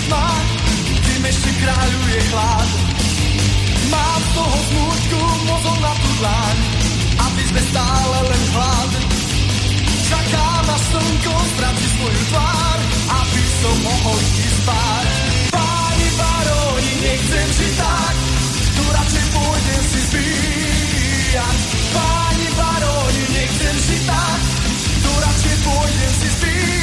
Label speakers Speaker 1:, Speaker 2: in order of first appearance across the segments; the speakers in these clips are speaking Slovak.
Speaker 1: tma, kým ešte kráľuje chlad. Mám z toho smútku mozol na tú dlaň, aby sme stále len hlad. Čakám na slnko, stráti svoju tvár, aby som mohol ísť spať. Páni baróni, nechcem žiť tak, tu radšej pôjdem si zbíjať. Páni baróni, nechcem žiť tak, tu radšej pôjdem si zbíjať.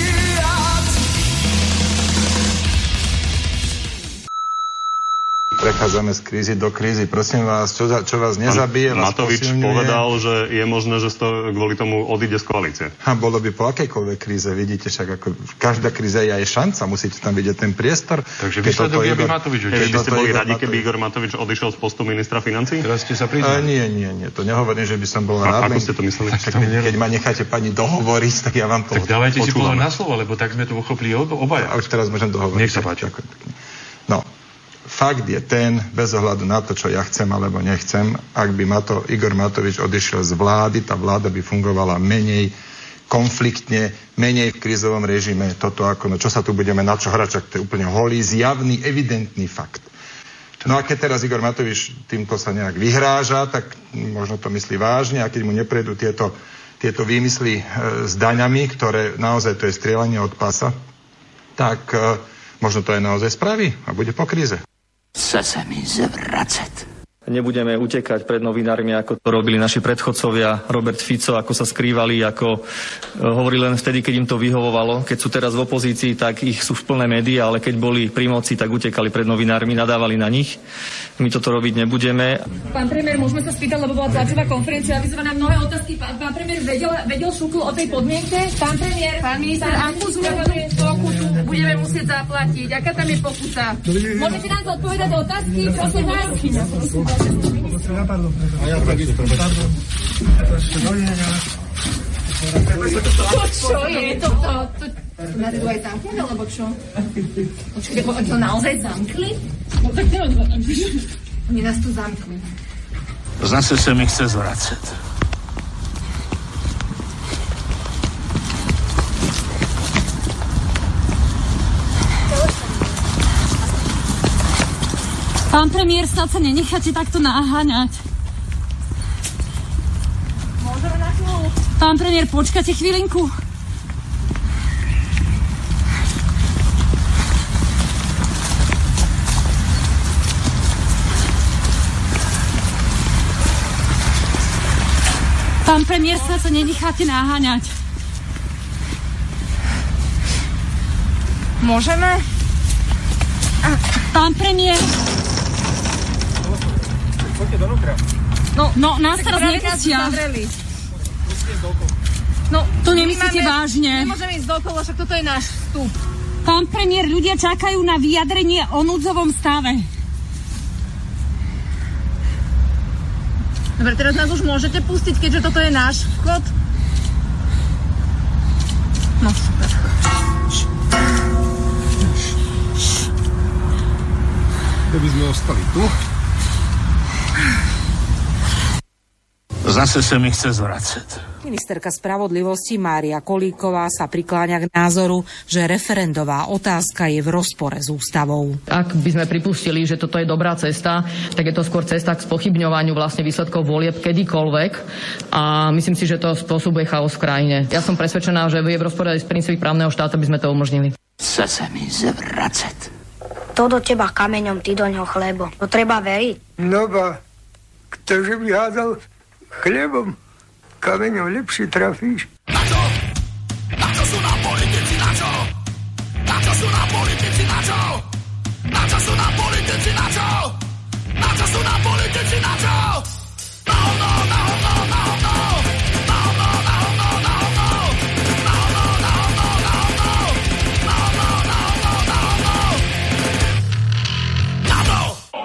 Speaker 2: Prechádzame z krízy do krízy. Prosím vás, čo vás nezabije, vás
Speaker 3: Matovič
Speaker 2: posilňuje.
Speaker 3: povedal, že je možné, že kvôli tomu odíde z koalície.
Speaker 2: A bolo by po akejkoľvek kríze, vidíte, však ako každá kríza je aj šanca, musíte tam vidieť ten priestor.
Speaker 4: Takže výsledok je, aby Matovič
Speaker 3: Vy by ste boli radi, keby Igor Matovič odišiel z postu ministra financií?
Speaker 4: Teraz ste sa priznali.
Speaker 2: Nie, to nehovorím, že by som bol rád.
Speaker 3: Ako ste to mysleli?
Speaker 2: Keď ma necháte pani dohovoriť, tak ja vám to
Speaker 4: Tak dávajte si pozor na slovo, lebo tak sme to uchopili obaja.
Speaker 2: A už teraz môžem dohovoriť.
Speaker 4: Nech sa páči.
Speaker 2: No, fakt je ten, bez ohľadu na to, čo ja chcem alebo nechcem, ak by Igor Matovič odišiel z vlády, tá vláda by fungovala menej konfliktne, menej v krízovom režime. Toto ako, no čo sa tu budeme na čo hrať, čak to je úplne holý, zjavný, evidentný fakt. No a keď teraz Igor Matovič týmto sa nejak vyhráža, tak možno to myslí vážne, a keď mu neprejdú tieto výmysly s daňami, ktoré naozaj to je strieľanie od pása, tak možno to aj naozaj spraví a bude po kríze.
Speaker 5: Chce sa mi zvracať.
Speaker 6: Nebudeme utekať pred novinármi, ako to robili naši predchodcovia, Robert Fico, ako sa skrývali, ako hovorili len vtedy, keď im to vyhovovalo. Keď sú teraz v opozícii, tak ich sú v plné médiá, ale keď boli pri moci, tak utekali pred novinármi, nadávali na nich. My toto robiť nebudeme.
Speaker 7: Pán premiér, môžeme sa spýtať, lebo bola tlačová konferencia, avizovaná mnohé otázky. Pán premiér vedel Šukl o tej podmienke? Pán premiér, pán minister, akú pokutu budeme musieť zaplatiť? Aká tam je pokuta? Môžete nám to odpovedať do otázky? Prosím vás. Čo je to? Nás tu aj zamknúť, alebo čo? Počkajte, to naozaj zamkli? No tak oni nás tu zamkli.
Speaker 5: Zase sa mi chce zvracať.
Speaker 8: Pán premiér, snad sa nenecháte takto naháňať.
Speaker 7: Môžeme na chvíľu?
Speaker 8: Pán premiér, počkajte chvíľinku. Pán premiér, snad sa nenecháte naháňať.
Speaker 7: Môžeme?
Speaker 8: Pán premiér. No, nás teraz nepustia. No, to nemyslíte vážne.
Speaker 7: Nemôžeme ísť dokolo, však toto je náš vstup.
Speaker 8: Pán premiér, ľudia čakajú na vyjadrenie o núdzovom stave.
Speaker 7: Dobre, teraz nás už môžete pustiť, keďže toto je náš vchod. No, super.
Speaker 9: Keby sme ostali tu.
Speaker 5: Zase sa mi chce zvracať.
Speaker 10: Ministerka spravodlivosti Mária Kolíková sa prikláňa k názoru, že referendová otázka je v rozpore s ústavou.
Speaker 11: Ak by sme pripustili, že toto je dobrá cesta, tak je to skôr cesta k spochybňovaniu vlastne výsledkov volieb kedykoľvek a myslím si, že to spôsobuje chaos v krajine. Ja som presvedčená, že je v rozpore s princípy právneho štátu, by sme to umožnili.
Speaker 5: Chce sa mi zvracať.
Speaker 12: To do teba kameňom, ty do ňoho chlebo. To treba veriť.
Speaker 13: No ba, ktože by hádal chlebom, kameňom lepšie trafíš.
Speaker 1: Na čo? Na čo sú nám politici, na čo? Na čo sú nám politici, na čo? Na čo sú nám politici, na čo? Na čo sú nám politici, na čo? Na hovno, na hovno, na hovno. Na hovno, na hovno, na hovno. Na hovno, na hovno, na hovno. Na hovno, na hovno, na hovno. Na to!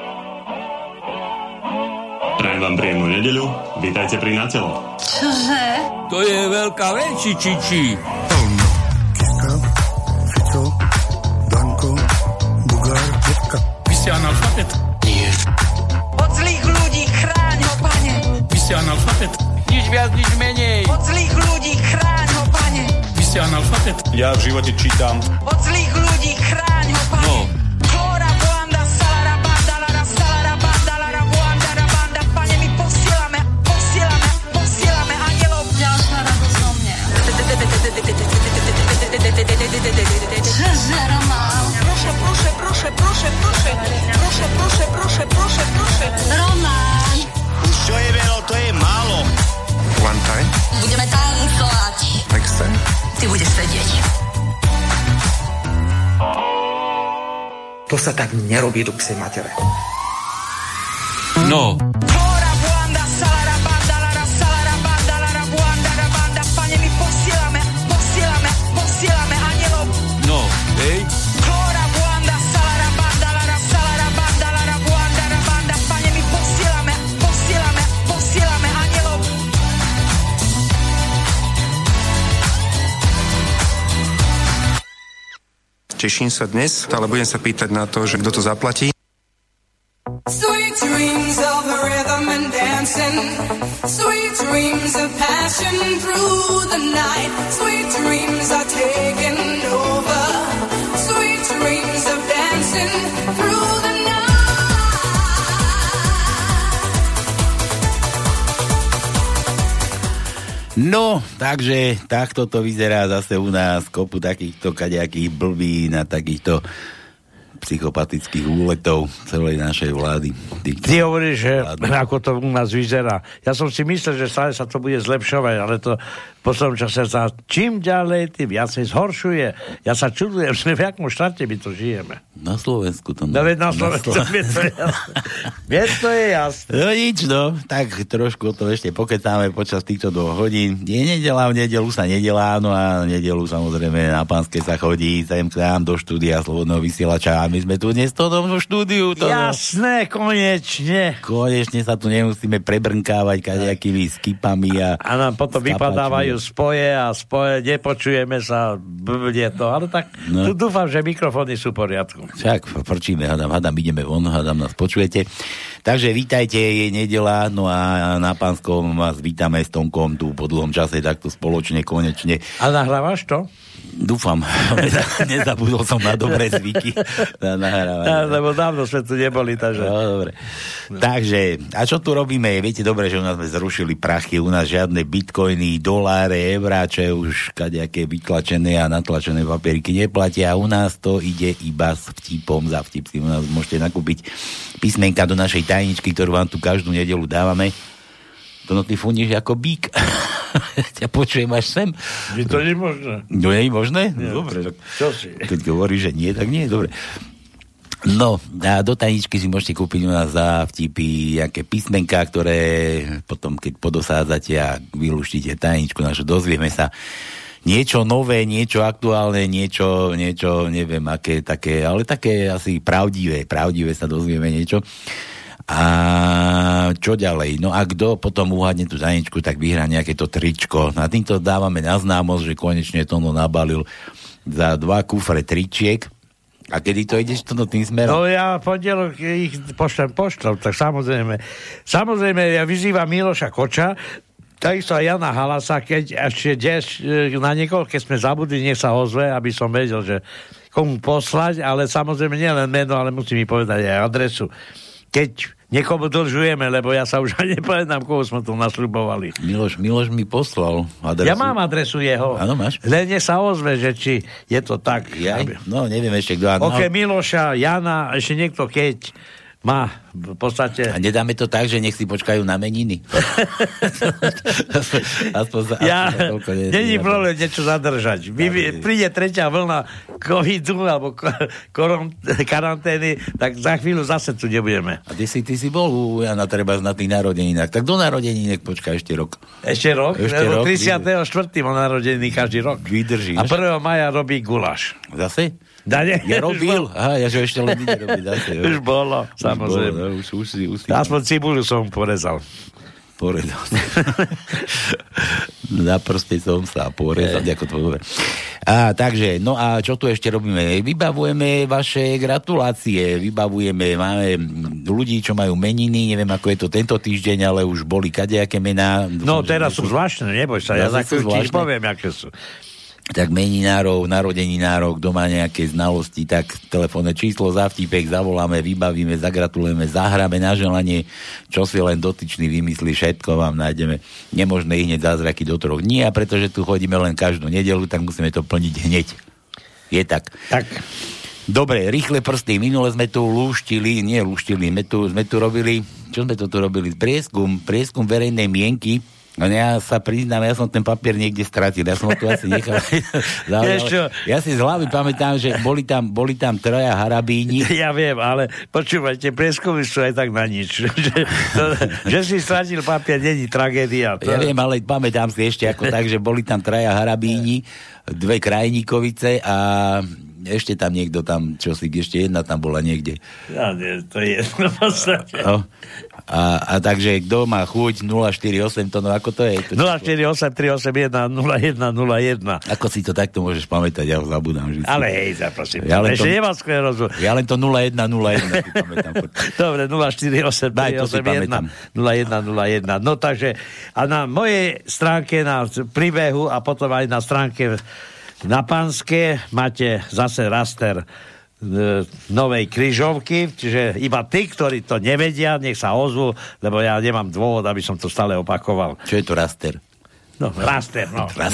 Speaker 3: Prajem vám príjemnú nedeľu. Vítajte pri Na telo.
Speaker 8: Čože?
Speaker 5: To je veľká vec, či.
Speaker 9: Kiska, Fico, Danko, Bugár, Jepka.
Speaker 5: Vy ste analfabet? Nie.
Speaker 14: Od zlých ľudí chráň ho, pane.
Speaker 5: Vy ste analfabet? Nič viac, nič menej.
Speaker 14: Od zlých ľudí chráň ho, pane.
Speaker 5: Vy ste analfabet? Ja v živote čítam.
Speaker 14: Od zlých ľudí chráň ho, pane.
Speaker 5: No,
Speaker 15: To sa tak nerobí do psej matere.
Speaker 5: No.
Speaker 14: Posielame anielov.
Speaker 5: No, hej.
Speaker 14: Pane, my posielame anielov.
Speaker 15: Teším sa dnes, ale budem sa pýtať na to, že kto to zaplatí.
Speaker 1: Sweet dreams of rhythm and dancing, sweet dreams of passion through the night, sweet dreams are taking over, sweet dreams of dancing through the night.
Speaker 16: No, takže takto to vyzerá zase u nás, kopu takýchto kadejakých blbín a takýchto psychopatických úletov celej našej vlády.
Speaker 17: Ty hovoríš, že ako to u nás vyzerá. Ja som si myslel, že stále sa to bude zlepšovať, ale to v poslednom čase sa čím ďalej, tým viacej zhoršuje. Ja sa čudujem, že v akom štáte my to žijeme.
Speaker 16: Na Slovensku to...
Speaker 17: No veď na Slovensku to je jasné.
Speaker 16: No nič, no. Tak trošku o to ešte pokecáme počas týchto 2 hodín. Je nedeľa, v nedeľu sa nedelá, no a nedeľu samozrejme na Pánske sa chodí sem k nám do štúdia Slobodného vysielača a my sme tu dnes v tom štúdiu.
Speaker 17: Jasné, konečne.
Speaker 16: Konečne sa tu nemusíme prebrnkávať kadejakými skipami a
Speaker 17: nám potom vypadávajú spoje a nepočujeme sa, blbne to, ale tak tu dúfam, že mikrofóny sú v poriadku.
Speaker 16: Však frčíme, hádam, ideme von, hádam, nás počujete. Takže vítajte, je nedeľa, no a na Pánskom vás vítame s Tomkom tu po dlhom čase, takto spoločne, konečne.
Speaker 17: A nahrávaš to?
Speaker 16: Dúfam. Nezabudol som na dobré zvyky na nahrávanie.
Speaker 17: Ja, lebo dávno sme tu neboli, takže...
Speaker 16: No, dobre. Takže, a čo tu robíme? Viete dobre, že u nás sme zrušili prachy, u nás žiadne bitcoiny, doláre, euráče, už kadejaké vytlačené a natlačené papieriky neplatia. U nás to ide iba s vtipom, za vtip si u nás môžete nakúpiť písmenka do našej tajničky, ktorú vám tu každú nedeľu dávame. To ty funíš ako bík. Ťa počujem až sem.
Speaker 17: Je to nemožné.
Speaker 16: No nie je možné?
Speaker 17: Nie,
Speaker 16: dobre.
Speaker 17: Čo si?
Speaker 16: Keď hovoríš, že nie, tak nie, dobre. No, a do tajničky si môžete kúpiť u nás za vtipy nejaké písmenka, ktoré potom, keď podosádzate a vylúštíte tajničku našu, dozvieme sa niečo nové, niečo aktuálne, niečo, neviem aké, také, ale také asi pravdivé sa dozvieme niečo. A čo ďalej? No a kto potom uhádne tú tajničku, tak vyhrá nejaké to tričko. Na týmto dávame na známosť, že konečne Tono nabalil za 2 kufre tričiek. A kedy to ideš tým smerom?
Speaker 17: No ja pondelok ich pošlem, tak samozrejme. Samozrejme, ja vyzývam Miloša Koča, takisto aj Jana Halasa, keď ešte ideš na niekoho, keď sme zabudli, nech sa ozve, aby som vedel, že komu poslať, ale samozrejme nie len meno, ale musí mi povedať aj adresu. Keď niekomu dlžujeme, lebo ja sa už ani nepovedám, koho sme tu nasľubovali.
Speaker 16: Miloš mi poslal adresu.
Speaker 17: Ja mám adresu jeho.
Speaker 16: Áno, máš?
Speaker 17: Len sa ozve, že či je to tak.
Speaker 16: No, neviem ešte, kto.
Speaker 17: Okrem Miloša, Jana, ešte niekto, keď má v podstate...
Speaker 16: A nedáme to tak, že nech si počkajú na meniny?
Speaker 17: Není problém niečo zadržať. Príde 3. vlna covidu alebo karantény, tak za chvíľu zase tu nebudeme.
Speaker 16: A ty si bol u Jana treba na tých narodeninách. Tak do narodenínek počká ešte rok.
Speaker 17: Ešte rok? Lebo 34. má narodeniny každý rok.
Speaker 16: Vydržíš.
Speaker 17: A 1. maja robí guláš.
Speaker 16: Zase?
Speaker 17: Ja
Speaker 16: robil? Aha, ja že ešte len nerobí.
Speaker 17: Už bolo, samozrejme.
Speaker 16: Už si.
Speaker 17: Aspoň cibuľu som porezal.
Speaker 16: Na prste som sa porezal, ako to hovorí. Takže, no a čo tu ešte robíme? Vybavujeme vaše gratulácie, máme ľudí, čo majú meniny, neviem, ako je to tento týždeň, ale už boli kadejaké mená.
Speaker 17: No, teraz sú zvláštne, neboj sa, ja za chvíľu poviem, aké sú.
Speaker 16: Tak meninárov, narodeninárov, kto má nejaké znalosti, tak telefónne číslo za vtipek zavoláme, vybavíme, zagratulujeme, zahráme na želanie, čo si len dotyčný vymyslí, všetko vám nájdeme. Nemožné ich hneď zázraky do 3 dní a pretože tu chodíme len každú nedeľu, tak musíme to plniť hneď. Je tak?
Speaker 17: Tak.
Speaker 16: Dobre, rýchle prsty. Minule sme tu sme tu robili, čo sme to tu robili? Prieskum verejnej mienky No ja sa priznám, ja som ten papier niekde stratil. Ja som ho tu asi nechal. Ja si z hlavy pamätám, že boli tam traja harabíni.
Speaker 17: Ja viem, ale počúvajte, prieskumy sú aj tak na nič. Že si stratil papier, není tragédia.
Speaker 16: Ja viem, ale pamätám si ešte ako tak, že boli tam traja harabíni, 2 krajníkovice a ešte tam niekto tam, ešte jedna tam bola niekde.
Speaker 17: Ja nie, to je jedno v podstate.
Speaker 16: No. A takže kto má chuť 048, to no ako to je?
Speaker 17: 048 381 0101.
Speaker 16: Ako si to takto môžeš pamätať, ja ho zabudám. Vždy.
Speaker 17: Ale hej, zaprosím. Ešte nemám sklerózu.
Speaker 16: Ja len to 0101 si pamätám.
Speaker 17: Dobre, 048 381 0101. No takže, a na mojej stránke, na príbehu a potom aj na stránke na Panske máte zase raster novej križovky, čiže iba tí, ktorí to nevedia, nech sa ozvú, lebo ja nemám dôvod, aby som to stále opakoval.
Speaker 16: Čo je to raster?
Speaker 17: No, raster.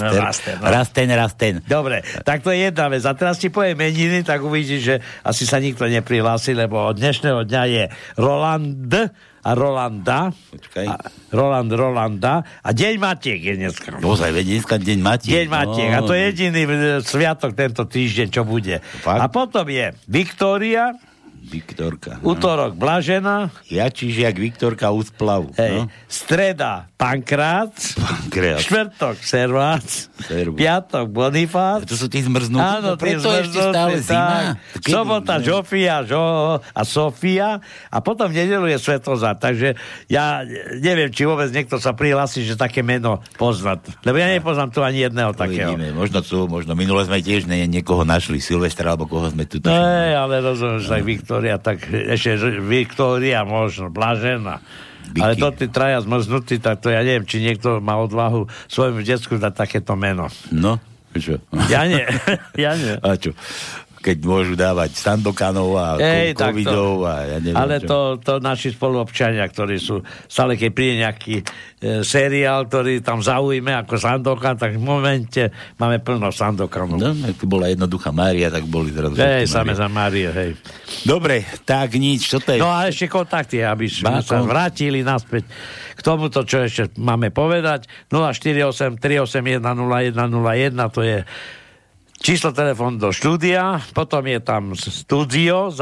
Speaker 16: Rasten.
Speaker 17: Dobre, tak to je jedna vec. A teraz ti poviem meniny, tak uvidíš, že asi sa nikto neprihlási, lebo od dnešného dňa je Roland a Rolanda.
Speaker 16: Počkaj.
Speaker 17: Rolanda. A Deň Matiek je dneska.
Speaker 16: Ozaj, dneska Deň Matiek.
Speaker 17: Deň Matiek. A to je jediný sviatok tento týždeň, čo bude.
Speaker 16: Fakt?
Speaker 17: A potom je Viktória.
Speaker 16: Viktorka.
Speaker 17: Útorok Blažena.
Speaker 16: Jačižiak Viktorka Úsplav.
Speaker 17: Hej. No? Streda Pankrát. Štvrtok Servác. Piatok Bonifác.
Speaker 16: To sú tí zmrznutí.
Speaker 17: Áno, tí zmrznutí. Ešte stále zima. Sobota Žofia a Sofia. A potom v nedeľu je Svetozár. Takže ja neviem, či vôbec niekto sa prihlási, že také meno poznať. Lebo ja nepoznám tu ani jedného takého.
Speaker 16: Vidíme. Možno minule sme tiež niekoho našli. Silvestra, alebo koho sme tu.
Speaker 17: Ale rozumiem, že tak Viktória, tak ešte Viktória možno, Blažena. Ale to tí traja zmrznutí, tak to ja neviem, či niekto má odvahu svojmu decku dať takéto meno.
Speaker 16: No, čo?
Speaker 17: Ja nie.
Speaker 16: A čo? Keď môžu dávať Sandokanov a Covidov a ja neviem.
Speaker 17: Ale to naši spoluobčania, ktorí sú stále, keď príde nejaký seriál, ktorý tam zaujíme ako Sandokan, tak v momente máme plno Sandokanov.
Speaker 16: No, ak tu bola jednoduchá Mária, tak boli zrazu.
Speaker 17: Same za Márie, hej.
Speaker 16: Dobre, tak nič, čo to je?
Speaker 17: No a ešte kontakty, aby sme sa vrátili naspäť k tomuto, čo ešte máme povedať. 048 381 0101, to je číslo telefón do štúdia, potom je tam studio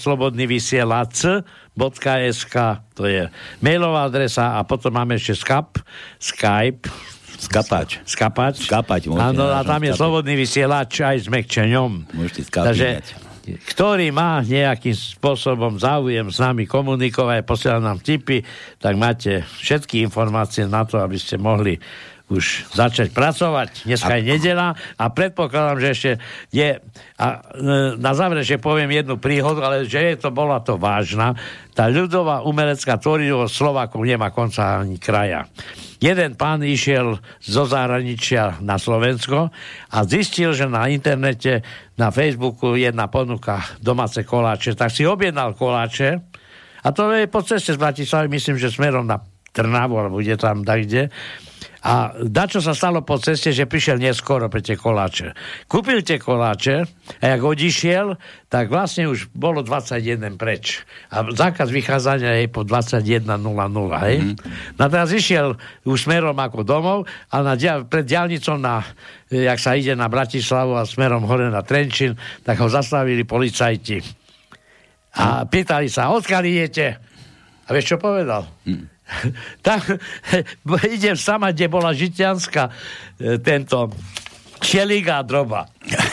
Speaker 17: @slobodnyvysielac.sk, to je mailová adresa a potom máme ešte Skype. Skapáč. Áno, a tam je Slobodný vysielač aj s mekčeňom.
Speaker 16: Môžete skapínať.
Speaker 17: Ktorý má nejakým spôsobom záujem s nami komunikovať, posielať nám tipy, tak máte všetky informácie na to, aby ste mohli už začať pracovať. Dneska je nedeľa a predpokladám, že ešte je na záver, že poviem jednu príhodu, ale že bola to vážna. Tá ľudová umelecká tvorivosť Slovákov nemá konca ani kraja. Jeden pán išiel zo zahraničia na Slovensko a zistil, že na internete, na Facebooku jedna ponuka domáce koláče, tak si objednal koláče a to je po ceste z Bratislavy, myslím, že smerom na Trnavu, alebo kde tam, kde. A dačo sa stalo po ceste, že prišiel neskoro pre tie koláče. Kúpil tie koláče a jak odišiel, tak vlastne už bolo 21 preč. A zákaz vychádzania je po 21.00, hej? No a teraz išiel už smerom ako domov a pred diaľnicou jak sa ide na Bratislavu a smerom hore na Trenčín, tak ho zastavili policajti. A pýtali sa, odkiaľ idete? A vieš, čo povedal? Tak idem sama, kde bola Žitianska tento Čelík a Droba.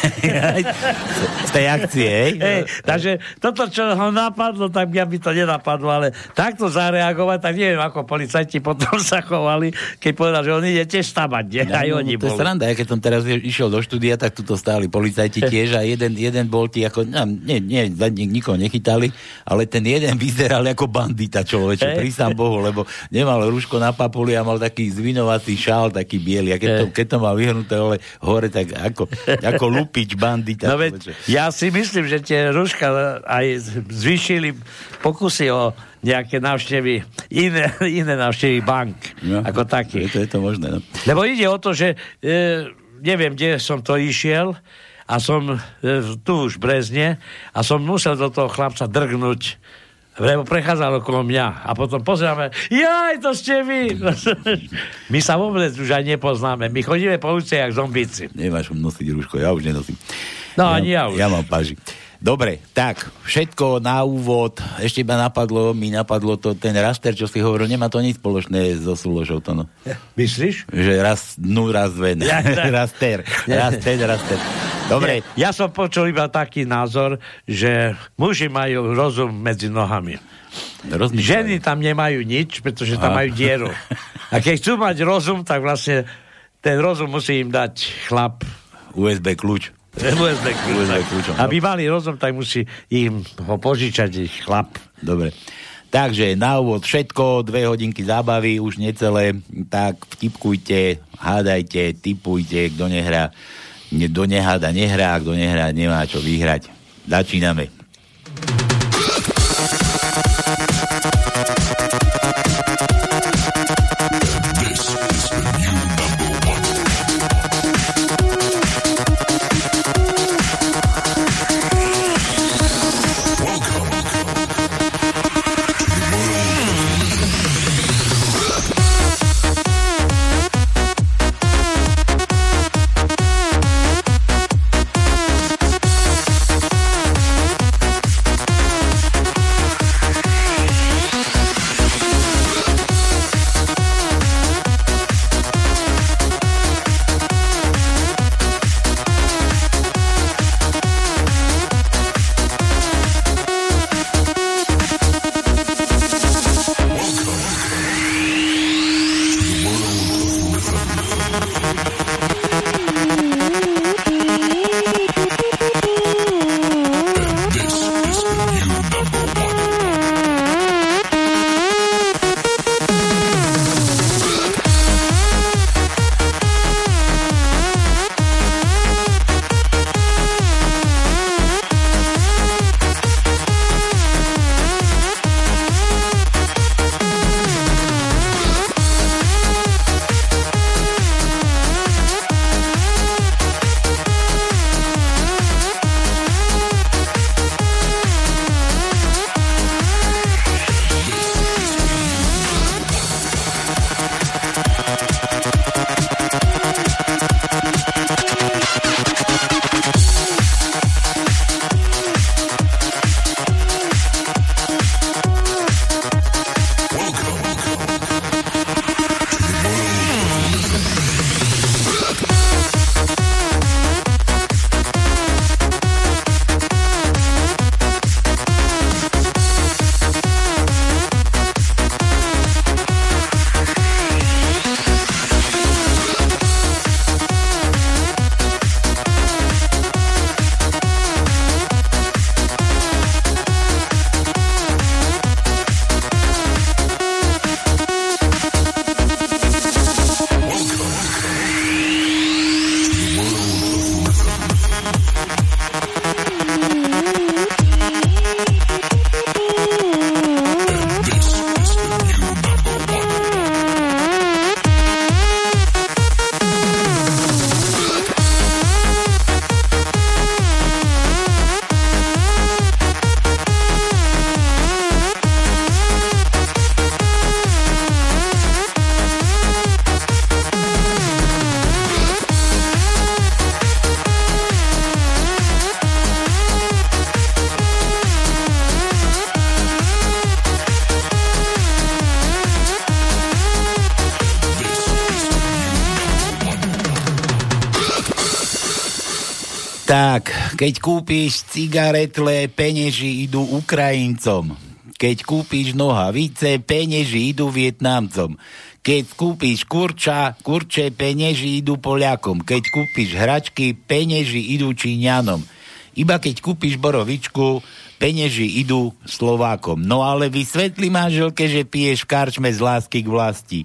Speaker 16: Z tej akcie, hej?
Speaker 17: Takže toto, čo ho napadlo, tak mňa by to nenapadlo, ale takto zareagovať, tak neviem, ako policajti potom sa chovali, keď povedal, že on ide tiež stavať, nie? Aj oni boli.
Speaker 16: To je sranda, keď som teraz išiel do štúdia, tak tuto stáli policajti tiež a jeden bol tí ako, nikoho nechytali, ale ten jeden vyzeral ako bandita človeče, prísam Bohu, lebo nemal rúško na papuli a mal taký zvinovací šál, taký biely a keď to mal vyhrnuté hore, tak ako lupič bandita.
Speaker 17: No veď, ja si myslím, že tie rúška aj zvýšili pokusy o nejaké návštevy, iné návštevy bank, ako také.
Speaker 16: Je to možné, no.
Speaker 17: Lebo ide o to, že neviem, kde som to išiel a som tu už v Brezne a som musel do toho chlapca drgnúť Lebo prechádzal okolo mňa a potom pozeráme, jaj, to ste vy. My sa vôbec už aj nepoznáme. My chodíme po ulici jak zombíci.
Speaker 16: Nemáš nosiť rúško, ja už nenosím.
Speaker 17: No, ani ja už.
Speaker 16: Ja mám paži. Dobre, tak, všetko na úvod. Ešte mi napadlo to, ten raster, čo si hovoril, nemá to nič spoločné so Súlošou, to no.
Speaker 17: Myslíš?
Speaker 16: Že raz dve. Raster. Dobre.
Speaker 17: Ja som počul iba taký názor, že muži majú rozum medzi nohami. Ženy tam nemajú nič, pretože tam majú dieru. A keď chcú mať rozum, tak vlastne ten rozum musí im dať chlap.
Speaker 16: USB kľúč.
Speaker 17: Aby mali rozum, tak musí im ho požičať ich chlap.
Speaker 16: Dobre. Takže na úvod všetko, 2 hodinky zábavy, už necelé, tak vtipkujte, hádajte, tipujte, kto nehrá, kto neháda, nehrá, kto nehrá, nemá čo vyhrať. Začíname. Tak, keď kúpiš cigaretle, penieži idú Ukrajincom. Keď kúpiš nohavice, penieži idú Vietnamcom. Keď kúpiš kurče, penieži idú Poliakom. Keď kúpiš hračky, penieži idú Číňanom. Iba keď kúpiš borovičku, penieži idú Slovákom. No ale vysvetli manželke, že piješ v karčme z lásky k vlasti.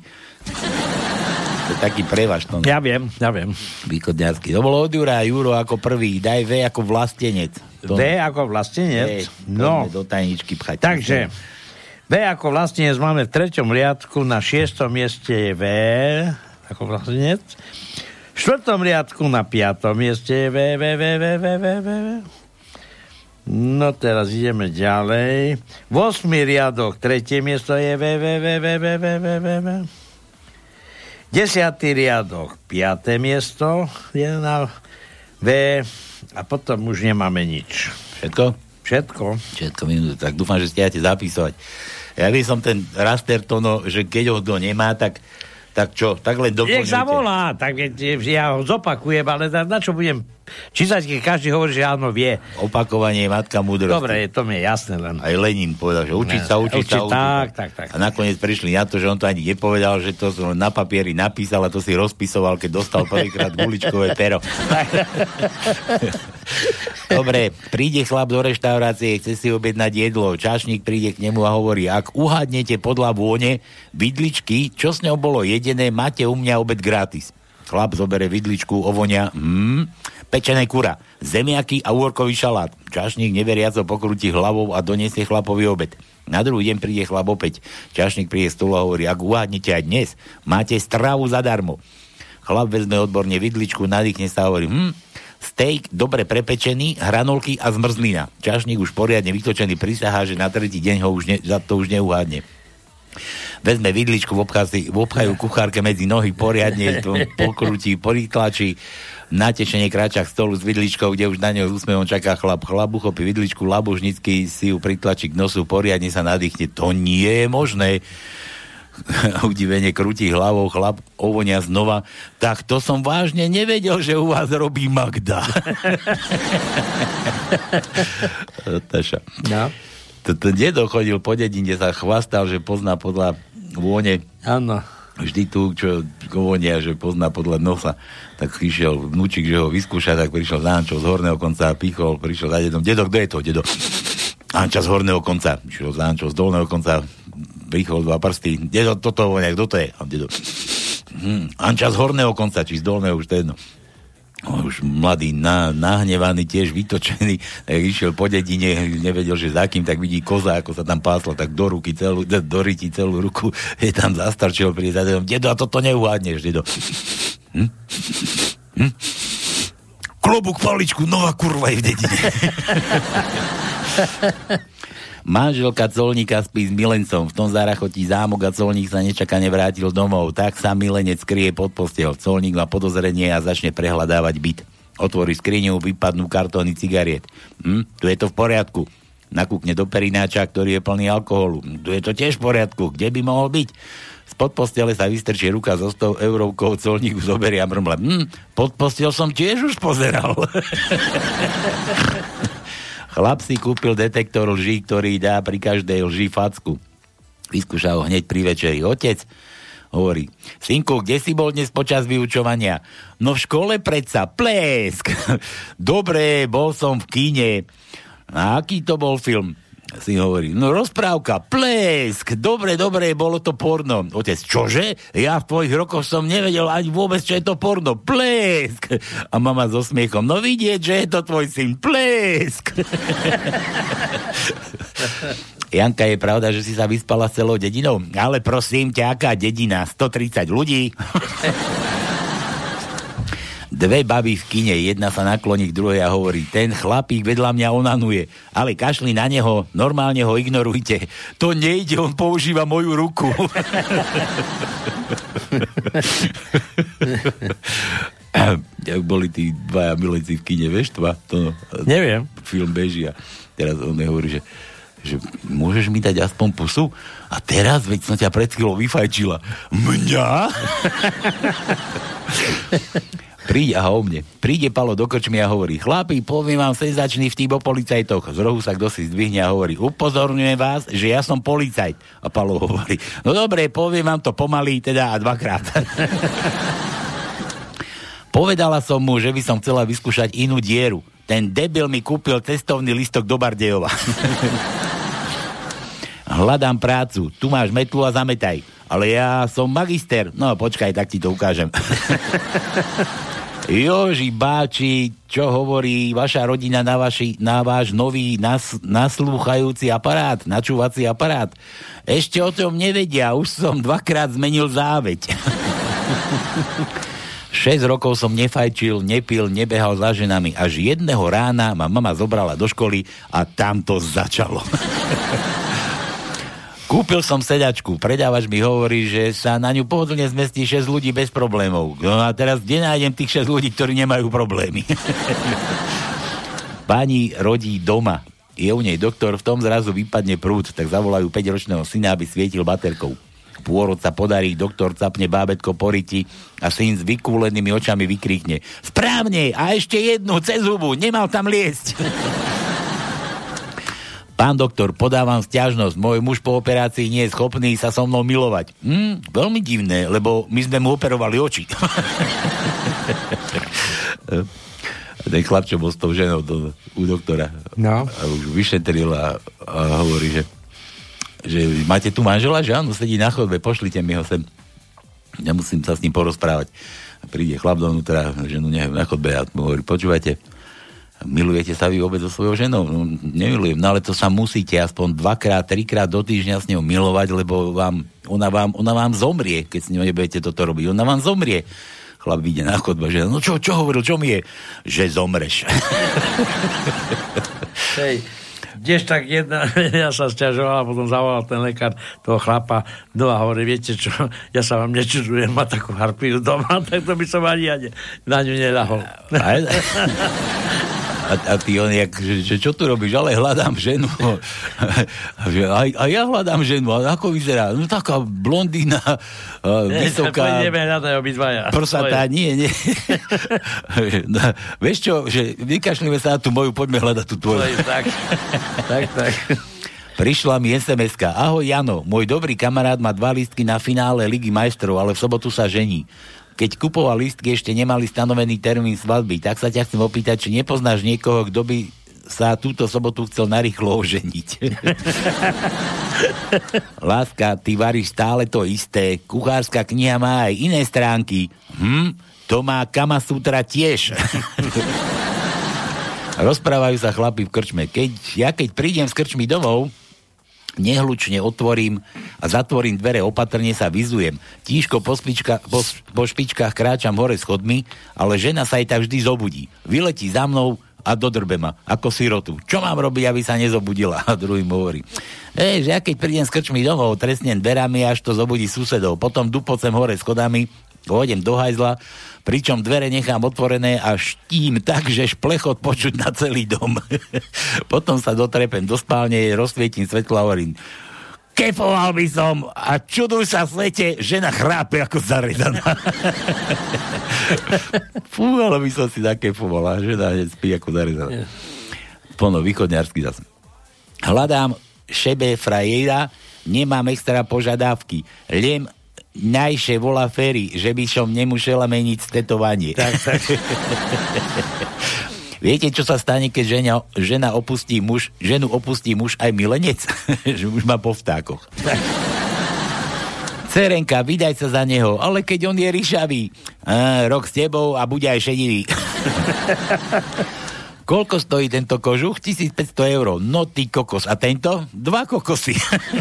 Speaker 16: To je taký prevaž. No.
Speaker 17: Ja viem.
Speaker 16: Východňarský. To bolo od Jura Juro ako prvý. Daj V ako vlastenec.
Speaker 17: V ako vlastenec? No.
Speaker 16: Do tajničky pchať.
Speaker 17: Takže V ako vlastenec máme v 3. riadku, na 6. mieste je V ako vlastenec. V 4. riadku na 5. mieste je V. No teraz ideme ďalej. 8. riadok, 3. miesto je V. 10. riadok, 5. miesto je na V. A potom už nemáme nič. Všetko,
Speaker 16: tak dúfam, že stiate zapisovať. Ja by som ten raster že keď ho kto nemá, tak čo? Tak len doplňujte.
Speaker 17: Nech zavolá, tak ja ho zopakujem, ale na čo budem čítať, keď každý hovorí, že áno vie.
Speaker 16: Opakovanie je matka múdrosti.
Speaker 17: Dobre, to mi je jasné len.
Speaker 16: Aj Lenin povedal, že učiť sa.
Speaker 17: Tak.
Speaker 16: A nakoniec prišli na to, že on to ani nepovedal, že to na papieri napísal a to si rozpisoval, keď dostal prvýkrát guličkové pero. Dobre, príde chlap do reštaurácie, chce si objednať jedlo, čašník príde k nemu a hovorí, ak uhádnete podľa vône vidličky, čo s ňou bolo jedené, máte u mňa obed gratis. Chlap zobere vidličku, ovonia, pečené kura, zemiaky a úorkový šalát. Čašník neveriaco pokrúti hlavou a donesie chlapovi obed. Na druhý deň príde chlap opäť. Čašník príde z stolu a hovorí, ak uhádnete aj dnes, máte stravu zadarmo. Chlap vezme odborne vidličku, nadýchne sa a hovorí, steak dobre prepečený, hranolky a zmrzlina. Čašník už poriadne vytočený prisahá, že na tretí deň to už neuhádne. Vezme vidličku, obchajú kuchárke medzi nohy, poriadne to pokrúti, pritlačí, natešenie kráča k stolu s vidličkou, kde už na ňo s úsmevom čaká chlap. Chlap uchopí vidličku, labužnicky si ju pritlačí k nosu, poriadne sa nadýchne. To nie je možné. Udivene krúti hlavou, chlap ovonia znova. Tak to som vážne nevedel, že u vás robí Magda. Taša. No. Ten dedo chodil po dedine, sa chvastal, že pozná podľa vône.
Speaker 17: Áno.
Speaker 16: Vždy tu, čo vonia, že pozná podľa nosa. Tak prišiel vnúčik, že ho vyskúša, tak prišiel Zánčo z horného konca a pichol, prišiel za dedom. Dedo, kto je to, dedo? Anča z horného konca. Prišiel Zánčo z dolného konca, pichol 2 prsty. Dedo, toto vonia, kto to je? A dedo. Anča z horného konca, či z dolného, už to jedno. Už mladý, nahnevaný, tiež vytočený, tak išiel po dedine, nevedel, že za kým, tak vidí koza, ako sa tam pásla, tak do ryti celú ruku, je tam zastarčil, príde za dedom, dedo, a toto neuhádneš, dedo. Klobúk, paličku, nová kurva je v dedine. Manželka colníka spí s milencom, v tom zarachotí zámok a colník sa nečakane vrátil domov. Tak sa milenec skrie pod posteľ. Colník má podozrenie a začne prehľadávať byt. Otvorí skriňu, vypadnú kartóny cigariet. Tu je to v poriadku. Nakúkne do perináča, ktorý je plný alkoholu. Tu je to tiež v poriadku. Kde by mohol byť? Spod postele sa vystrčí ruka so 100 eurovkou, colníku zoberie a mrmle. Pod posteľ som tiež už pozeral. Chlap si kúpil detektor lží, ktorý dá pri každej lži facku. Vyskúša ho hneď pri večeri. Otec hovorí, synku, kde si bol dnes počas vyučovania? No v škole predsa, plesk. Dobre, bol som v kine. A aký to bol film? Si hovorí, no rozprávka, plesk. Dobre, bolo to porno. Otec, čože? Ja v tvojich rokoch som nevedel ani vôbec, čo je to porno. Plesk. A mama so smiechom, no vidieť, že je to tvoj syn. Plesk. Janka, je pravda, že si sa vyspala s celou dedinou? Ale prosím ťa, aká dedina? 130 ľudí? 2 baby v kine, jedna sa nakloní k druhej a hovorí, ten chlapík vedľa mňa onanuje, ale kašli na neho, normálne ho ignorujte. To nejde, on používa moju ruku. Jak boli tí 2 milenci v kine, vieš tva? To,
Speaker 17: neviem.
Speaker 16: Film beží a teraz on hovorí, že môžeš mi dať aspoň pusu? A teraz, veď som ťa pred chvíľou vyfajčila. Mňa? Príde Palo do krčmy a hovorí, chlapi, poviem vám senzačný vtip o policajtoch. Z rohu sa kdosi zdvihne a hovorí, upozorňujem vás, že ja som policajt. A Palo hovorí, no dobre, poviem vám to pomaly, teda a 2-krát. Povedala som mu, že by som chcela vyskúšať inú dieru. Ten debil mi kúpil cestovný listok do Bardejova. Hľadám prácu, tu máš metlu a zametaj. Ale ja som magister. No počkaj, tak ti to ukážem. Joži báči, čo hovorí vaša rodina na váš nový naslúchajúci aparát, načúvací aparát. Ešte o tom nevedia, už som 2-krát zmenil záveť. 6 rokov som nefajčil, nepil, nebehal za ženami. Až jedného rána ma mama zobrala do školy a tam to začalo. Kúpil som sedačku. Predávač mi hovorí, že sa na ňu pohodlne zmestí 6 ľudí bez problémov. No a teraz kde nájdem tých 6 ľudí, ktorí nemajú problémy? Pani rodí doma. Je u nej doktor, v tom zrazu vypadne prúd, tak zavolajú 5-ročného syna, aby svietil baterkou. Pôrod sa podarí, doktor capne bábätko po ryti a syn s vykúlenými očami vykríkne: správne, a ešte jednu cez hubu, nemal tam liesť. Pán doktor, podávam sťažnosť. Môj muž po operácii nie je schopný sa so mnou milovať. Veľmi divné, lebo my sme mu operovali oči. Ten chlap, čo bol s tou ženou u doktora.
Speaker 17: No.
Speaker 16: A už vyšetril a hovorí, že máte tu manžela, že áno, sedí na chodbe, pošlite mi ho sem. Ja musím sa s ním porozprávať. A príde chlap dovnútra, ženu nechám na chodbe a mu hovorí: počúvajte, milujete sa vy vôbec so svojou ženou? No, nemilujem, no ale to sa musíte aspoň 2-3 krát do týždňa s ňou milovať, lebo ona vám zomrie, keď s ňou nebudete toto robiť. Ona vám zomrie. Chlap vyjde na chodbu, že no čo hovoril, čo mi je? Že zomreš.
Speaker 17: Hej, kdež tak ja sa sťažoval a potom zavolal ten lekár toho chlapa, no a hovorí: viete čo, ja sa vám nečudujem, má takú harpiu doma, tak to by som ani na ňu neľahol.
Speaker 16: A ty on, že čo tu robíš? Ale hľadám ženu. A ja hľadám ženu. A ako vyzerá? No taká blondína, vysoká.
Speaker 17: Ideme hľadať obidvaja.
Speaker 16: Prsatá, nie. No, vieš čo, že vykašlíme sa na tú moju, poďme hľadať tú tvoju.
Speaker 17: Tak.
Speaker 16: Prišla mi SMS-ka: ahoj Jano, môj dobrý kamarát má 2 lístky na finále Ligy majstrov, ale v sobotu sa žení. Keď kupoval lístky, ešte nemali stanovený termín svadby, tak sa ťa chcem opýtať, či nepoznáš niekoho, kto by sa túto sobotu chcel narýchlo oženiť. Láska, ty varíš stále to isté. Kuchárska kniha má aj iné stránky. To má Kama Sutra tiež. Rozprávajú sa chlapi v krčme. Keď prídem z krčmy domov, nehlučne otvorím a zatvorím dvere, opatrne sa vyzujem. Tížko po špičkách kráčam hore schodmi, ale žena sa aj tak vždy zobudí. Vyletí za mnou a dodrbe ma, ako sirotu. Čo mám robiť, aby sa nezobudila? A druhý mu hovorí: že ja keď prídem z krčmy domov, trestnem dverami, až to zobudí susedov. Potom dupocem hore schodami, pôjdem do hajzla, pričom dvere nechám otvorené a štím tak, že šplechot počuť na celý dom. Potom sa dotrepem do spálne, rozsvietím svetlo a hovorím: kefoval by som, a čuduj sa v svete, žena chrápe ako zarezaná. Fú, ale by som si nakefoval a žena spí ako zarezaná. Plno východňarsky zase. Hľadám šebe frajera, nemám extra požiadavky. Liem najšie volá Ferry, že by som nemusela meniť tetovanie.
Speaker 17: Tak.
Speaker 16: Viete, čo sa stane, keď ženu opustí muž aj milenec? Že už má po vtákoch. Cerenka, vydaj sa za neho, ale keď on je ryšavý, rok s tebou a bude aj šedivý. Koľko stojí tento kožuch? 1500 €. No ty kokos. A tento? 2 kokosy.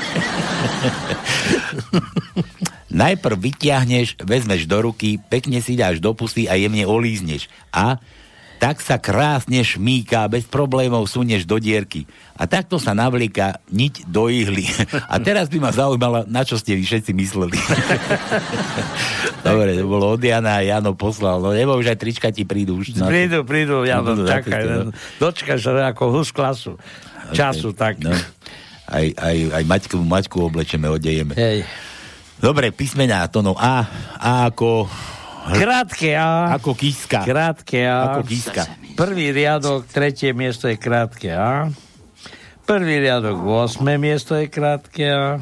Speaker 16: Najprv vyťahneš, vezmeš do ruky, pekne si dáš do pusy a jemne olízneš. A tak sa krásne šmíka, bez problémov sunieš do dierky. A takto sa navlíka niť do ihly. A teraz by ma zaujímalo, na čo ste vy všetci mysleli. Dobre, to bolo od Jana a Jano poslal. No nebo už aj trička ti prídu. Už
Speaker 17: prídu, Jano, čakaj. No. Dočkaj sa ako hus klasu. Času, okay. Tak.
Speaker 16: No. Aj Maťku oblečeme, odejeme.
Speaker 17: Hej.
Speaker 16: Dobre, písmená, to no A ako...
Speaker 17: Krátke A.
Speaker 16: Ako kíska.
Speaker 17: Krátke A.
Speaker 16: Ako kíska.
Speaker 17: Prvý riadok, 3. miesto je krátke A. Prvý riadok, 8. miesto je krátke A.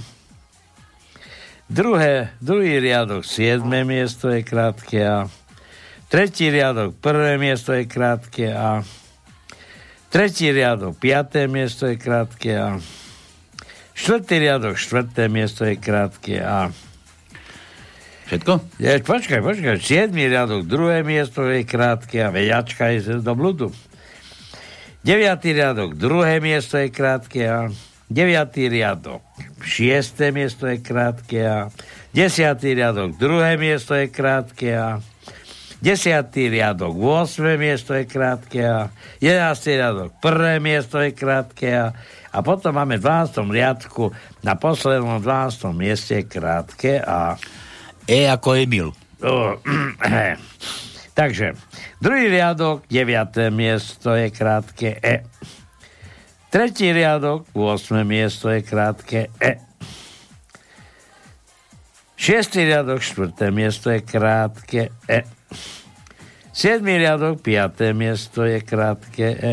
Speaker 17: Druhý riadok, 7. miesto je krátke A. Tretí riadok, 1. miesto je krátke A. Tretí riadok, 5. miesto je krátke A. Štvrtý riadok, 4. miesto je krátke A.
Speaker 16: Všetko?
Speaker 17: Počkaj. 7. riadok, 2. miesto je krátke A. Veďačka je do bludu. 9. riadok, 2. miesto je krátke A. 9. riadok, 6. miesto je krátke A. 10. riadok, 2. miesto je krátke A. 10. riadok 8. miesto je krátke A, 11. riadok 1. miesto je krátke A potom máme v 12. riadku na poslednom 12. mieste krátke A.
Speaker 16: E ako Emil.
Speaker 17: Takže, druhý riadok, 9. miesto je krátke E. Tretí riadok, 8. miesto je krátke E. 6. riadok, 4. miesto je krátke E. 7. riadok, 5. miesto je krátke E.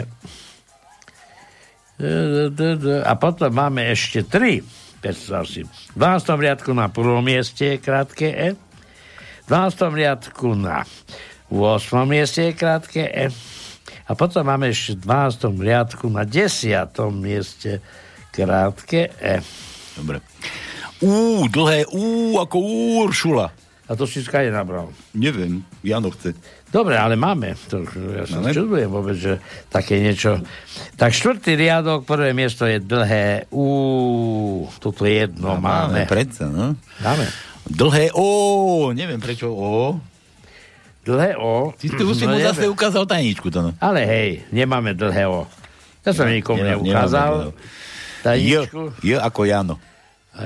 Speaker 17: A potom máme ešte 3. Predstav si. V 12. riadku na prvom mieste je krátke E. V 12. riadku na 8. mieste je krátke E. A potom máme ešte v 12. riadku na 10. mieste krátke E.
Speaker 16: Dobre. Dlhé ako Uršula.
Speaker 17: A to si skade nabral?
Speaker 16: Neviem, Jano chce.
Speaker 17: Dobre, ale máme. Ja sa čudujem vôbec, že také niečo. Tak 4. riadok, prvé miesto je dlhé toto jedno máme.
Speaker 16: Predsa, no.
Speaker 17: Máme.
Speaker 16: Dlhé neviem prečo Dlhé O. Ty si mu zase ukázal tajničku to, no.
Speaker 17: Ale hej, nemáme dlhé O. Ja som nikomu neukázal tajničku.
Speaker 16: J ako Jano.
Speaker 17: A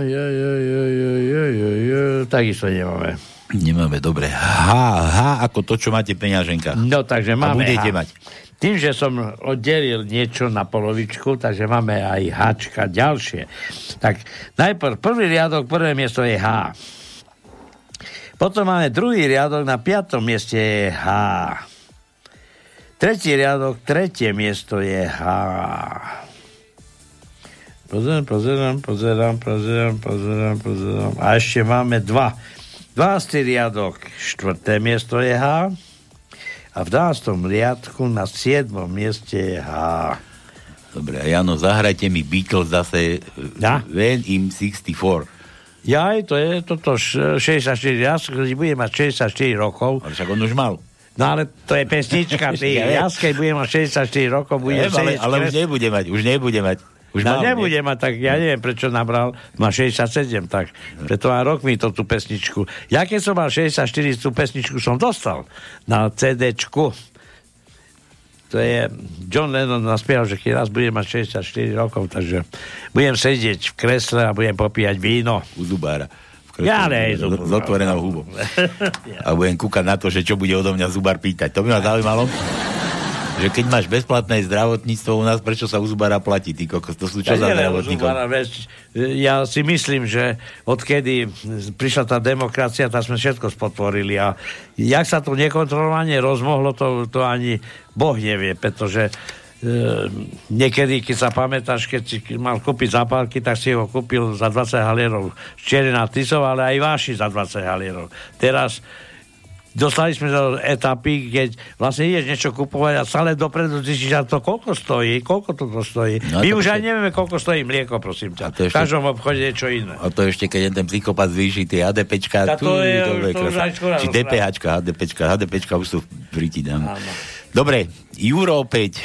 Speaker 17: takisto nemáme.
Speaker 16: Nemáme, dobre. H ako to, čo máte v peňaženkách.
Speaker 17: No, takže máme
Speaker 16: budete
Speaker 17: H.
Speaker 16: mať.
Speaker 17: Tým, že som oddelil niečo na polovičku, takže máme aj Hčka ďalšie. Tak najprv prvý riadok, prvé miesto je H. Potom máme druhý riadok, na 5. mieste je H. Tretí riadok, 3. miesto je H. Pozerám. A ešte máme 2. 12. riadok, 4. miesto je H. A v 12. riadku na 7. mieste je H.
Speaker 16: Dobre, a Jano, zahrajte mi Beatles zase When I'm 64.
Speaker 17: To je toto 64, ja budem mať 64 rokov.
Speaker 16: Ale však on už mal.
Speaker 17: No ale to je pesnička, ja keď budem mať 64 rokov, budem sedieť.
Speaker 16: Ale už nebude mať. Už
Speaker 17: nebude mať, tak ja neviem, prečo nabral, má 67, tak preto má rok mi to tú pesničku. Ja keď som mal 64, tú pesničku som dostal na CD-čku. To je, John Lennon naspieval, že keď raz budem mať 64 rokov, takže budem sedieť v kresle a budem popíjať víno.
Speaker 16: U zubára.
Speaker 17: S
Speaker 16: otvorenou hubou. A budem kúkať na to, že čo bude odo mňa zubár pýtať. To by ma zaujímalo. Že keď máš bezplatné zdravotníctvo u nás, prečo sa u zubára platí? Ty kokos, to sú čo za zdravotníkov?
Speaker 17: Ja si myslím, že odkedy prišla tá demokracia, tak sme všetko spotvorili a jak sa to nekontrolovanie rozmohlo, to ani Boh nevie, pretože niekedy, keď sa pamätáš, keď si mal kúpiť zápalky, tak si ho kúpil za 20 halierov Červená Tisov, ale aj váši za 20 halierov. Teraz dostali sme do etapy, keď vlastne ideš niečo kupovať a stále dopredu zistíš, že to koľko toto stojí. No, my už aj nevieme, koľko stojí mlieko, prosím ťa. V každom obchode je čo iné.
Speaker 16: A to ešte, keď ten psychopat zvýši tie HDPčka, či HDPčka už sú priti. Dobre, Juro opäť.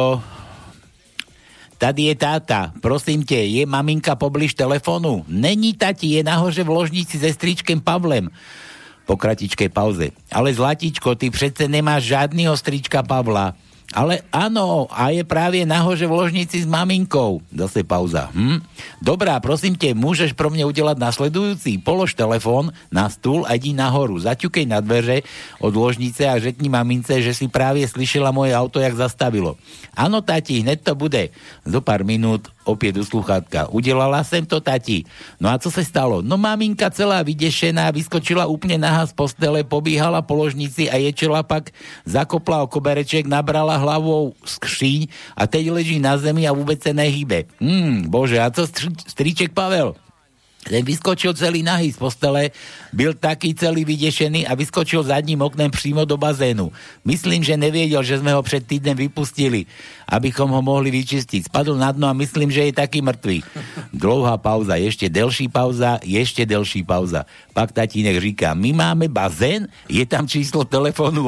Speaker 16: Tady je táta, prosím te, je maminka poblíž telefónu? Není tati, je nahoře v ložnici se stričkem Pavlem. Po kratičkej pauze. Ale zlatíčko, ty přece nemáš žádnýho strička Pavla. Ale áno, a je práve nahoře v ložnici s maminkou. Zase pauza. Dobrá, prosím te, môžeš pro mne udelať nasledujúci. Polož telefón na stůl a idí nahoru. Zaťukej na dveře od ložnice a řekni mamince, že si práve slyšela moje auto, jak zastavilo. Áno, tati, hned to bude. Zo pár minút opäť u sluchátka. Udelala sem to, tati. No a co se stalo? No maminka celá vydešená, vyskočila úplne nahá z postele, pobíhala po ložnici a ječela pak, zakopla o kobereček, nabrala hlavou skříň a teď leží na zemi a vôbec sa nehýbe. Bože, a co stríček Pavel? Ten vyskočil celý nahý z postele, byl taký celý vydešený a vyskočil zadním oknem přímo do bazénu. Myslím, že nevěděl, že sme ho před týdnem vypustili, abychom ho mohli vyčistiť. Spadl na dno a myslím, že je taký mŕtvý. Dlouhá pauza, ešte delší pauza. Pak tatínek říká, my máme bazén, je tam číslo telefónu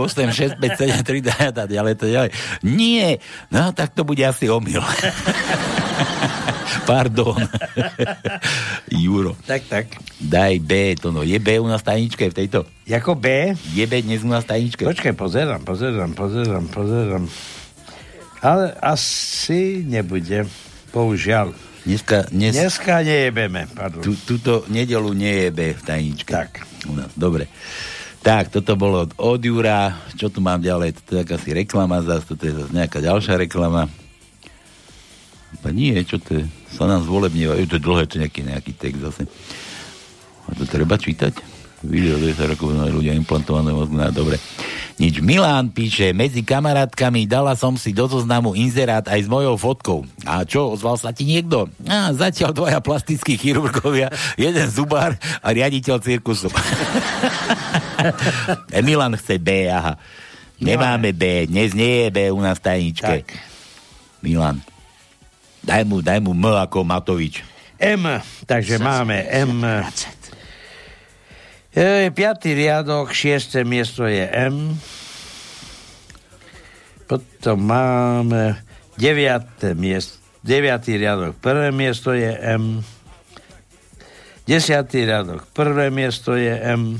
Speaker 16: 86573, ale to ďalej. Nie, no tak to bude asi omyl. Pardon. Juro.
Speaker 17: Tak.
Speaker 16: Daj B, to no. Je B u nás v tajničke v tejto?
Speaker 17: Jako B?
Speaker 16: Je B dnes u nás v tajničke?
Speaker 17: Počkaj, pozerám. Ale asi nebude. Bohužiaľ. Dneska nejebeme, pardon.
Speaker 16: Túto nedelu nejebe v tajničke.
Speaker 17: Tak.
Speaker 16: Dobre. Tak, toto bolo od Jura. Čo tu mám ďalej? Toto je akási reklama zase. Toto je zase nejaká ďalšia reklama. Nie, čo to je? Sa nám zvolebnívajú. To je dlhé, to je nejaký text zase. A to treba čítať? Video 10 rokov ľudia implantované mozgu. Dobre. Nič. Milan píše, medzi kamarátkami dala som si do zoznamu inzerát aj s mojou fotkou. A čo, ozval sa ti niekto? Zatiaľ 2 plastickí chirurgovia, 1 zubár a riaditeľ cirkusu. Milan chce B, aha. Nemáme B, dnes nie je B u nás v tajničke. Tak. Milan. Daj mu M ako Matovič.
Speaker 17: M, takže máme M. 5. riadok, 6. miesto je M. Potom máme 9. riadok, 1. miesto je M. 10. riadok, 1. miesto je M.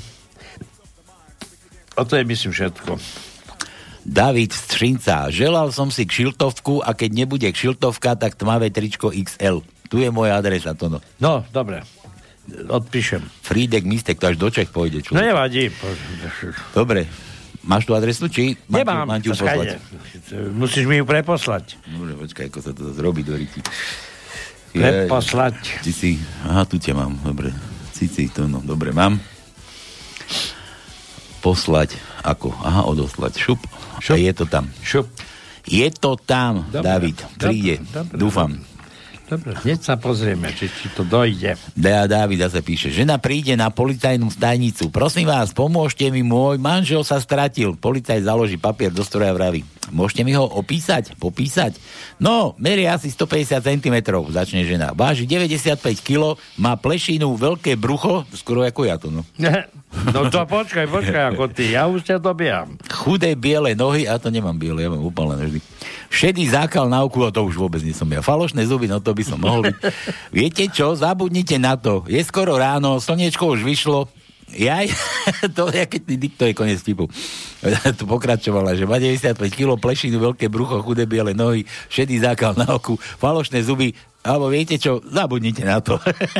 Speaker 17: O to je, myslím, všetko.
Speaker 16: David Střinca. Želal som si kšiltovku a keď nebude kšiltovka, tak tmavé tričko XL. Tu je moja adresa, to no.
Speaker 17: No, dobre. Odpíšem.
Speaker 16: Frídek, Mistek, to až do Čech pôjde. Človek.
Speaker 17: No nevadí.
Speaker 16: Dobre. Máš tu adresu, či?
Speaker 17: Nemám.
Speaker 16: Mám ti ju poslať?
Speaker 17: Musíš mi ju preposlať.
Speaker 16: Dobre, počkaj, ako sa to zrobí do ryti.
Speaker 17: Preposlať.
Speaker 16: Aha, tu ťa mám. Dobre. Cici, to no. Dobre, mám. Poslať. Ako? Aha, odoslať. Šup. A je to tam.
Speaker 17: Šup.
Speaker 16: Je to tam, dobre, David. Príde.
Speaker 17: Dobre,
Speaker 16: dúfam.
Speaker 17: Dobre, hneď sa pozrieme, či to dojde.
Speaker 16: David zase píše, žena príde na policajnú stajnicu. Prosím vás, pomôžte mi, môj manžel sa stratil. Policajt založí papier do stroja, vraví. Môžete mi ho popísať? No, merí asi 150 cm, začne žena. Váži 95 kg, má plešinu, veľké brucho, skoro ako ja to, no.
Speaker 17: No to počkaj, ako ty, ja už ťa dobieram.
Speaker 16: Chudé biele nohy, a to nemám biele, ja mám upálené vždy. Šedý zákal na oku, a to už vôbec nie som ja. Falošné zuby, no to by som mohol byť. Viete čo, zabudnite na to. Je skoro ráno, slniečko už vyšlo. Jaj, to je, keď to je koniec tipu. Tu pokračovala, že má 95 kg, plešinu, veľké brucho, chudé biele nohy, šedý zákal na oku, falošné zuby, alebo viete čo, zabudnite na to.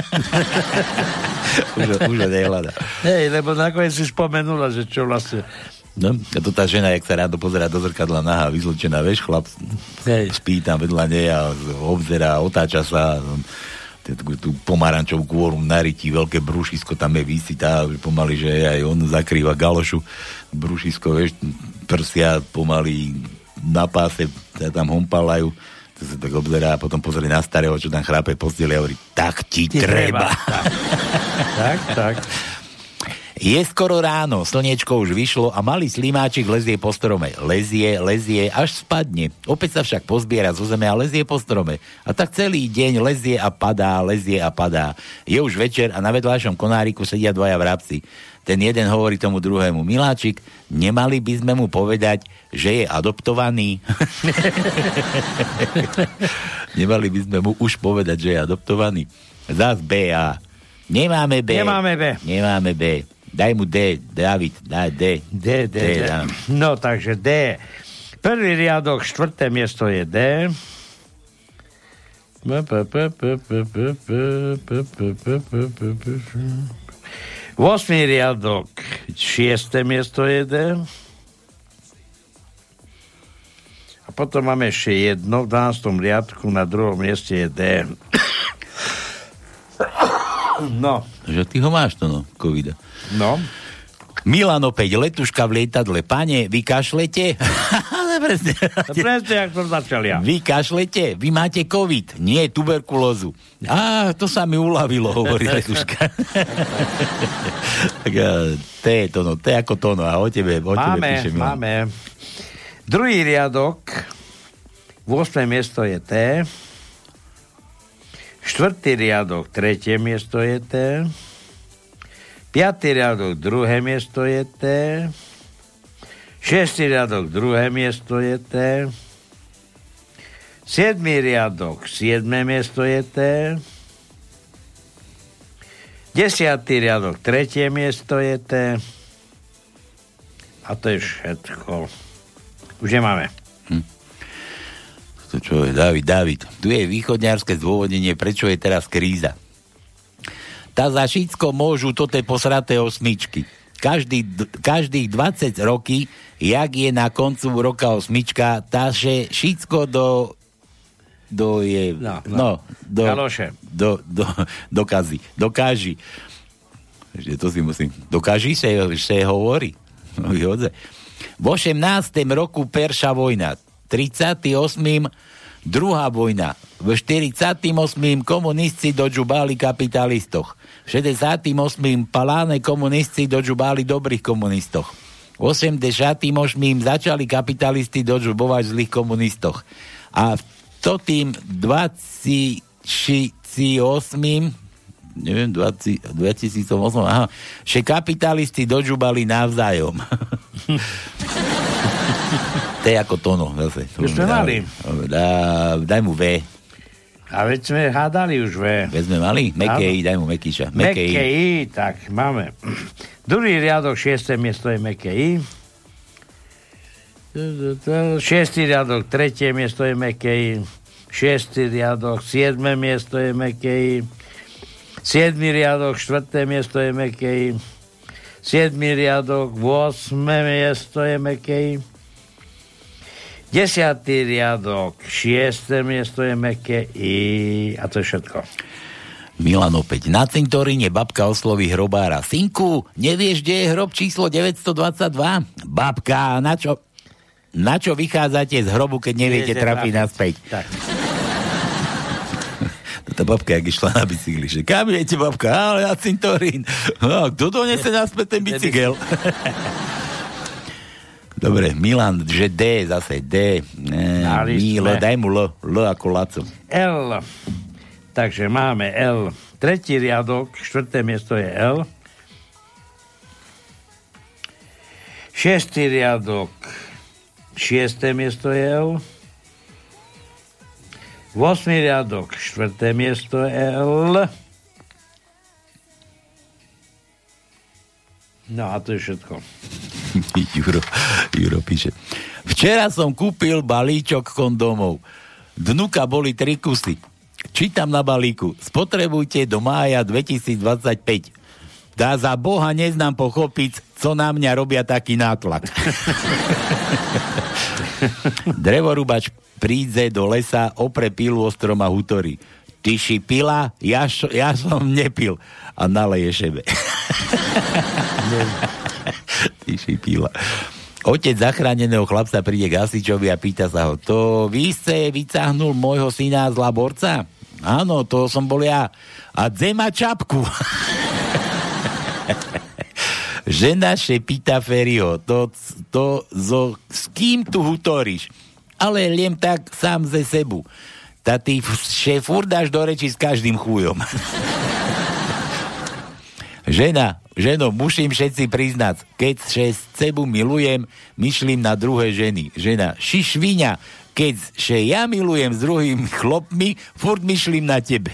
Speaker 16: už ho nehľada.
Speaker 17: Hej, lebo nakoniec si spomenula, že čo vlastne...
Speaker 16: No, a to tá žena, jak sa ráno pozerá do zrkadla nahá, vyzločená, vieš, chlap spí tam vedľa nej a obzerá, otáča sa, tú pomarančovú kôru narytí, veľké brúšisko tam je vysitá, pomaly, že aj on zakrýva galošu, brúšisko, vieš, prsia pomaly na páse, sa tam hompalajú, to sa tak obzerá a potom pozrie na starého, čo tam chrápe posteli a hovorí, tak ti treba.
Speaker 17: Tak.
Speaker 16: Je skoro ráno, slniečko už vyšlo a malý slimáčik lezie po strome. Lezie, až spadne. Opäť sa však pozbiera zo zeme a lezie po strome. A tak celý deň lezie a padá. Je už večer a na vedľajšom konáriku sedia 2 vrabci. Ten jeden hovorí tomu druhému, miláčik, nemali by sme mu povedať, že je adoptovaný? Nemali by sme mu už povedať, že je adoptovaný? Zas B, A. Nemáme B. Daj mu D, David, daj D.
Speaker 17: D. No, takže D. Prvý riadok, 4. miesto je D. 8. riadok, 6. miesto je D. A potom máme ešte jedno, v 12. riadku na 2. mieste je D. No.
Speaker 16: Že ty ho máš, to no, covida.
Speaker 17: No.
Speaker 16: Milan opäť, letuška v lietadle. Pane, vy kašlete? Presne,
Speaker 17: jak to začal ja.
Speaker 16: Vy kašlete? Vy máte covid? Nie, tuberkulózu. To sa mi uľavilo, hovorí letuška. Tak T je ako to, no. A o tebe píše Milan.
Speaker 17: Máme. Druhý riadok, 8. miesto je T. 4. riadok, 3. miesto je T. 5. riadok, 2. miesto je T. 6. riadok, 2. miesto je T. 7. riadok, 7. miesto je T. 10. riadok, 3. miesto je T. A to je všetko. Už nemáme.
Speaker 16: To čo je, David. Tu je východňárske zdôvodnenie, prečo je teraz kríza. Tá za všetko môžu toté posraté osmičky. Každých 20 roky, jak je na koncu roka osmička, tá že všetko dokáži. To si musím. Dokáži sa hovorí. V 18. roku Perša vojna, 38. druhá vojna, v 48. komunisti dodžubali kapitalistoch, v 68. paláne komunisti dodžubali dobrých komunistoch, v 88. začali kapitalisti dodžubovať zlých komunistoch a v tým 28. neviem, 2008, aha, že kapitalisti dodžubali navzájom. To je ako Tono, zase.
Speaker 17: Už sme mali.
Speaker 16: Daj mu V.
Speaker 17: A veď sme hádali už V.
Speaker 16: Veď sme mali? Mekej, daj mu Mekíša.
Speaker 17: Mekej, tak máme. Druhý riadok, 6. miesto je Mekej. 6. riadok, 3. miesto je Mekej. 6. riadok, 7. miesto je Mekej. 7. riadok, 4. miesto je Mekej. 7. riadok, 8. miesto je Mekej. 10. riadok, 6. miesto je Mekej. A to je všetko.
Speaker 16: Milan opäť. Na cintoríne babka osloví hrobára. Synku, nevieš, kde je hrob číslo 922? Babka, na čo vychádzate z hrobu, keď neviete trafiť naspäť? Tak. Tá babka, jak išla na bicykli, že kam idete, babka? Ale na cintorín. No, kto donese naspäť ten bicykel? Dobre, Milan, že D zase, D. Milo, daj mu L ako Laco.
Speaker 17: L. Takže máme L. 3. riadok, 4. miesto je L. 6. riadok, 6. miesto je L. 8. riadok, 4. miesto je L. No a to je všetko.
Speaker 16: Juro píše. Včera som kúpil balíčok kondómov. Dnuka boli 3 kusy. Čítam na balíku. Spotrebujte do mája 2025. Dá za Boha neznám pochopiť, co na mňa robia taký nátlak. Drevorúbač príde do lesa, opre pilu o strom a hutorí. Ty si pila? Ja som nepil. A naleje šebe. Ty si pila. Otec zachráneného chlapca príde k hasičovi a pýta sa ho, to vy ste vycáhnul môjho syna z laborca? Áno, to som bol ja. A dze má čapku. Žena še pýta Feriho, s kým tu hutoríš? Ale len tak sám ze sebu. Ta ty še furt dáš do reči s každým chujom. Ženo, musím všetci priznať, keď še sebu milujem, myšlím na druhé ženy. Žena, šišviňa, keď še ja milujem s druhými chlopmi, furt myšlím na tebe.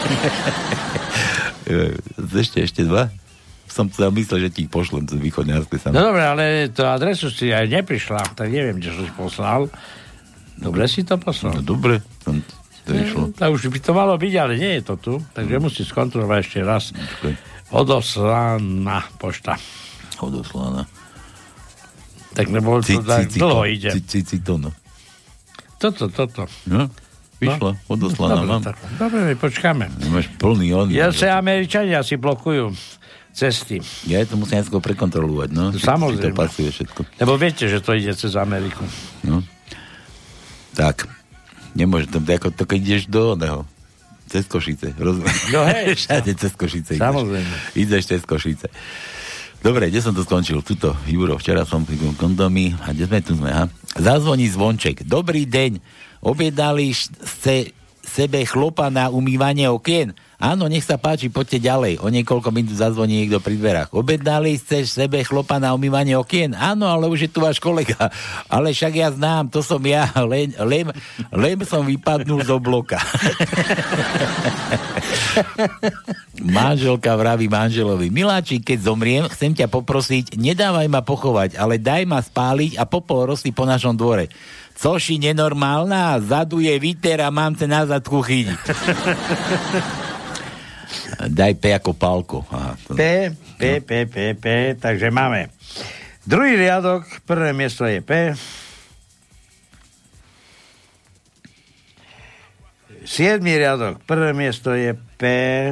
Speaker 16: Ešte dva? Som sa myslel, že ti ich pošlem z východňárskej samé.
Speaker 17: No dobre, ale to adresu si aj neprišla, tak neviem, čo si poslal. Dobre si to poslal?
Speaker 16: No dobre, to išlo.
Speaker 17: Tak už by to malo byť, ale nie je to tu, takže musí skontrolovať ešte raz. Okay. Odoslaná pošta.
Speaker 16: Odoslaná.
Speaker 17: Tak nebolo to tak dlho ide.
Speaker 16: Citono.
Speaker 17: Toto.
Speaker 16: No, vyšlo, odoslaná mám.
Speaker 17: Dobre, my počkáme.
Speaker 16: Máš plný on.
Speaker 17: Ja sa Američania si blokujú cesty.
Speaker 16: Ja to musím skôr prekontrolovať, no.
Speaker 17: Samozrejme.
Speaker 16: To pasuje všetko.
Speaker 17: Lebo viete, že to ide cez Ameriku.
Speaker 16: No. Tak. Nemôže to, ako to, keď ideš do oného. Cez Košice.
Speaker 17: No hej.
Speaker 16: Všade cez Košice.
Speaker 17: Samozrejme.
Speaker 16: Ideš cez Košice. Dobre, kde som to skončil? Tuto, Juro, včera som pri kondomy. A kde sme tu sme, ha? Zazvoní zvonček. Dobrý deň. Objednali ste sebe chlopa na umývanie okien? Áno, nech sa páči, poďte ďalej. O niekoľko minút zazvoní niekto pri dverách. Objednali chceš sebe chlopa na umývanie okien? Áno, ale už je tu váš kolega. Ale však ja znám, to som ja. Len som vypadnul z obloka. Manželka vraví manželovi: Miláčik, keď zomriem, chcem ťa poprosiť, nedávaj ma pochovať, ale daj ma spáliť a popol rozsyp po našom dvore. Coši nenormálna, zadu je viter a mám sa na zadku chytiť. Daj P ako Pálko. Aha, to...
Speaker 17: P, takže máme. Druhý riadok, prvé miesto je P. 7. riadok, prvé miesto je P.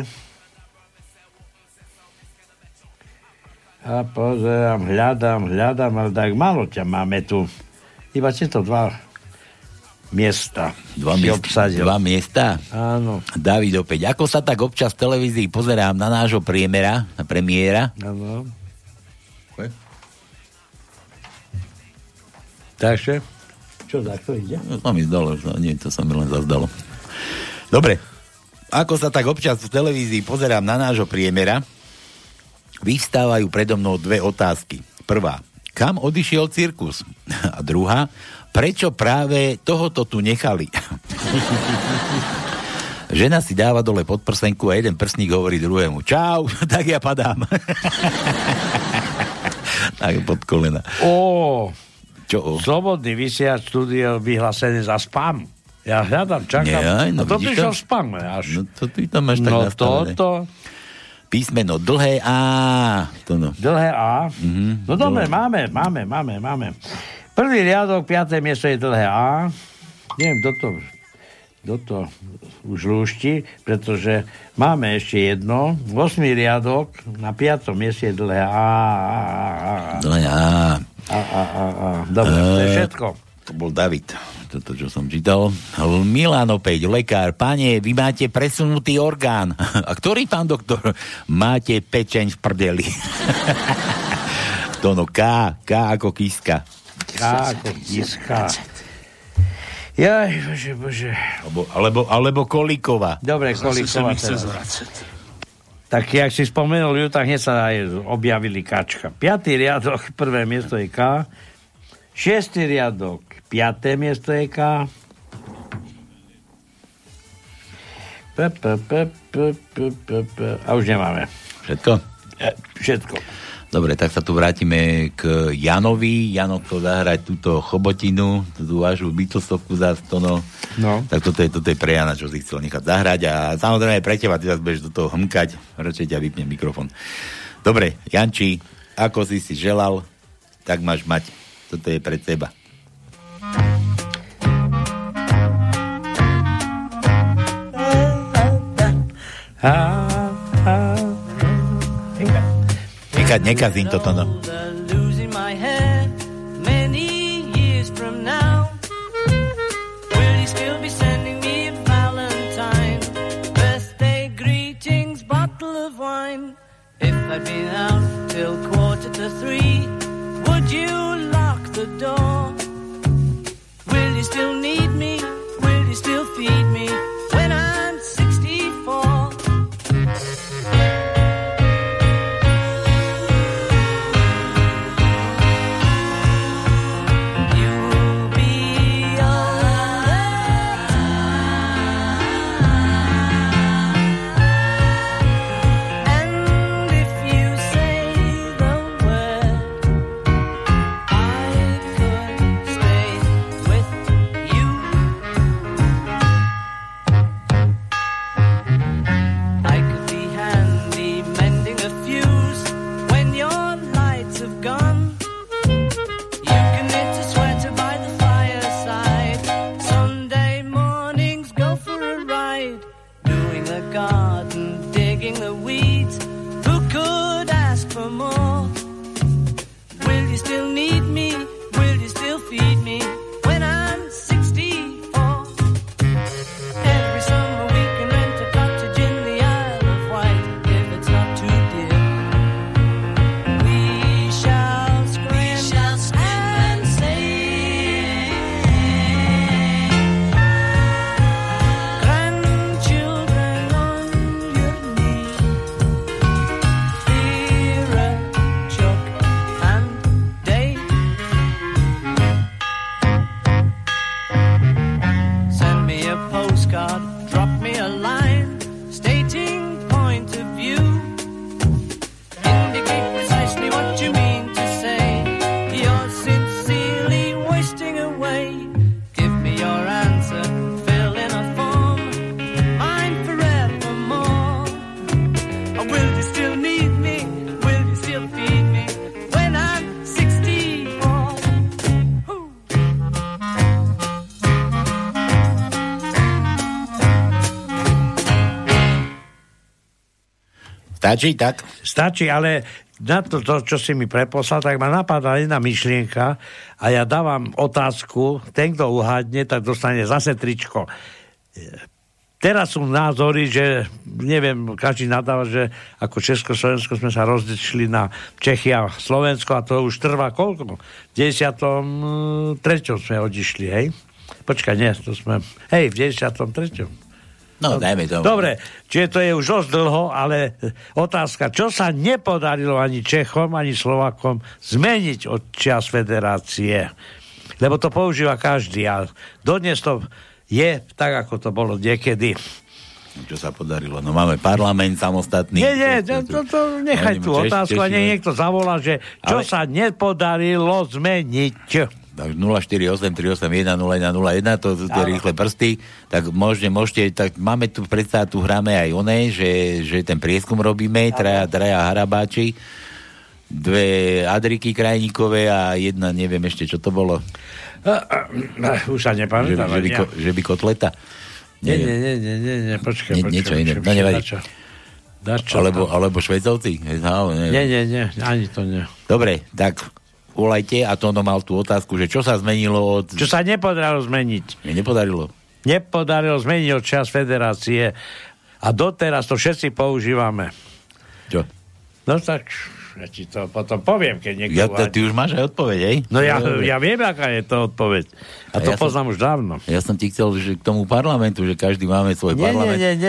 Speaker 17: A pozerám, hľadám, ale tak málo ťa máme tu. Iba tieto dva miesta.
Speaker 16: Dva miesta?
Speaker 17: Áno.
Speaker 16: David opäť. Ako sa tak občas v televízii pozerám na nášho premiéra?
Speaker 17: Áno. Takže? Čo, tak to ide?
Speaker 16: To mi zdalo, to sa mi len zazdalo. Dobre. Ako sa tak občas v televízii pozerám na nášho premiéra, vyvstávajú predo mnou dve otázky. Prvá: kam odišiel cirkus? A druhá: prečo práve tohoto tu nechali? Žena si dáva dole podprsenku a jeden prsník hovorí druhému: čau, tak ja padám. Tak pod kolena. Čo?
Speaker 17: Slobodný vysielač štúdio vyhlásený za spam. Ja hľadám, čakám.
Speaker 16: No,
Speaker 17: to prišiel spam až.
Speaker 16: No to ty tam máš tak nastavené. Písmeno dlhé A. To no.
Speaker 17: Dlhé A? No dobre, máme. Prvý riadok, 5. miesto je dlhé A. Neviem, kto to už lúšti, pretože máme ešte jedno. 8. riadok, na 5. mieste je dlhé A.
Speaker 16: Dlhé A.
Speaker 17: Dobre, to je všetko.
Speaker 16: To bol David. Toto, čo som čítal. Milan opäť, lekár. Pane, vy máte presunutý orgán. A ktorý, pán doktor? Máte pečeň v prdeli. To no, K ako Kiska.
Speaker 17: K ako Kiska. Jaj, bože.
Speaker 16: Alebo Kolíková.
Speaker 17: Dobre, Kolíková. Tak jak si spomenul ju, tak hneď sa aj objavili Kačka. 5. riadok, prvé miesto je K. 6. riadok, 5. miesto je K. A už nemáme.
Speaker 16: Všetko?
Speaker 17: Všetko.
Speaker 16: Dobre, tak sa tu vrátime k Janovi. Jano chcel zahrať túto chobotinu, tú vašu Beatlesovku zás to no. Tak toto je pre Jana, čo si chcel nechať zahrať. A samozrejme aj pre teba, ty zás budeš do toho hmkať. Radšej ťa vypnem mikrofón. Dobre, Janči, ako si želal, tak máš mať. Toto je pre teba. Nekazím toto, no.
Speaker 18: If I'd been out till 2:45, would you lock the door? Will you still need me? Will you still feed me when I'm 64? Could
Speaker 16: Stačí tak?
Speaker 17: Stačí, ale na to, čo si mi preposlal, tak ma napadá jedna myšlienka a ja dávam otázku, ten, kto uhádne, tak dostane zase tričko. Teraz sú názory, že neviem, každý nadáva, že ako Československo sme sa rozlišili na Čechy a Slovensko a to už trvá koľko? V 93. sme odišli, hej? Počkaj, nie, to sme... Hej, v 93.
Speaker 16: No, dajme to.
Speaker 17: Dobre, čiže to je už dosť dlho, ale otázka, čo sa nepodarilo ani Čechom, ani Slovákom zmeniť od čias federácie? Lebo to používa každý a dodnes to je tak, ako to bolo niekedy.
Speaker 16: Čo sa podarilo? No máme parlament samostatný.
Speaker 17: Nie, to nechaj tú otázku a niekto zavolá, že čo sa nepodarilo zmeniť.
Speaker 16: Tak 0483810101, to sú tie rýchle prsty, tak môžete, tak máme tu predsa, tu hráme aj oné, že ten prieskum robíme, traja harabáči, 2 Adriky Krajníkové a jedna, neviem ešte, čo to bolo.
Speaker 17: Už sa nepamätám.
Speaker 16: Že by kotleta.
Speaker 17: Nie, počkaj.
Speaker 16: Niečo iné, no nevadí. Alebo Švecovci.
Speaker 17: Nie, ani to nie.
Speaker 16: Dobre, tak volajte a to mal tú otázku, že čo sa zmenilo od...
Speaker 17: Čo sa nepodarilo zmeniť?
Speaker 16: Nepodarilo
Speaker 17: zmeniť od čas federácie a doteraz to všetci používame.
Speaker 16: Čo?
Speaker 17: No tak, ja ti to potom poviem, keď niekto...
Speaker 16: Ty už máš aj odpoveď, hej?
Speaker 17: No ja viem, aká je to odpoveď. A to poznám už dávno.
Speaker 16: Ja som ti chcel, že k tomu parlamentu, že každý máme svoj parlament.
Speaker 17: Nie.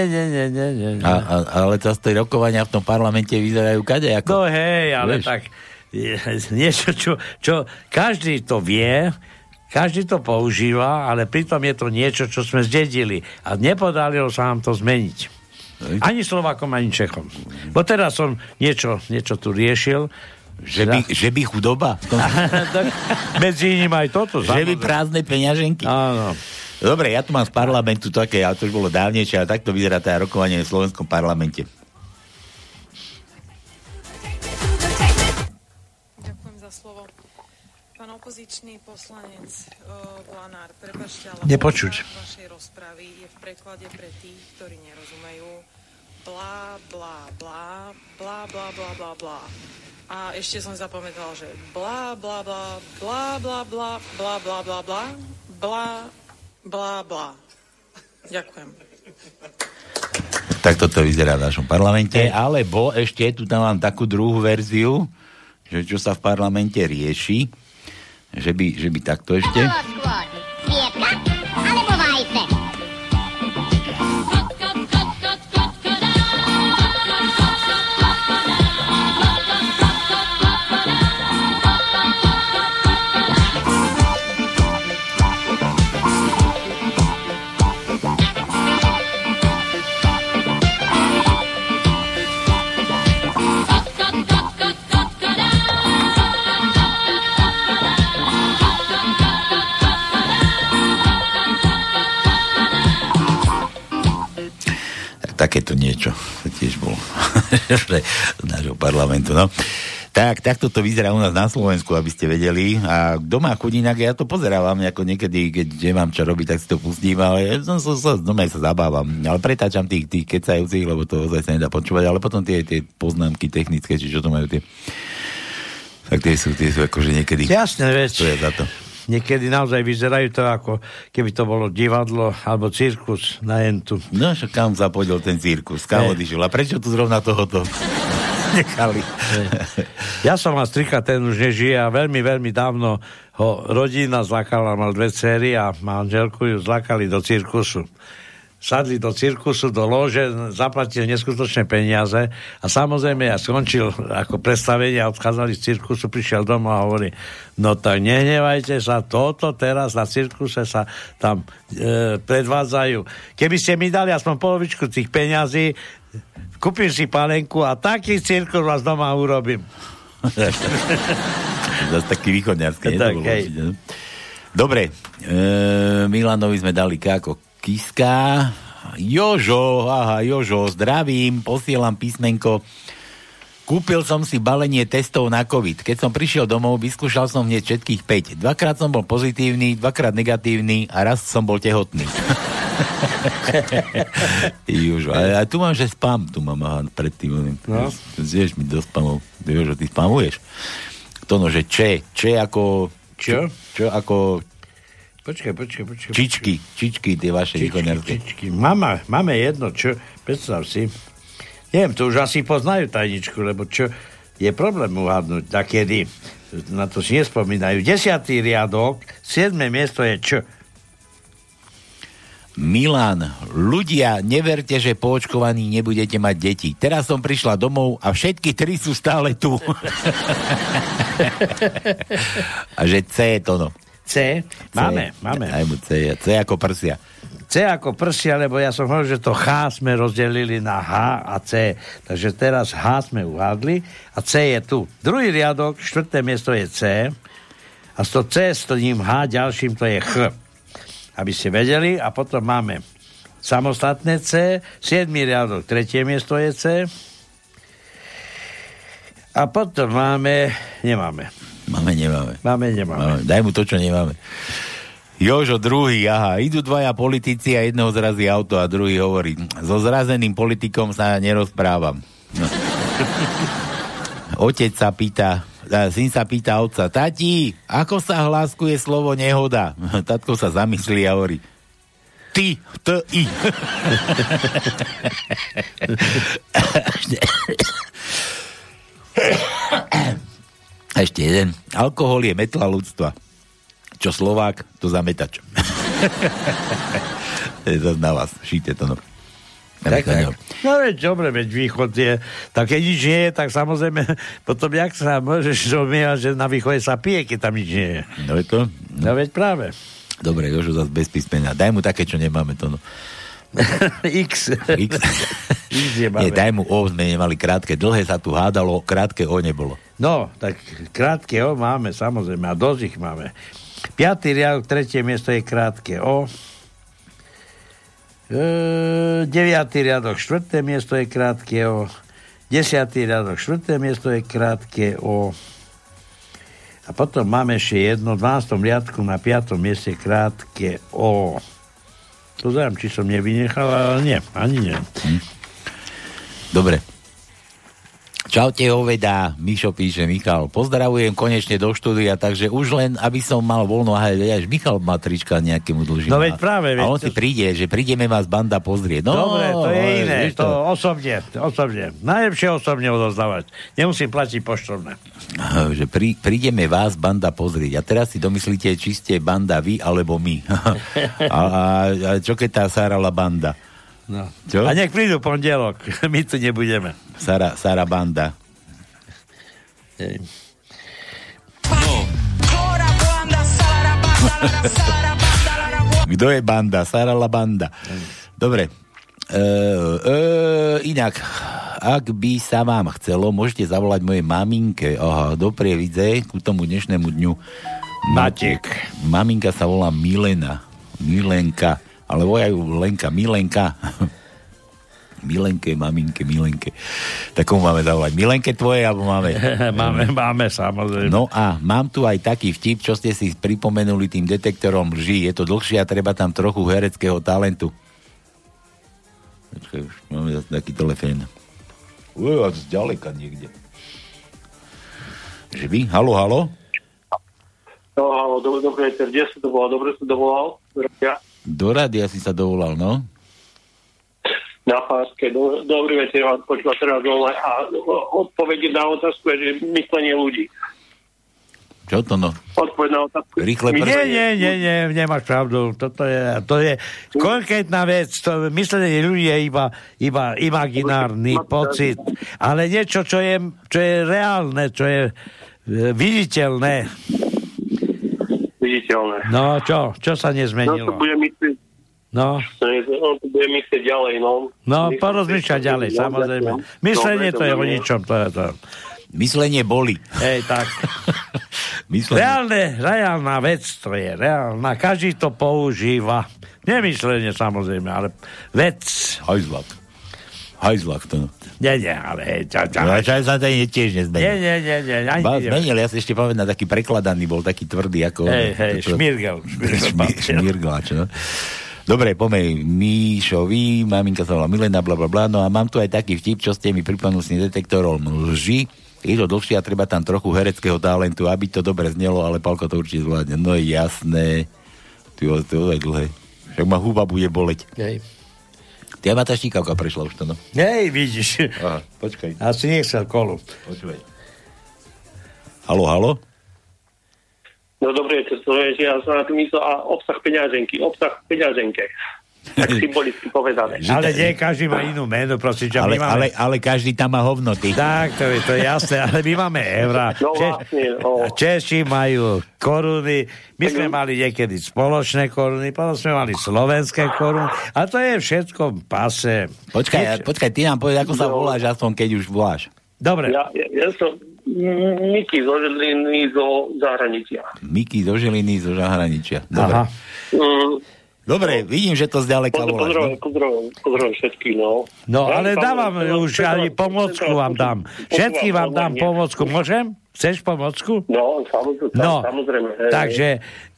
Speaker 16: Ale to z tej rokovania v tom parlamente vyzerajú kadejako.
Speaker 17: No hej, ale vieš? Tak... niečo, čo každý to vie, každý to používa, ale pritom je to niečo, čo sme zdedili a nepodarilo sa nám to zmeniť. Ani Slovákom, ani Čechom. Bo teraz som niečo tu riešil.
Speaker 16: Že by chudoba?
Speaker 17: Medzi iným aj toto.
Speaker 16: Že by prázdne peňaženky?
Speaker 17: Áno.
Speaker 16: Dobre, ja tu mám z parlamentu také, ale to už bolo dávnejšie, ale takto vyzerá tá rokovanie v slovenskom parlamente.
Speaker 19: Opozičný poslanec Blanár, prepáčte, ale
Speaker 17: nepočuť.
Speaker 19: Vašej rozpravy je v preklade pre tých, ktorí nerozumejú blá, blá, blá, blá, blá, blá, blá, blá. A ešte som zapamätala, že blá, blá, blá, blá, blá, blá, blá, blá, blá, blá, blá, blá, blá. Ďakujem.
Speaker 16: Tak toto vyzerá v našom parlamente, alebo ešte tu tam mám takú druhú verziu, že čo sa v parlamente rieši, že by takto ešte.
Speaker 20: Svietka alebo vajce?
Speaker 16: Takéto niečo tiež bolo z nášho parlamentu, no. Takto to vyzerá u nás na Slovensku, aby ste vedeli. A kto má chuť inak, ja to pozerávam, ako niekedy, keď nemám čo robiť, tak si to pustím, ale doma sa zabávam. Ale pretáčam tých kecajúcich, lebo to ozaj sa nedá počúvať, ale potom tie poznámky technické, či čo to majú tie... Tak tie sú akože niekedy...
Speaker 17: Jasné, veď.
Speaker 16: To je za to.
Speaker 17: Niekedy naozaj vyzerajú to ako keby to bolo divadlo alebo cirkus na entu.
Speaker 16: No, však kam zapodil ten cirkus? Kam odišiel? A prečo tu zrovna tohoto nechali?
Speaker 17: Ja som mal strika, ten už nežije a veľmi, veľmi dávno ho rodina zlakala, mal 2 dcery a manželku ju zlakali do cirkusu. Sadli do cirkusu, do lóže, zaplatil neskutočné peniaze a samozrejme ja skončil ako predstavenie a odchádzali z cirkusu, prišiel domov a hovorí, no tak nehnevajte sa, toto teraz na cirkuse sa tam predvádzajú. Keby ste mi dali aspoň polovičku tých peňazí, kúpim si panenku a taký cirkus vás doma urobím.
Speaker 16: Zase taký východňarský. Dobre, Milanovi sme dali ako Kiska. Jožo, zdravím, posielam písmenko. Kúpil som si balenie testov na COVID. Keď som prišiel domov, vyskúšal som hneď všetkých 5. 2-krát som bol pozitívny, 2-krát negatívny a raz som bol tehotný. Jožo, a tu mám, že spam, tu mám, aha, predtým. No. Zvieš mi do spamov. Jožo, ty spamuješ. To no, že če ako...
Speaker 17: Čo?
Speaker 16: Čo ako...
Speaker 17: Počkaj.
Speaker 16: Čičky, tie vaše východňarské.
Speaker 17: Čičky. Máme jedno, čo? Predstav si. Neviem, to už asi poznajú tajničku, lebo čo je problém uhádnuť takedy. Na to si nespomínajú. 10. riadok, 7. miesto je čo?
Speaker 16: Milan, ľudia, neverte, že po očkovaní nebudete mať deti. Teraz som prišla domov a všetky 3 sú stále tu. A že C je to, no.
Speaker 17: C? Máme.
Speaker 16: Aj mu C ako prsia.
Speaker 17: C ako prsia, lebo ja som hovoril, že to H sme rozdelili na H a C. Takže teraz H sme uhádli a C je tu. Druhý riadok, 4. miesto je C a z to C s tým H ďalším to je Ch. Aby ste vedeli. A potom máme samostatné C, 7. riadok, 3. miesto je C. A potom nemáme.
Speaker 16: Daj mu to, čo nemáme. Jožo, druhý, aha. Idú dvaja politici a jedného zrazí auto a druhý hovorí, so zrazeným politikom sa nerozprávam. No. Syn sa pýta otca, tati, ako sa hláskuje slovo nehoda? Tatko sa zamyslí a hovorí, ty, t-i. Ešte jeden. Alkohol je metla ľudstva. Čo Slovák, to zametač. To je zase na vás. Šíte to, no.
Speaker 17: Tak. No dobre, veď východ je, tak keď nič nie je, tak samozrejme, potom jak sa môžeš domývať, že na východe sa pije, keď tam nič nie je.
Speaker 16: No je to?
Speaker 17: No veď práve.
Speaker 16: Dobre, Jožo, zase bez písmena. Daj mu také, čo nemáme, to no.
Speaker 17: X
Speaker 16: Nie, daj mu O, sme nemali krátke. Dlhé sa tu hádalo, krátke O nebolo.
Speaker 17: No, tak krátke O máme, samozrejme, a dosť ich máme. 5. riadok, 3. miesto je krátke O. 9. riadok, 4. miesto je krátke O. 10. riadok, 4. miesto je krátke O. A potom máme ešte jedno, 12. riadku na 5. mieste krátke O. Pozerám, či som nevynechal, ale nie, ani nie.
Speaker 16: Dobre. Čaute, Oveda, Mišo píše, Michal. Pozdravujem konečne do štúdia, takže už len, aby som mal voľno, až Michal má trička nejakému dlžinu.
Speaker 17: No veď práve.
Speaker 16: A on si príde, že prídeme vás banda pozrieť. No,
Speaker 17: dobre, to je iné, to osobne. Najlepšie osobne odozdávať. Nemusím platiť poštovné.
Speaker 16: Že prídeme vás banda pozrieť. A teraz si domyslíte, či ste banda vy, alebo my. a čo keď tá Sarala banda?
Speaker 17: No. Čo? A nech prídu pondelok. My tu nebudeme.
Speaker 16: Sara banda.
Speaker 14: No.
Speaker 16: Kto je banda? Sara la banda. Dobre. Inak, ak by sa vám chcelo, môžete zavolať mojej maminke. Aha, do Prievidze ku tomu dnešnému dňu.
Speaker 17: Matiek.
Speaker 16: Maminka sa volá Milenka. Ale vojajú Lenka, Milenka. Milenke, maminke, Milenke. Tak komu máme zavolať? Milenke tvoje, alebo máme?
Speaker 17: máme, samozrejme.
Speaker 16: No a mám tu aj taký vtip, čo ste si pripomenuli tým detektorom lží. Je to dlhšie a treba tam trochu hereckého talentu. Počkaj, už máme zase taký telefón. A zďaleka niekde. Živý? Haló?
Speaker 21: No, haló, dobrý večer. Kde si to volal? Dobre si dovolal?
Speaker 16: Do rádia si sa dovolal, no?
Speaker 21: Na páske. Dobrý večer, vám počúva teraz dole. A odpoveď na otázku je, že myslenie ľudí.
Speaker 16: Čo to, no?
Speaker 21: Odpoveď na otázku.
Speaker 16: Rýchle
Speaker 17: Nie, nemáš pravdu. To je konkrétna vec. Myslenie ľudí je iba imaginárny pocit. Ale niečo, čo je reálne, čo je viditeľné. No, čo sa nezmenilo?
Speaker 21: No, to bude myslieť.
Speaker 17: No.
Speaker 21: On to bude myslieť ďalej, no.
Speaker 17: No, porozmýšľať ďalej, samozrejme. Myslenie to je o ničom, to je to.
Speaker 16: Myslenie boli.
Speaker 17: Hej, tak. Reálna vec to je, reálna. Každý to používa. Nemyslenie, samozrejme, ale vec.
Speaker 16: Hajzlak to.
Speaker 17: Nie, ale hej.
Speaker 16: Čo sa to tiež nezmenil.
Speaker 17: Nie.
Speaker 16: Zmenil, ja si ešte pamätám, taký prekladaný bol, taký tvrdý, ako...
Speaker 17: Hej, šmírgel.
Speaker 16: Šmírglač, no. Dobre, poďme Míšovi, maminka sa volá Milena, blablabla, no a mám tu aj taký vtip, čo ste mi pripomenuli s detektorom lži. Je to dlhšie a treba tam trochu hereckého talentu, aby to dobre znelo, ale Pálko to určite zvládne. No je jasné. To je dlhé. Však ma huba bude boleť.
Speaker 17: Hej.
Speaker 16: Ty ma tá štíkavka prešla už to, no.
Speaker 17: Hej, vidíš.
Speaker 16: Aha, počkaj.
Speaker 17: Asi nechcel kolu.
Speaker 16: Počkaj. Haló?
Speaker 21: No dobre, ja som na tým myslel a obsah peňaženke. Tak symbolicky povedané.
Speaker 17: Ale nie, každý má inú meno, prosím.
Speaker 16: Ale každý tam má hovnoty.
Speaker 17: Tak, to je jasné, ale my máme eurá.
Speaker 21: No vlastne,
Speaker 17: Češi majú koruny, my sme mali niekedy spoločné koruny, potom sme mali slovenské koruny a to je všetko pase.
Speaker 16: Počkaj, ty nám povedz, ako sa voláš, aspoň keď už voláš.
Speaker 17: Dobre.
Speaker 21: Ja som Miky zo Žiliny zo zahraničia.
Speaker 16: Miky zo Žiliny zo zahraničia. Dobre.
Speaker 17: Aha.
Speaker 16: Dobre, vidím, že to zďaleka voláš.
Speaker 21: Pozdravujem všetkých, no.
Speaker 17: No, ale dávam už ani pomôcku vám dám. Všetkým vám dám pomôcku. Môžem? Chceš pomôcku?
Speaker 21: No, samozrejme.
Speaker 17: Takže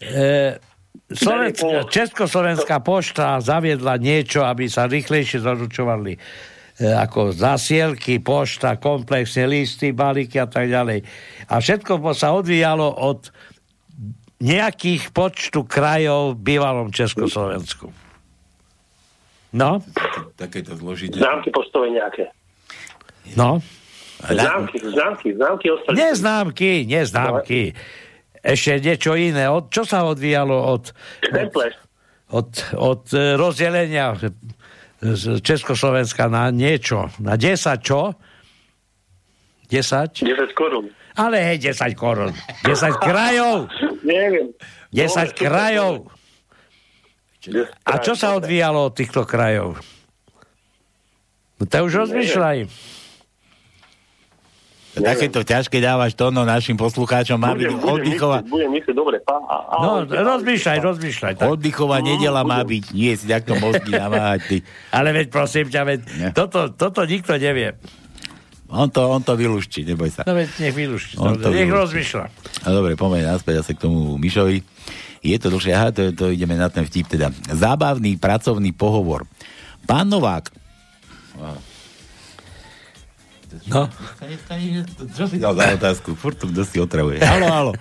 Speaker 17: Československá pošta zaviedla niečo, aby sa rýchlejšie zaručovali ako zasielky, pošta, komplexne listy, balíky a tak ďalej. A všetko sa odvíjalo od nejakých počtu krajov v bývalom Československu. No?
Speaker 16: Takéto zložité.
Speaker 21: Známky poštové nejaké.
Speaker 17: No?
Speaker 21: Známky ostali.
Speaker 17: Neznámky. Ešte niečo iné. Čo sa odvíjalo od rozdelenia z Československa na niečo? Na 10 čo? 10
Speaker 21: korún.
Speaker 17: Ale 10 korún. 10 krajov.
Speaker 21: Neviem.
Speaker 17: 10 krajov. A čo sa odvíjalo od týchto krajov? No to už rozmýšľaj.
Speaker 16: Takéto ťažké dávaš tóno našim poslucháčom. Má byť oddychová...
Speaker 21: Budem myslieť, dobre.
Speaker 17: No, rozmýšľaj. Tak.
Speaker 16: Oddychová nedela má byť. Nie si takto mozgy namáhať, ty.
Speaker 17: Ale veď prosím ťa, toto nikto nevie.
Speaker 16: On to vylúšti, neboj sa.
Speaker 17: No veď nech vylúšti. Nech rozmýšľa.
Speaker 16: No dobre, poďme naspäť asi k tomu Mišovi. Je to dlhšie, to ideme na ten vtip teda. Zábavný pracovný pohovor. Pán Novák.
Speaker 17: No.
Speaker 16: Čo si dal za otázku? Furt tu kto si otravuje. Haló.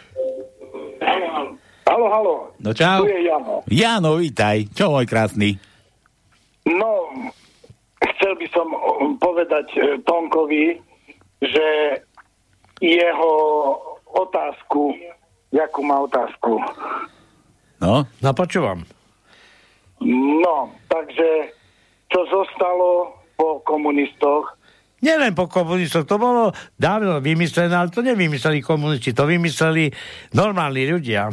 Speaker 4: Haló.
Speaker 16: No čau.
Speaker 4: Tu je Jano.
Speaker 16: Jano, vítaj. Čo môj krásny?
Speaker 4: No, chcel by som povedať Tonkovi, že jeho otázku, jakú má otázku?
Speaker 16: No?
Speaker 17: No, počúvam.
Speaker 4: No, takže čo zostalo po komunistoch?
Speaker 17: Nielen po komunistoch, to bolo dávno vymyslené, ale to nevymysleli komunisti, to vymysleli normálni ľudia.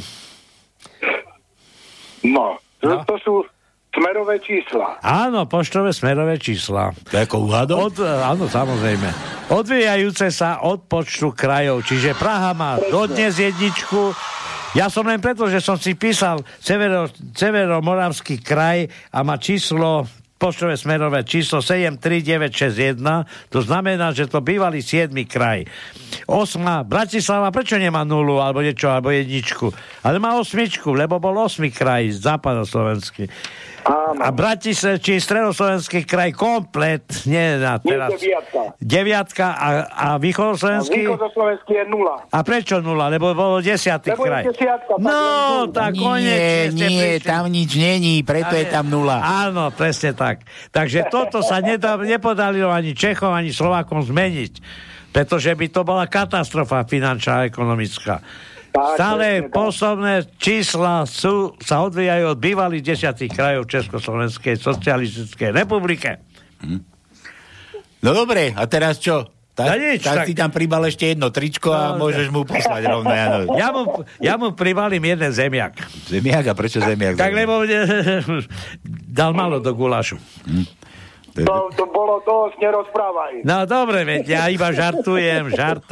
Speaker 4: No. To sú smerové čísla.
Speaker 17: Áno, poštové smerové čísla.
Speaker 16: To je ako uhádok?
Speaker 17: Áno, samozrejme. Odvíjajúce sa od počtu krajov, čiže Praha má dodnes jedničku. Ja som len preto, že som si písal Severomoravský kraj a má číslo, poštové smerové číslo 73961, to znamená, že to bývalý 7. kraj. 8. Bratislava prečo nemá 0 alebo niečo, alebo jedničku? Ale má 8, lebo bol 8. kraj západoslovenský. A Bratislava, či stredoslovenský kraj komplet, nie na teraz. 9 a východoslovenský?
Speaker 4: Východoslovenský je 0.
Speaker 17: A prečo 0? Lebo bolo 10. kraj. No, tak konečne.
Speaker 16: Nie, tam nič není, preto je tam 0.
Speaker 17: Áno, presne tak. Takže toto sa nepodarilo ani Čechom, ani Slovákom zmeniť. Pretože by to bola katastrofa finančná a ekonomická. Stále posledné čísla sa odvíjajú od bývalých 10 krajov Československej socialistickej republike.
Speaker 16: No dobre, a teraz čo? Tak si tam pribal ešte jedno tričko a môžeš mu poslať rovno.
Speaker 17: Ja mu pribalím jeden zemiak.
Speaker 16: Zemiak? A prečo zemiak?
Speaker 17: Tak lebo dal malo do gulášu.
Speaker 4: To bolo dosť, nerozprávaj.
Speaker 17: No dobre, veď ja iba žartujem.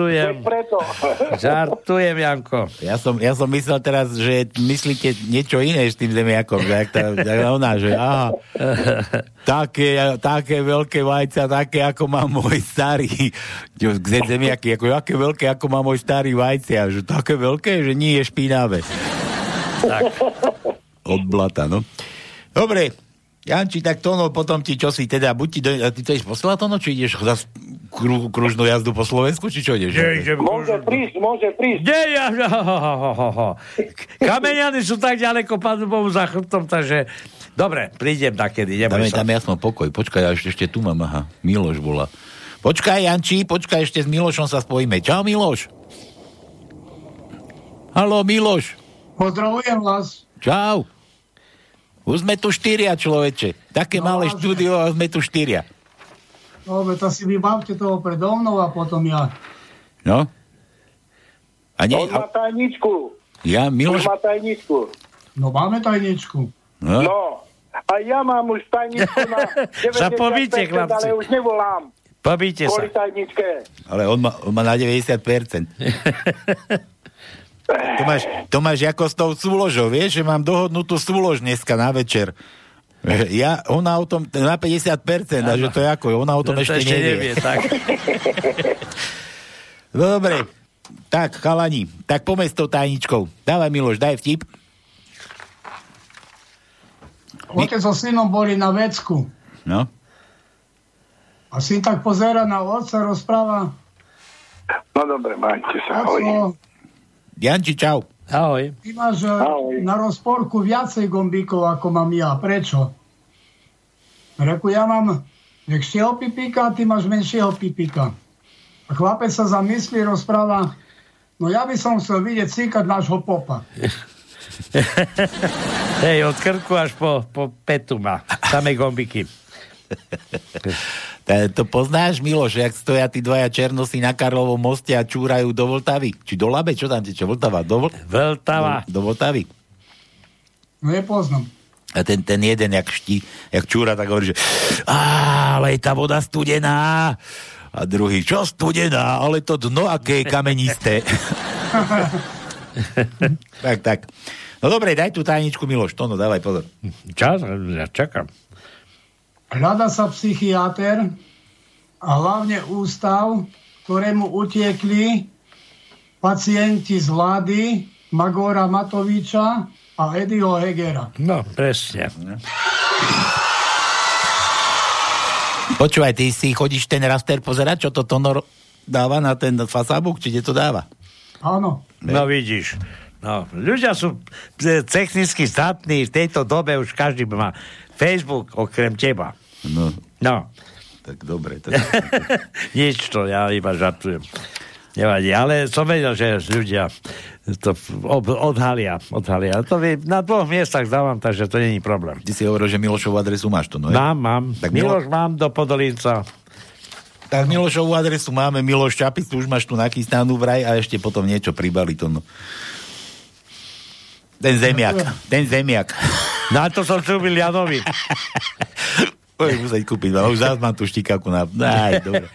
Speaker 17: Žartujem, Janko.
Speaker 16: Ja som myslel teraz, že myslíte niečo iné s tým zemiakom, že ona, že aha, také veľké vajcia, také ako má môj starý zemiaky, aké veľké ako má môj starý vajcia, že také veľké, že nie je špinavé. Tak. Od blata, no. Dobre, Janči, tak Tono, potom ti čo si teda, buď ty to ideš posielať, Tono, či ideš kružnú jazdu po Slovensku, či čo ideš?
Speaker 4: Môže prísť.
Speaker 17: Nie, Kameniany sú tak ďaleko, Pánu Bohu, za chrbtom, takže dobre, prídem takedy, neboj sa.
Speaker 16: Dáme jasno pokoj, počkaj, ešte tu mám, aha, Miloš volá. Počkaj, Janči, ešte s Milošom sa spojíme. Čau, Miloš. Haló, Miloš.
Speaker 2: Pozdravujem vás.
Speaker 16: Čau. Už sme tu 4, človeče. Také malé štúdio a sme tu 4.
Speaker 2: Dobre, to si vybavte toho predo mnou a potom ja.
Speaker 16: No. A nie,
Speaker 4: On má tajničku.
Speaker 16: Ja, Miloš...
Speaker 4: Už má tajničku.
Speaker 2: No, máme tajničku.
Speaker 4: No. A ja mám už tajničku na 90%, ale už nevolám.
Speaker 17: Pobíte sa.
Speaker 4: Kvôli tajničke.
Speaker 16: Ale on má na 90%. To máš ako s tou súložou, vieš, že mám dohodnutú súlož dneska na večer. Ona o tom na 50%, a že to je ako, ona o tom ešte nevie.
Speaker 17: Tak.
Speaker 16: Dobre, tak chalani, tak poďme s tou tajničkou. Dávaj, Miloš, daj vtip.
Speaker 2: Otec so synom boli na vecku.
Speaker 16: No.
Speaker 2: A syn tak pozera na otca, rozpráva.
Speaker 4: No dobre, majte sa, ahoj.
Speaker 16: Janči, čau.
Speaker 17: Ahoj.
Speaker 2: Ty máš na rozporku viacej gombíkov, ako mám ja. Prečo? Reku, ja mám väčšieho pipíka a ty máš menšieho pipíka. A chlapec sa zamyslí, rozpráva, no ja by som chcel vidieť cíkať nášho popa.
Speaker 17: Hej, od krku až po petu má. Samé gombíky.
Speaker 16: To poznáš, Miloš, jak stoja tí dvaja černosy na Karlovom moste a čúrajú do Vltavy? Či do Labe? Čo tam teče? Vltava?
Speaker 17: Vltava.
Speaker 16: Do Vltavy.
Speaker 2: No nepoznám.
Speaker 16: A ten jeden, jak čúra, tak hovorí, že ale je tá voda studená. A druhý, čo studená? Ale to dno, aké je kamenisté. tak. No dobre, daj tú tajničku, Miloš. Tono, dávaj pozor.
Speaker 17: Čas? Ja čakám.
Speaker 2: Hľada sa psychiater a hlavne ústav, ktorému utiekli pacienti z Lady, Magora Matoviča a Eddieho Hegera.
Speaker 17: No, presne.
Speaker 16: Počúvaj, ty si chodíš ten raster pozerať, čo to Tonor dáva na ten Facebook, či kde to dáva?
Speaker 2: Áno.
Speaker 17: No vidíš. No, ľudia sú technicky zdatní, v tejto dobe už každý má Facebook okrem teba.
Speaker 16: No. Tak dobre.
Speaker 17: Nič to, ja iba žartujem. Nevadí, ale som vedel, že ľudia to odhalia. To na 2 miestach dávam, takže to nie je problém.
Speaker 16: Ty si hovoril, že Milošovú adresu máš to, no?
Speaker 17: Mám. Tak Miloš mám do Podolínca.
Speaker 16: Tak Milošovú adresu máme, Miloš Čapic, už máš tu nachystanú vraj a ešte potom niečo pribali to, no. Ten zemiak.
Speaker 17: Na to som slúbil Janovi.
Speaker 16: Budeš musieť kúpiť, už zás mám tú štikavku na... Dobre.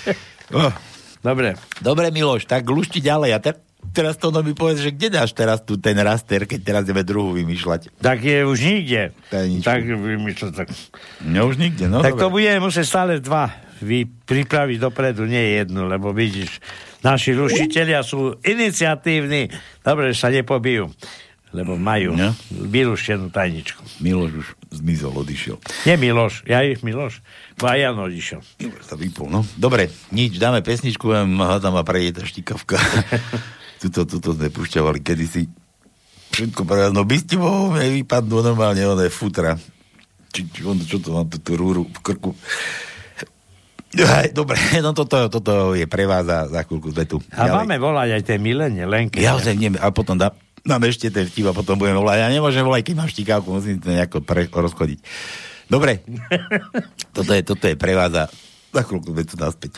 Speaker 16: Dobre, Miloš, tak lušti ďalej. A teraz to mi povedz, že kde dáš teraz tu ten raster, keď teraz ideme druhú vymýšľať?
Speaker 17: Tak je už nikde.
Speaker 16: Tak
Speaker 17: vymýšľať.
Speaker 16: No už nikde, no.
Speaker 17: Tak dobre. To budeme musieť stále 2 pripraviť dopredu, nie jednu, lebo vidíš, naši rušitelia sú iniciatívni. Dobre, že sa nepobijú. Lebo majú vylúštenú tajničku.
Speaker 16: Miloš už zmizol, odišiel.
Speaker 17: Nie Miloš, bo aj Jan odišiel.
Speaker 16: Miloš sa vypol, no. Dobre, nič, dáme pesničku, hádam a prejde tá štikavka. Tuto sme púšťavali kedysi. Všetko práve, no by ste mohli vypadnú normálne, ono je futra. Čo to mám, tú rúru v krku. Dobre, no toto je pre vás za chvíľku sme tu.
Speaker 17: A máme volať aj tie milenie, Lenke.
Speaker 16: Ja už neviem, a potom dáme ešte ten vtip a potom budeme volať. Ja nemôžem volať, keď mám štikávku, musím to nejako rozchodiť. Dobre, toto je pre vás a za chvíľku sme tu naspäť.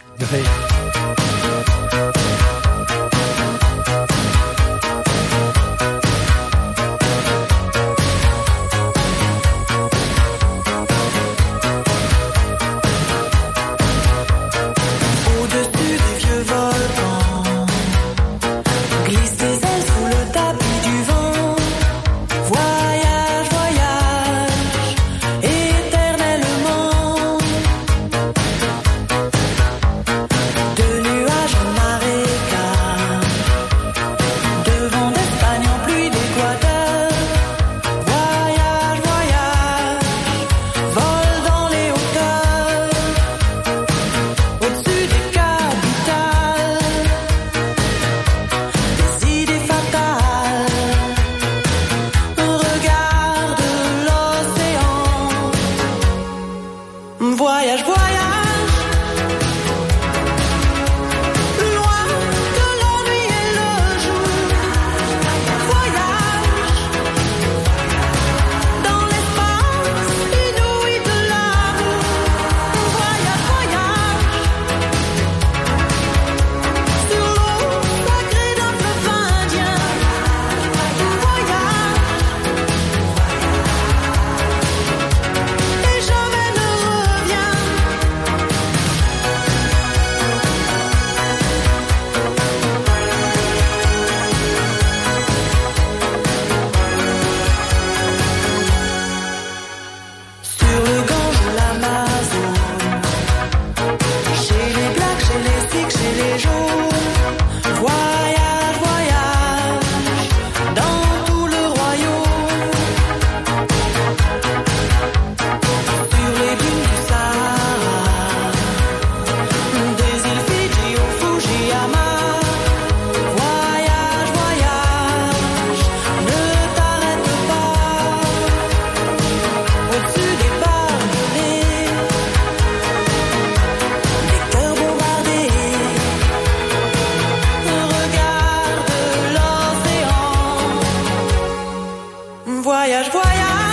Speaker 18: Voyage, voyage.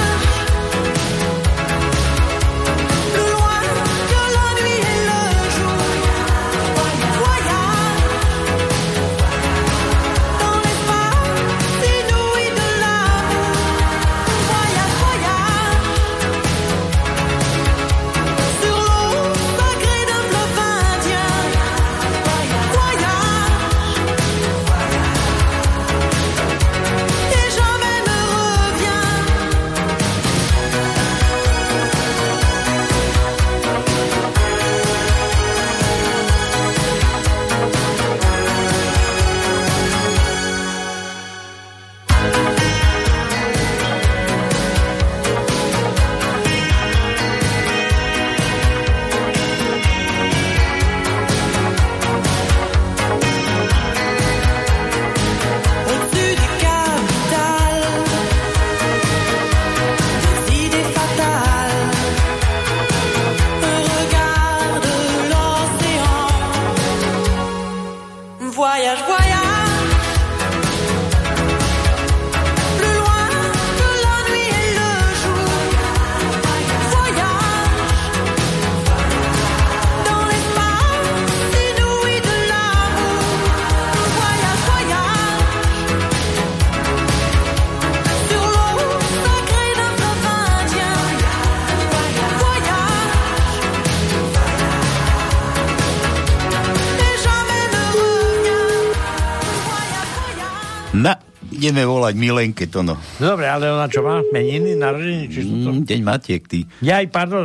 Speaker 16: Ideme volať Milenke, to no.
Speaker 17: Dobre, ale ona čo má? Meniny, narodeniny? Či to?
Speaker 16: Deň Matiek, ty.
Speaker 17: Pardon.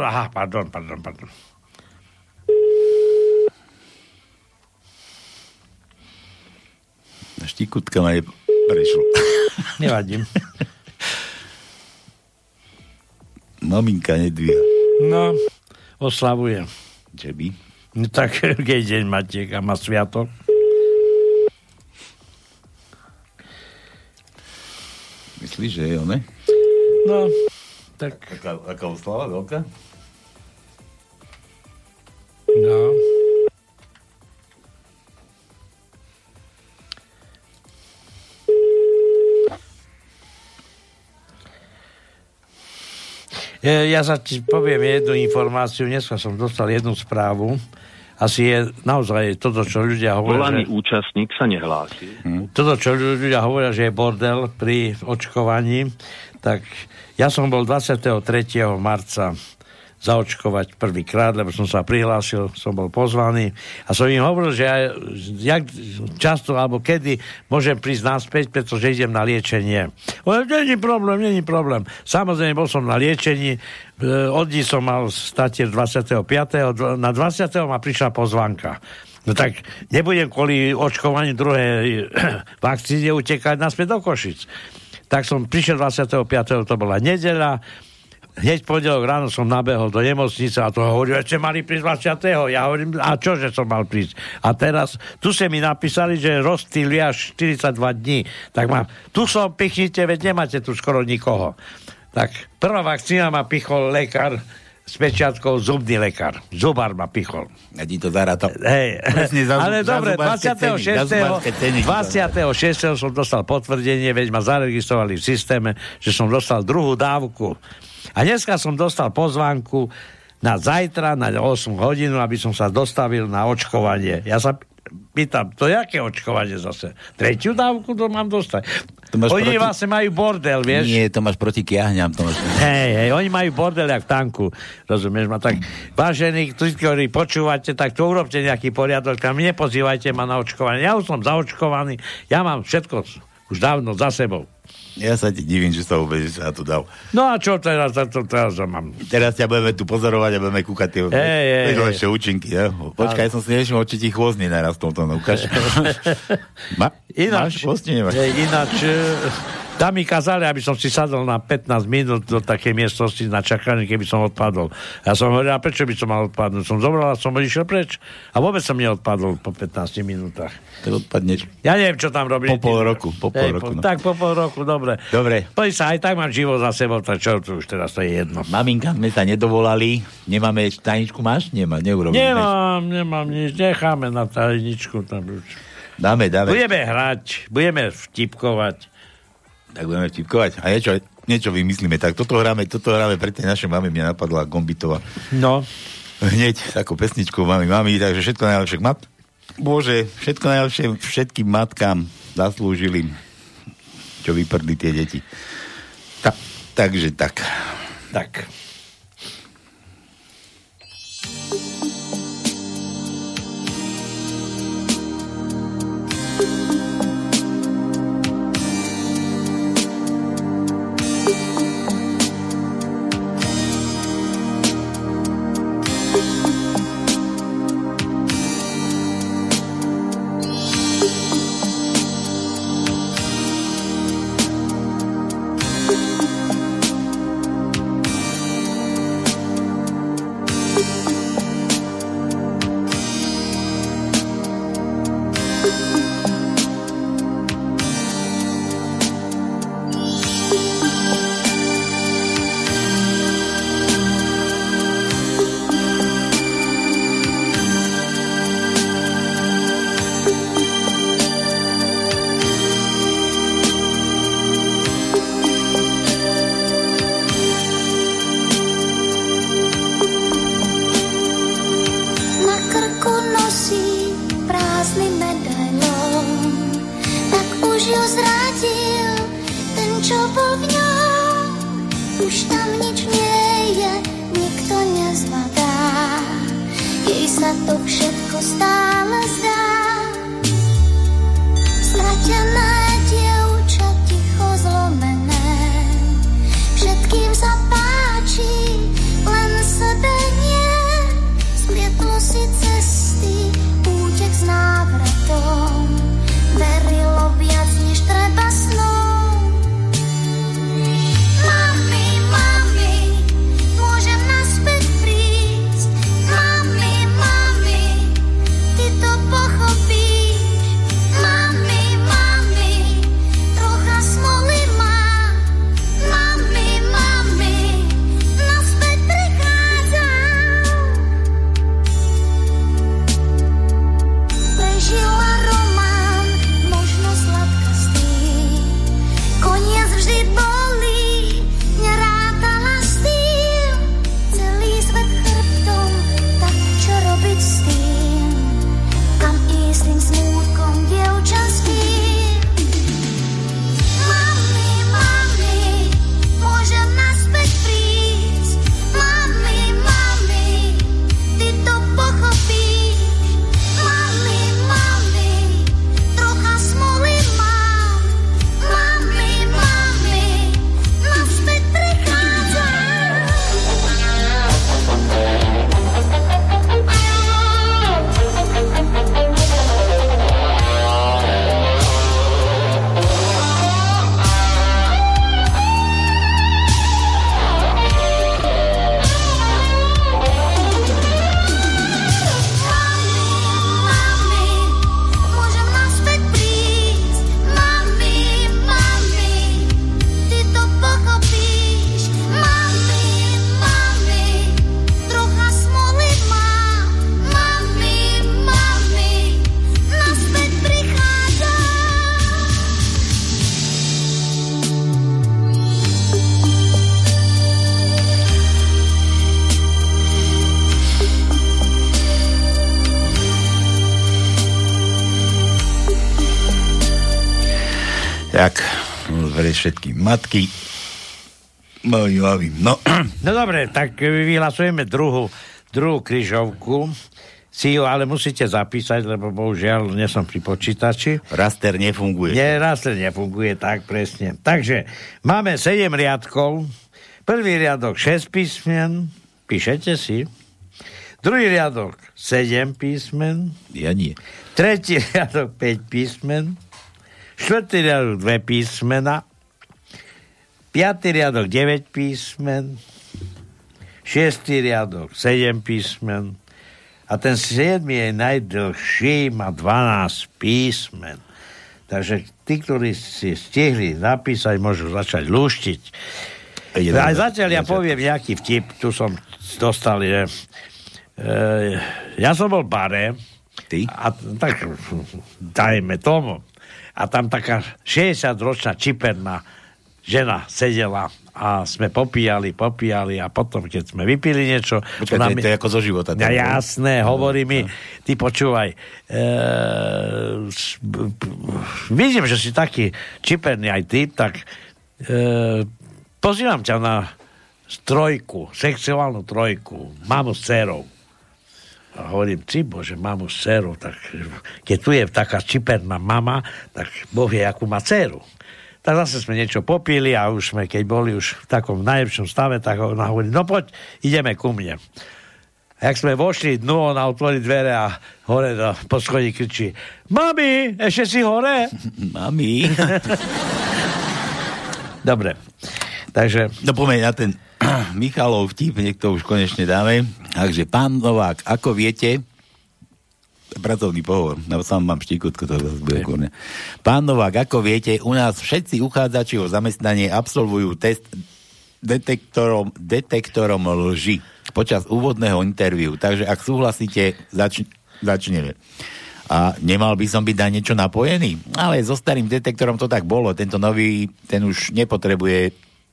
Speaker 16: Štikutka ma je prešlo.
Speaker 17: Nevadím.
Speaker 16: Maminka nedvíha.
Speaker 17: No, oslavuje.
Speaker 16: Že by?
Speaker 17: No tak, keď deň Matiek a má sviatok.
Speaker 16: Myslíš, že je one?
Speaker 17: No, tak...
Speaker 16: Aká oslava veľká?
Speaker 17: No. Ja sa ti poviem jednu informáciu. Dneska som dostal jednu správu. Asi je naozaj toto, čo ľudia hovoria,
Speaker 6: volaný účastník sa nehlási.
Speaker 17: Toto, čo ľudia hovoria, že je bordel pri očkovaní, tak ja som bol 23. marca zaočkovať prvýkrát, lebo som sa prihlásil, som bol pozvaný a som im hovoril, že jak často alebo kedy môžem prísť naspäť, pretože idem na liečenie. Není problém. Samozrejme, bol som na liečení, od dní som mal statier 25. Na 20. ma prišla pozvánka. No tak nebudem kvôli očkovaniu druhej vakcíne utekať naspäť do Košic. Tak som prišiel 25. to bola nedeľa. Hneď pondelok ráno som nabehol do nemocnice a to hovoril, že mali prísť 20. Ja hovorím, a čože som mal prísť? A teraz, tu sa mi napísali, že rozstýli až 42 dní. Tak tu som, pichnite, veď nemáte tu skoro nikoho. Tak prvá vakcína ma pichol lekár s pečiatkou, zubný lekár. Zubár ma pichol.
Speaker 16: A ti to zarátal.
Speaker 17: Hej, ale dobre, 26. som dostal potvrdenie, veď ma zaregistrovali v systéme, že som dostal druhú dávku. A dneska som dostal pozvánku na zajtra, na 8 hodinu, aby som sa dostavil na očkovanie. Ja sa pýtam, to je aké očkovanie zase? Tretiu dávku to mám dostať? Oni vlastne majú bordel, vieš?
Speaker 16: Nie, to máš proti kiahňam.
Speaker 17: Hej, oni majú bordel jak v tanku. Rozumieš ma? Tak vážení, ktorí počúvate, tak to urobte nejaký poriadok. Tam nepozývajte ma na očkovanie. Ja už som zaočkovaný. Ja mám všetko už dávno za sebou.
Speaker 16: Ja sa ti divím, že sa vôbec sa tu dal.
Speaker 17: No a čo teraz mám?
Speaker 16: Teraz ťa budeme tu pozorovať a budeme kúkať tie ešte účinky. Ja? Počkaj, som si nevšimol, či ti chôst nenarastol to. Ukáž. Máš chôst, nemáš?
Speaker 17: Ináč, tam mi kazali, aby som si sadol na 15 minút do takej miestnosti na čakanie, keby som odpadol. Ja som hovoril, a prečo by som mal odpadnúť? Som zobral a som išiel preč. A vôbec som neodpadol po 15 minútach.
Speaker 16: Tak odpadneš.
Speaker 17: Ja neviem, čo tam robili.
Speaker 16: Po pol roku. No.
Speaker 17: Tak po pol roku, dobre. Poď sa, aj tak mám život za sebou, tak čo, to už teraz to je jedno.
Speaker 16: Maminka, sme sa nedovolali. Nemáme tajničku, máš? Neurobíme.
Speaker 17: Nemám nič. Necháme na tajničku. Tam už.
Speaker 16: Dáme.
Speaker 17: Budeme hrať, budeme vtipkovať.
Speaker 16: Tak budeme vtipkovať. A niečo vymyslíme. Tak toto hráme pre tie naše mamy. Mňa napadla Gombitová.
Speaker 17: No.
Speaker 16: Hneď takú pesničku mami, takže všetko najlepšie Bože, všetko najlepšie všetkým matkám zaslúžili, čo vyprdli tie deti. Takže tak.
Speaker 17: Tak.
Speaker 16: Tak, pre všetky matky. No
Speaker 17: dobre, tak vyhlasujeme druhú križovku. Si ju ale musíte zapísať, lebo bohužiaľ nie som pri počítači.
Speaker 16: Raster nefunguje.
Speaker 17: Raster nefunguje, tak presne. Takže máme 7 riadkov. Prvý riadok 6 písmen. Píšete si. Druhý riadok 7 písmen.
Speaker 16: Ja nie.
Speaker 17: Tretí riadok 5 písmen. Štvrtý riadok 2 písmena. Piatý riadok 9 písmen. Šiestý riadok 7 písmen. A ten 7 je najdlhší, má 12 písmen. Takže tí, ktorí si stihli napísať, môžu začať lúštiť. Aj zatiaľ ja poviem nejaký vtip. Tu som dostal, že ja som bol v bare.
Speaker 16: Ty?
Speaker 17: A tak dajme tomu. A tam taká 60-ročná čiperná žena sedela a sme popíjali a potom, keď sme vypili niečo...
Speaker 16: Počkaj, to je ako zo života.
Speaker 17: Ja, jasné, hovorí mi, ty počúvaj, vidím, že si taký čiperný aj ty, tak pozývam ťa na trojku, sexuálnu trojku, mamu s dcerou. A hovorím, ty bože, mamu s dcerou, tak keď tu je taká čiperná mama, tak Boh vie, akú má dceru. Tak zase sme niečo popili a už sme, keď boli už v takom najlepšom stave, tak ona hovorí, no poď, ideme ku mne. A jak sme vošli dnu, ona otvorí dvere a hore po schodí kričí, mami, ešte si hore?
Speaker 16: Mami.
Speaker 17: Dobre, takže...
Speaker 16: No pomeň na ten Michalov vtip, niekto už konečne dáme. Takže pán Novák, ako viete, pracovný pohovor, sám mám štíkutko, to zase bude kurne. Pán Novák, ako viete, u nás všetci uchádzači o zamestnanie absolvujú test detektorom lži počas úvodného interviu. Takže ak súhlasíte, začneme. A nemal by som byť na niečo napojený? Ale so starým detektorom to tak bolo. Tento nový, ten už nepotrebuje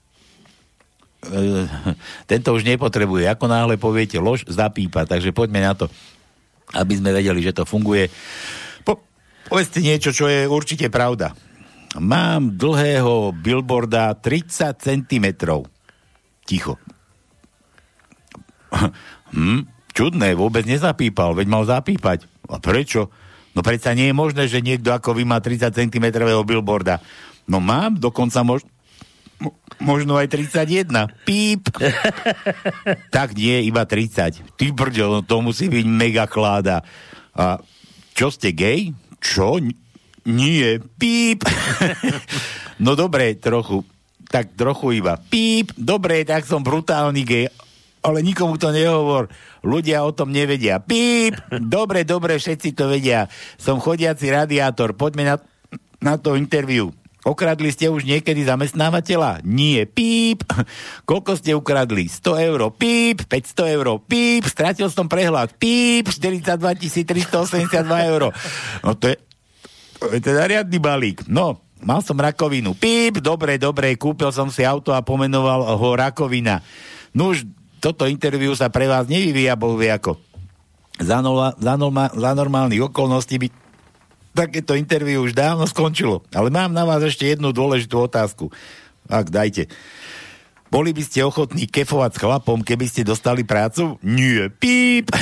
Speaker 16: ako náhle poviete lož, zapípa. Takže poďme na to, aby sme vedeli, že to funguje. Povedzte niečo, čo je určite pravda. Mám dlhého billboarda 30 cm. Ticho. Čudné, vôbec nezapípal, veď mal zapípať. A prečo? No predsa nie je možné, že niekto ako vy má 30 cm billboarda. No mám, dokonca možno aj 31. Píp. Tak nie, iba 30. Ty brďo, no to musí byť mega kláda. A čo ste gej? Čo? Nie. Píp. No dobre, trochu. Tak trochu iba. Píp. Dobre, tak som brutálny gej. Ale nikomu to nehovor. Ľudia o tom nevedia. Píp. Dobre, všetci to vedia. Som chodiaci radiátor. Poďme na to interview. Okradli ste už niekedy zamestnávateľa? Nie. Píp. Koľko ste ukradli? 100 €. Píp. 500 €. Píp. Stratil som prehľad. Píp. 42 382 €. No to je teda riadny balík. No, mal som rakovinu. Píp. Dobre. Kúpil som si auto a pomenoval ho Rakovina. No už toto interview sa pre vás nevyvíja, Boh vie ako. Za normálnych okolností by takéto interview už dávno skončilo. Ale mám na vás ešte jednu dôležitú otázku. Ak dajte. Boli by ste ochotní kefovať s chlapom, keby ste dostali prácu? Nie. Píp.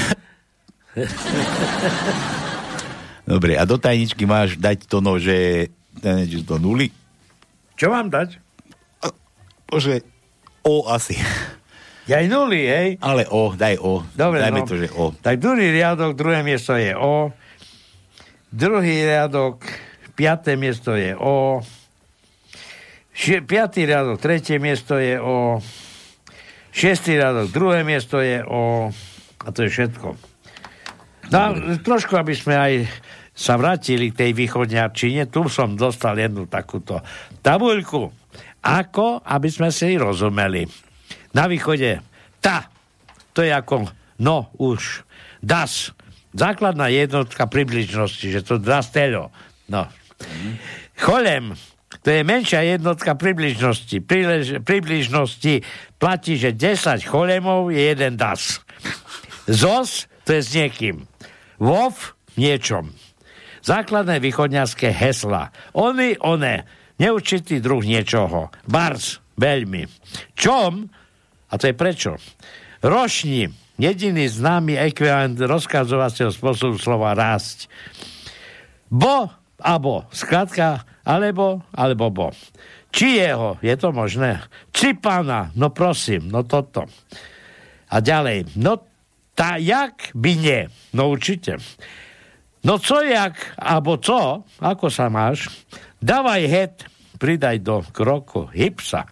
Speaker 16: Dobre, a do tajničky máš dať to no, že to nuly?
Speaker 17: Čo mám dať?
Speaker 16: Bože, O asi.
Speaker 17: Aj nuly, hej?
Speaker 16: Ale O, daj O.
Speaker 17: Dobre,
Speaker 16: dajme to, že O.
Speaker 17: Tak druhý riadok, druhé miesto je O. Druhý riadok, 5. miesto je O. 5. riadok, 3. miesto je O. 6. riadok, 2. miesto je O. A to je všetko. No, trošku, aby sme aj sa vrátili k tej východňarčine, tu som dostal jednu takúto tabuľku. Ako, aby sme si rozumeli. Na východe to je ako no už. Das. Základná jednotka približnosti, že to dastelo. No. Cholem, to je menšia jednotka približnosti. Približnosti platí, že 10 cholemov je jeden das. Zos, to je s niekým. Vov, niečom. Základné východňarské hesla. One, neurčitý druh niečoho. Bars, veľmi. Čom, a to je prečo. Rošni, jediný známy ekvivalent rozkazovacieho spôsobu slova rásť. Bo, abo, skrátka, alebo bo. Či jeho, je to možné? Či pána, no prosím, no toto. A ďalej, no jak by nie, no určite. No co jak, abo co, ako sa máš? Dávaj het, pridaj do kroku, hypsa.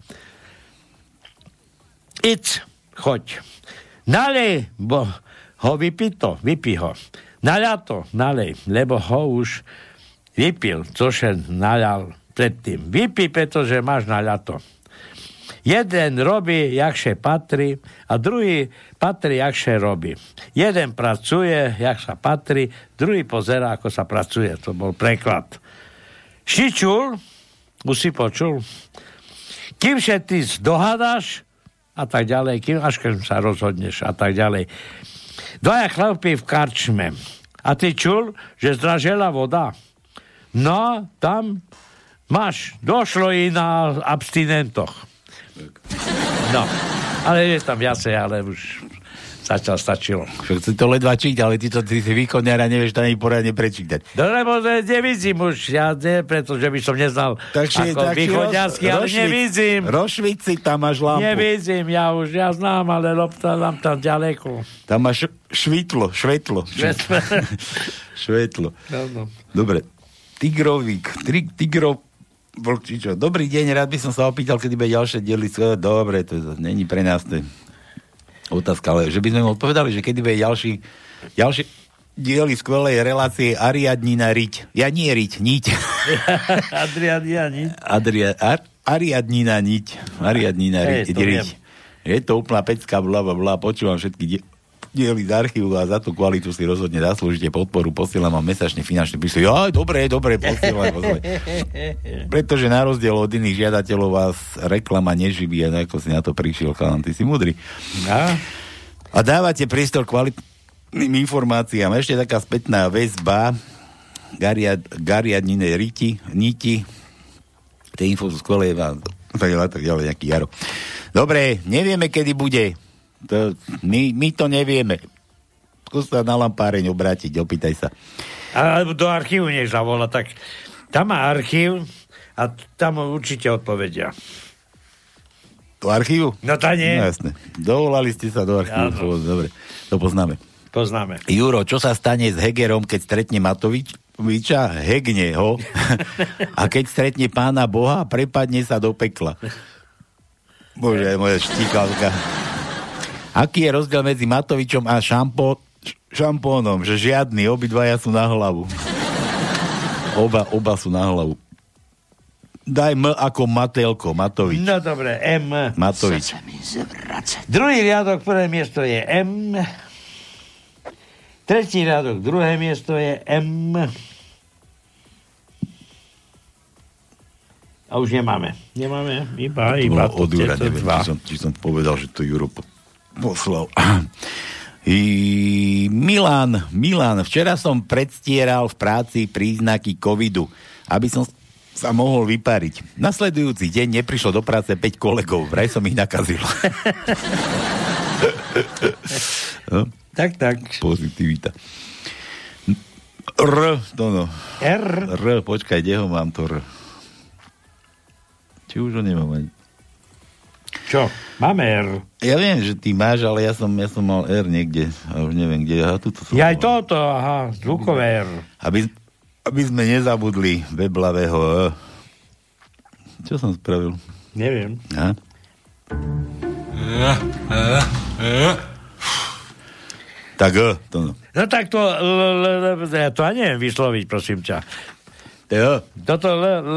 Speaker 17: Choď. Nalej, bo ho vypí ho. Naľa nalej, lebo ho už vypil, cože naľal predtým. Vypí, pretože máš naľato. Jeden robí, jakže patrí, a druhý patrí, jakže robí. Jeden pracuje, jak sa patrí, druhý pozerá, ako sa pracuje. To bol preklad. Šičul, už si počul? Kým sa ty dohádaš a tak ďalej, kým až keď sa rozhodneš a tak ďalej. Dvaja chlapí v karčme. A ty čul, že zdražela voda? No, tam máš, došlo i na abstinentoch. No, ale je tam viacej, ale už stačilo.
Speaker 16: Chcem to ledva čítať, ale ty si východňar a nevieš to ani poradne prečítať.
Speaker 17: No lebo nevidím už, ja nie, pretože by som neznal ako východňarsky, ale nevidím.
Speaker 16: Rošvic si, tam máš lampu.
Speaker 17: Nevidím, ja znám, ale tam ďaleko.
Speaker 16: Tam máš švetlo.
Speaker 17: No.
Speaker 16: Dobre. Tigrov vlčičo. Dobrý deň, rád by som sa opýtal, kedy bude ďalšie diely. Dobre, to není pre nás, to je otázka, ale že by sme mu odpovedali, že kedy bude ďalšie diely skvelej relácie Ariadnina Riť. Ja nie Riť, Niť.
Speaker 17: Adriadnina Niť.
Speaker 16: Ariadnina Niť. Ariadnina Riť. Je to úplná pecka, blablabla, počúvam všetky diely z archívu a za tú kvalitu si rozhodne zaslúžite podporu, posielam vám mesačne finančné príspevky. Ja, dobre, posielam. Pretože na rozdiel od iných žiadateľov vás reklama neživí, a ako si na to prišiel, chalan, ty si múdry. A dávate priestor kvalitným informáciám. Ešte taká spätná väzba Gariadnine Niti. Tie info sú skvelé a tak ďalej, nejaký Jaro. Dobre, nevieme, kedy bude. My to nevieme. Skús sa na lampáreň obrátiť, opýtaj sa.
Speaker 17: Alebo do archívu nech zavola, tak tam má archív a tam určite odpovedia.
Speaker 16: Do archívu?
Speaker 17: No to nie.
Speaker 16: No jasné. Dovolali ste sa do archívu. Ja, dobre, to poznáme. Juro, čo sa stane s Hegerom, keď stretne Matoviča? Hegne ho. A keď stretne Pána Boha, prepadne sa do pekla. Bože, moja štíkalka. Aký je rozdiel medzi Matovičom a šampónom? Že žiadny, obidvaja sú na hlavu. Oba sú na hlavu. Daj M ako Matelko, Matovič.
Speaker 17: No dobre, M.
Speaker 16: Matovič.
Speaker 17: Druhý riadok, prvé miesto je M. Tretí riadok, druhé miesto je M. A už nemáme. Iba
Speaker 16: od Jura, neviem, či som povedal, že to Juro poslal. Milan, včera som predstieral v práci príznaky covidu, aby som sa mohol vypariť. Nasledujúci deň neprišlo do práce 5 kolegov, vraj som ich nakazil. No?
Speaker 17: Tak.
Speaker 16: Pozitivita. R, počkaj, kde ho mám to R? Či už ho nemám ani.
Speaker 17: Čo? Máme R.
Speaker 16: Ja viem, že ty máš, ale ja som mal R niekde. A už neviem, kde.
Speaker 17: Ja aj toto, zvukové R.
Speaker 16: Aby sme nezabudli weblavého. Čo som spravil?
Speaker 17: Neviem.
Speaker 16: Tak to.
Speaker 17: No tak to ja neviem vysloviť, prosím ťa. Toto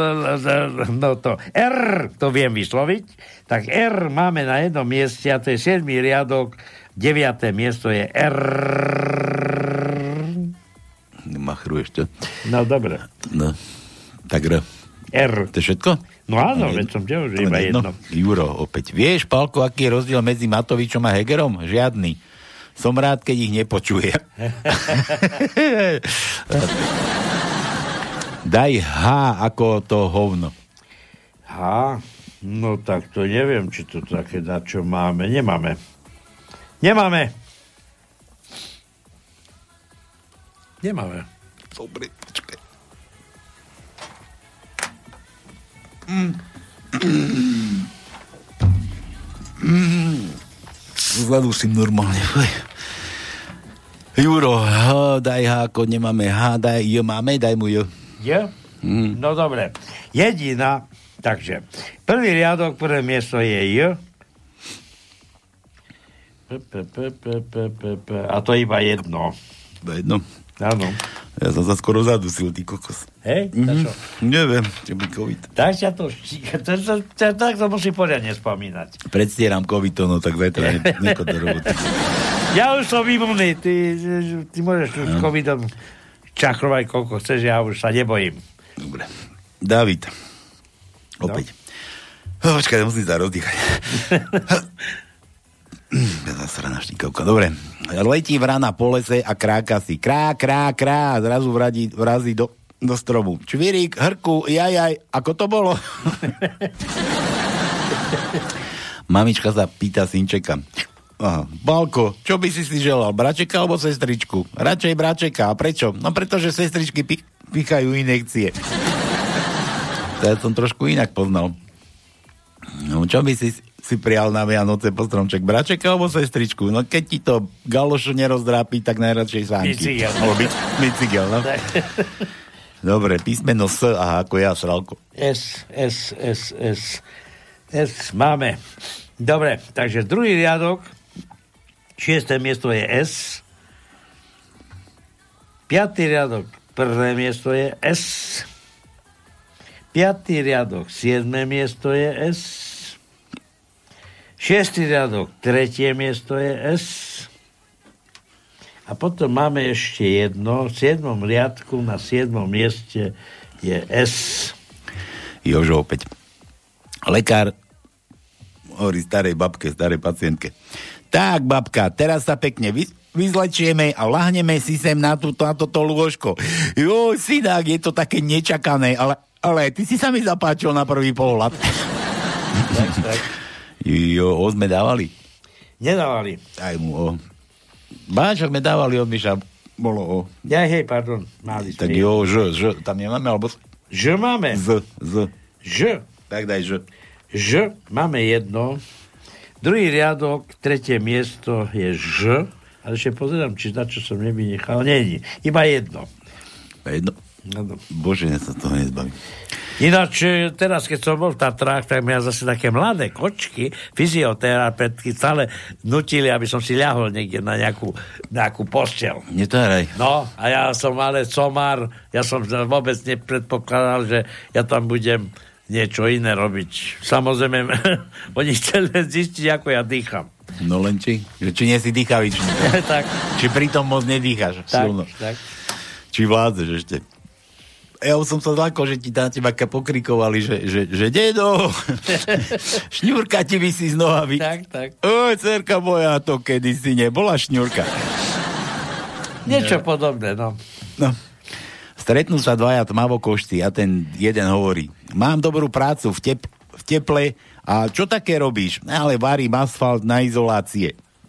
Speaker 17: R to viem vysloviť, tak R máme na jednom mieste a to je 7. riadok, 9. miesto je R.
Speaker 16: Machruješ to?
Speaker 17: No, dobre.
Speaker 16: No, tak R. To je všetko?
Speaker 17: No áno, veď som ťa už iba jedno.
Speaker 16: Juro, opäť. Vieš, Pálko, aký je rozdiel medzi Matovičom a Hegerom? Žiadny. Som rád, keď ich nepočujem. Daj H ako to hovno.
Speaker 17: H? No tak to neviem, či to také na čo máme. Nemáme.
Speaker 16: Dobre, počkaj. Zadusím normálne. Juro, daj H ako nemáme H, daj J máme, daj mu J.
Speaker 17: J? No dobre. Jediná, takže prvý riadok, prvé miesto je J. A to iba jedno.
Speaker 16: Iba jedno?
Speaker 17: Áno.
Speaker 16: Ja som sa skoro zadusil, ty kokos.
Speaker 17: Hej?
Speaker 16: Neviem, čo by COVID.
Speaker 17: Tak ťa to tak to musí poriadne spomínať.
Speaker 16: Predstieram COVID, no tak zajtra neko do roboty.
Speaker 17: Ja už som imunný, ty môžeš už covidom čachrovať koľko chceš, ja už sa nebojím.
Speaker 16: Dobre. David. Opäť. Počkaj, musím sa rozdýchať. Zasraná štíkovka. Dobre. Letí vrana po lese a kráka si. Krá, krá, krá. Zrazu vrazí do stromu. Čvirík, hrku, jajaj. Ako to bolo? Mamička sa pýta synčeka. Aha. Balko, čo by si želal? Bračeka alebo sestričku? Radšej bračeka. A prečo? No pretože sestričky pichajú injekcie. To ja som trošku inak poznal. No čo by si prijal na Vianoce po stromček? Bračeka alebo sestričku? No keď ti to galošu nerozdrápi, tak najradšej sánky. Bicykel, no. Dobre, písmeno S, aha, ako ja, Sralko.
Speaker 17: S máme. Dobre, takže druhý riadok, 6. miesto je S. 5. riadok, 1. miesto je S. 5. riadok, 7. miesto je S. 6. riadok, 3. miesto je S. A potom máme ešte jedno, v 7. riadku na 7. mieste je S.
Speaker 16: Jožo opäť. Lekár hovorí starej babke, starej pacientke. Tak, babka, teraz sa pekne vyzlečieme a lahneme si sem na toto lôžko. Joj, synák, je to také nečakané, ale ty si sa mi zapáčil na prvý pohľad.
Speaker 17: Tak.
Speaker 16: Jo, sme dávali?
Speaker 17: Nedávali.
Speaker 16: Aj mu o. Báčok sme dávali od Miša. Bolo o.
Speaker 17: Ja, hej, pardon. Mali sme.
Speaker 16: Tak jo, Ž. Tam nemáme, alebo...
Speaker 17: Ž máme.
Speaker 16: Z.
Speaker 17: Ž.
Speaker 16: Tak daj Ž.
Speaker 17: Ž. Máme jedno. Druhý riadok, 3. miesto je Ž. Ale ešte pozerám, či na čo som nevynechal. Nie. Iba jedno.
Speaker 16: Jedno? No. Bože, ja sa toho nezbavím.
Speaker 17: Ináč, teraz, keď som bol v Tatrách, tak mňa zase také mladé kočky, fyzioterapeutky stále nutili, aby som si ľahol niekde na nejakú posteľ.
Speaker 16: Netáraj.
Speaker 17: No, a ja som ale comár, ja som vôbec nepredpokladal, že ja tam budem niečo iné robiť. Samozrejme, oni chceli zistiť, ako ja dýcham.
Speaker 16: No len či nie si dýchavičný.
Speaker 17: Tak.
Speaker 16: Či pritom moc nedýchaš silno.
Speaker 17: Tak.
Speaker 16: Či vládzeš ešte. Ja som sa zlákol, že ti na teba pokrikovali, že dedo, šňúrka ti visí z nohami.
Speaker 17: Tak.
Speaker 16: Oj, dcerka moja, to kedysi nebola šňúrka.
Speaker 17: Niečo podobné, no.
Speaker 16: Stretnú sa dvaja tmavokošci a ten jeden hovorí, mám dobrú prácu v teple a čo také robíš? Ale varím asfalt na izolácie.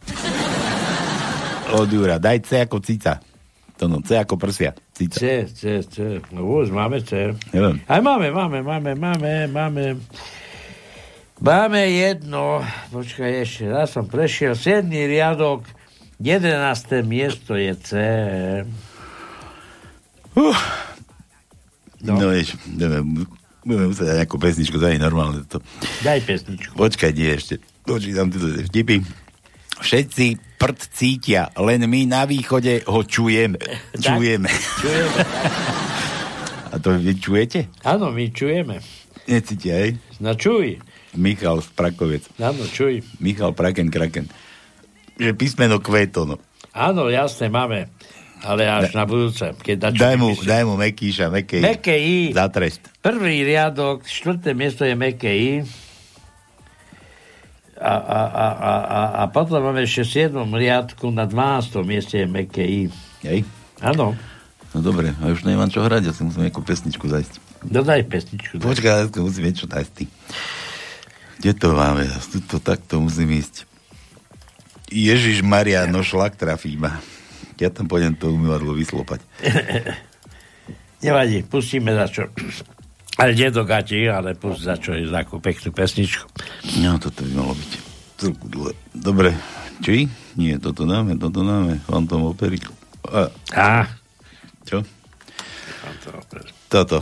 Speaker 16: Od Jura, daj C ako cica. To no, C ako prsia. Cica.
Speaker 17: C. No už máme C.
Speaker 16: Neviem.
Speaker 17: Aj máme. Máme jedno. Počkaj, ešte raz som prešiel. 7. riadok, 11. miesto je C.
Speaker 16: No vieš, budeme musieť dať nejakú pesničku, to je normálne. To.
Speaker 17: Daj pesničku.
Speaker 16: Počkaj, nie ešte. Počítam tieto vtipy. Všetci prd cítia, len my na východe ho čujeme. Čujeme. A to vy čujete?
Speaker 17: Áno, my čujeme.
Speaker 16: Necítia, hej?
Speaker 17: No čuj.
Speaker 16: Michal z Prakoviec.
Speaker 17: Áno, čuj.
Speaker 16: Michal Kraken. Že písmeno kveto, no.
Speaker 17: Áno, jasne, máme. Ale až na budúce.
Speaker 16: Daj mu Mekíša, meké
Speaker 17: I.
Speaker 16: Za trest.
Speaker 17: Prvý riadok, 4. miesto je meké I. A potom máme ešte 7. riadku, na 12. mieste je meké I.
Speaker 16: Hej?
Speaker 17: Áno.
Speaker 16: No dobre, a už nemám čo hrať, ja si musím nejakú pesničku zajsť.
Speaker 17: Dodaj pesničku.
Speaker 16: Počkaj, musím niečo nájsť ty. Kde to máme? Takto musím ísť. Ježiš Maria, no šlak trafí ma. Ja tam pôjdem to umývadlo vyslopať.
Speaker 17: Nevadí, pustíme za čo. Ale nie do gati, ale pust za čo je takú peknú pesničku.
Speaker 16: No, toto by malo byť celku dlhé. Dobre, či? Nie, toto dáme. Phantom Opery. Čo?
Speaker 17: Phantom Opery.
Speaker 16: Toto.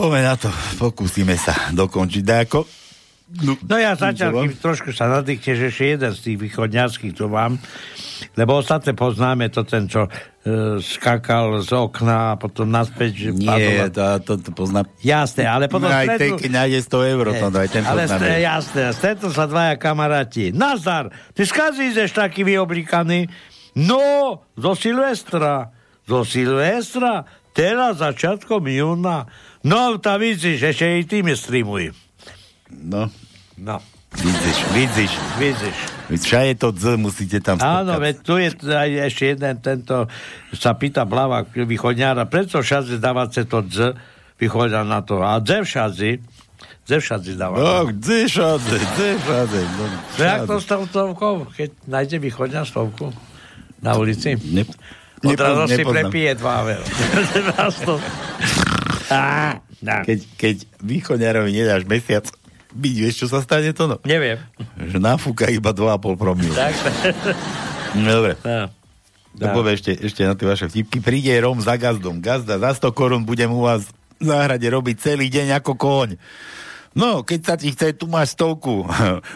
Speaker 16: poďme na to. Pokúsime sa dokončiť dáko.
Speaker 17: No ja zatiaľ, kým trošku sa nadýchneš, ešte jeden z tých východňarských, čo mám, lebo ostatné poznáme to ten, čo skákal z okna a potom naspäť.
Speaker 16: Nie, to poznám.
Speaker 17: Jasné, ale potom
Speaker 16: aj tej, keď nájde 100 eur, to aj ten poznáme.
Speaker 17: Ale jasné, stretnú sa dvaja kamaráti. Nazdar, ty skazí ideš taký vyoblíkaný? No, zo Silvestra, teraz začiatkom júna. No, tam vidíš, ešte i ty mi streamuj.
Speaker 16: No. Vidíš. Všade to dz musíte tam skúkať.
Speaker 17: Áno, veď tu je aj ešte jeden tento, sa pýta Blava východňára, prečo všade dávate to dz, vychodia na to. A dze všade dáva.
Speaker 16: No, dze všade.
Speaker 17: No, jak to s tou stovkou? Keď nájde východňa stovku na ulici? Odrazu si prepije 2 eur.
Speaker 16: Keď východňárovi nedáš mesiac byť, vieš, čo sa stane to? No?
Speaker 17: Neviem.
Speaker 16: Že nafúka iba 2,5 promile.
Speaker 17: Tak.
Speaker 16: Dobre. Dobre, ešte na tie vaše vtipky. Príde Rom za gazdom. Gazda, za 100 korún budem u vás v záhrade robiť celý deň ako koň. No, keď sa ti chce, tu máš 100.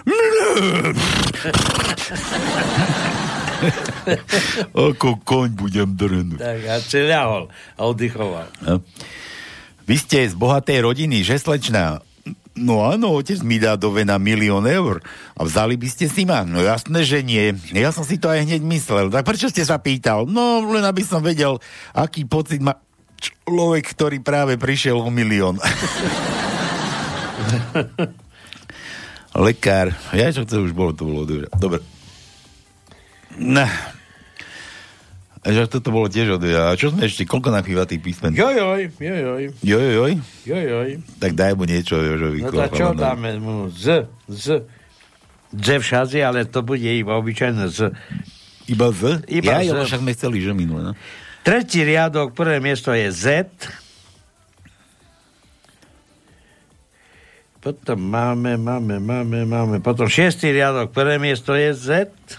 Speaker 16: Ako koň budem drnúť.
Speaker 17: Tak, a si ľahol a oddychoval.
Speaker 16: No. Vy ste z bohatej rodiny, že slečná? No áno, otec mi dá do vena 1 000 000 eur. A vzali by ste si ma? No jasné, že nie. Ja som si to aj hneď myslel. Tak prečo ste sa pýtal? No, len aby som vedel, aký pocit má človek, ktorý práve prišiel o 1 000 000. Lekár. Ja čo to už bolo, to bolo dobre. Dobre. No. Že toto bolo tiež od... A čo sme ešte? Koľko nachýva tých písmen?
Speaker 17: Jojoj.
Speaker 16: Tak daj mu niečo, Jožovi.
Speaker 17: No tak čo dáme mu? Z všade, ale to bude iba obyčajné z.
Speaker 16: Iba z?
Speaker 17: Iba z.
Speaker 16: Ja však sme chceli, že minule, no?
Speaker 17: Tretí riadok, prvé miesto je Z. Potom máme. Potom 6. riadok, prvé miesto je Z.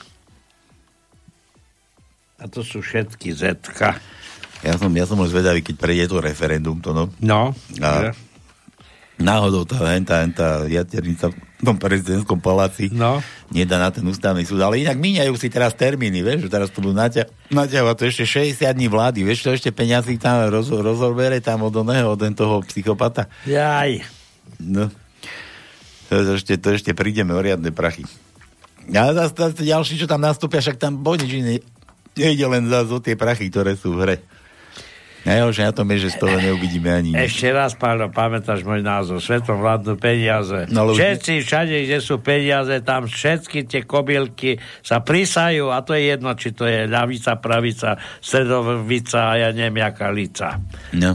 Speaker 17: A to sú všetky Z-ka.
Speaker 16: Ja som už zvedavý, keď prejde to referendum, to no.
Speaker 17: No.
Speaker 16: A náhodou tá jaternica v tom prezidentskom paláci nedá na ten ústavný súd. Ale inak míňajú si teraz termíny, vieš, že teraz to budú naťahovať to ešte 60 dní vlády, vieš, to ešte peňazí tam rozobere tam od toho psychopata.
Speaker 17: Jaj.
Speaker 16: No. To ešte prídeme o riadne prachy. A zase ďalší, čo tam nastúpia, však tam nič iné. Nejde len zase o tie prachy, ktoré sú v hre. Najhoršie na tom je, že z toho neuvidíme ani nič.
Speaker 17: Ešte raz, Páľo, pamätáš môj názor. Svetom vládnu peniaze. No, všetci, všade, kde sú peniaze, tam všetky tie kobylky sa prisajú a to je jedno, či to je ľavica, pravica, stredovica a ja neviem, jaká lica.
Speaker 16: No.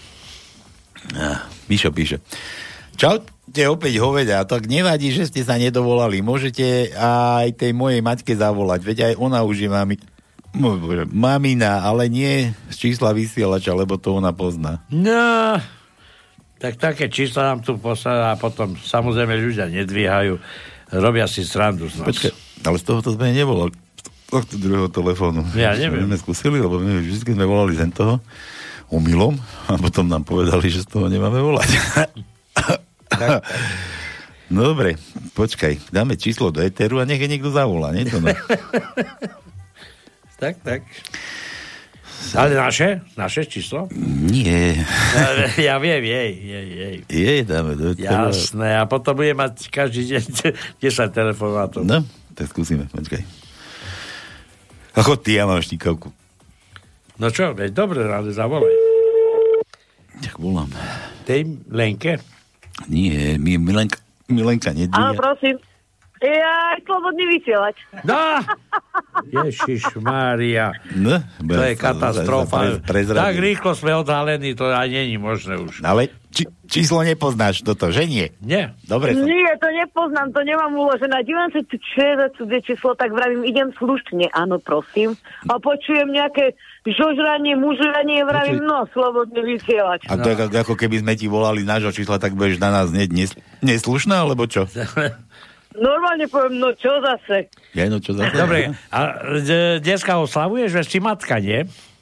Speaker 16: Píšo. Čaute opäť hoveda, tak nevadí, že ste sa nedovolali. Môžete aj tej mojej maťke zavolať, veď aj ona už je mamina, ale nie z čísla vysielača, lebo to ona pozná.
Speaker 17: No, tak také čísla nám tu poslali a potom samozrejme ľudia nedvíhajú, robia si srandu z nás.
Speaker 16: Počkaj, ale z tohoto sme nevolali, z tohto druhého telefónu.
Speaker 17: Ja neviem.
Speaker 16: My sme skúsili, lebo my vždy sme volali z toho omylom a potom nám povedali, že z toho nemáme volať. Tak. No dobre, počkaj, dáme číslo do éteru a nech je niekto zavolá, nie to? No.
Speaker 17: Tak. Ale naše číslo?
Speaker 16: Nie.
Speaker 17: Ja viem, jej.
Speaker 16: Dáme do éteru.
Speaker 17: Jasné, a potom bude mať každý deň 10 telefonátov.
Speaker 16: No, tak skúsime, počkaj. Ako ty, ja mám štíkavku.
Speaker 17: No čo, veď dobre, ale zavolaj.
Speaker 16: Tak volám.
Speaker 17: Tej Lenke?
Speaker 16: Nie, Milenka nedvíja.
Speaker 7: Áno, prosím. Ja slobodný vysielač.
Speaker 17: No! Ježišmária.
Speaker 16: No,
Speaker 17: to je katastrofa. Tak rýchlo sme odhalení, to aj není možné už.
Speaker 16: Ale číslo nepoznáš toto, že nie?
Speaker 17: Nie.
Speaker 7: Dobre. Nie, to nepoznám, to nemám uložené. Dívam sa, cudzie číslo, tak vravím, idem slušne. Áno, prosím. A počujem nejaké žožranie, mužranie, vravím, slobodný vysielač.
Speaker 16: A to je ako keby sme ti volali nášho čísla, tak budeš na nás neslušná, alebo čo?
Speaker 7: Normálne poviem, no čo zase?
Speaker 16: Čo zase?
Speaker 17: Dobre, a dneska oslavuješ, že si matka, nie?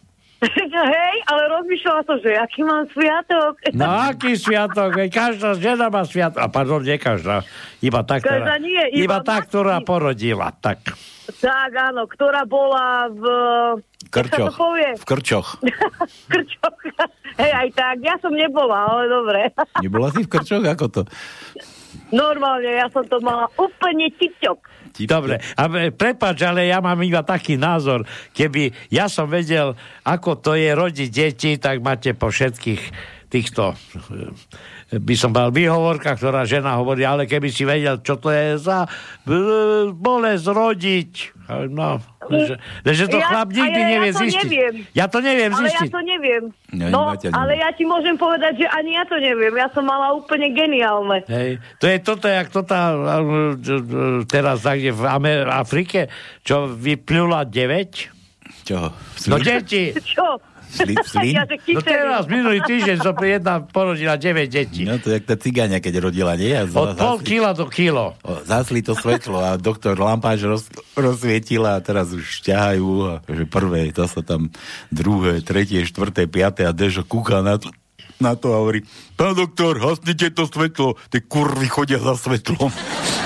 Speaker 7: Hej, ale rozmýšľala som, že aký mám sviatok.
Speaker 17: No aký sviatok? Každá žena má sviatok. A pardon, nie každá. Iba tá, ktorá, iba tá, ktorá porodila. Tak
Speaker 7: áno, ktorá bola v...
Speaker 16: Krčoch. V Krčoch.
Speaker 7: Krčoch. Hej, aj tak. Ja som nebola, ale dobre.
Speaker 16: Nebola si v Krčoch? Ako to?
Speaker 7: Normálne, ja som to mala úplne tipťok.
Speaker 17: Dobre, a prepáč, ale ja mám iba taký názor. Keby ja som vedel, ako to je rodiť deti, tak máte po všetkých týchto, by som mal výhovorka, ktorá žena hovorí, ale keby si vedel, čo to je za bolesť rodiť. No, že to chlap nikdy nevie zistiť. Ja to neviem zistiť.
Speaker 7: Ale ja to neviem. No, ale ja ti môžem povedať, že ani ja to neviem. Ja som mala úplne geniálne.
Speaker 17: Hej. To je toto, jak to tá teraz takde v Afrike, čo vyplula 9?
Speaker 16: Čo?
Speaker 17: No deti.
Speaker 7: Čo?
Speaker 16: Slín?
Speaker 17: No teraz, minulý týždeň som jedna porodila 9 detí.
Speaker 16: No to je jak tá cigáňa, keď rodila, nie?
Speaker 17: Od pol kila do kilo.
Speaker 16: Zasli to svetlo a doktor lampáž rozsvietila a teraz už ťahajú, že prvé, to sa tam druhé, tretie, štvrté, piaté a Dežo kúka na to a hovorí: pán doktor, hasnite to svetlo, tie kurvy chodia za svetlom.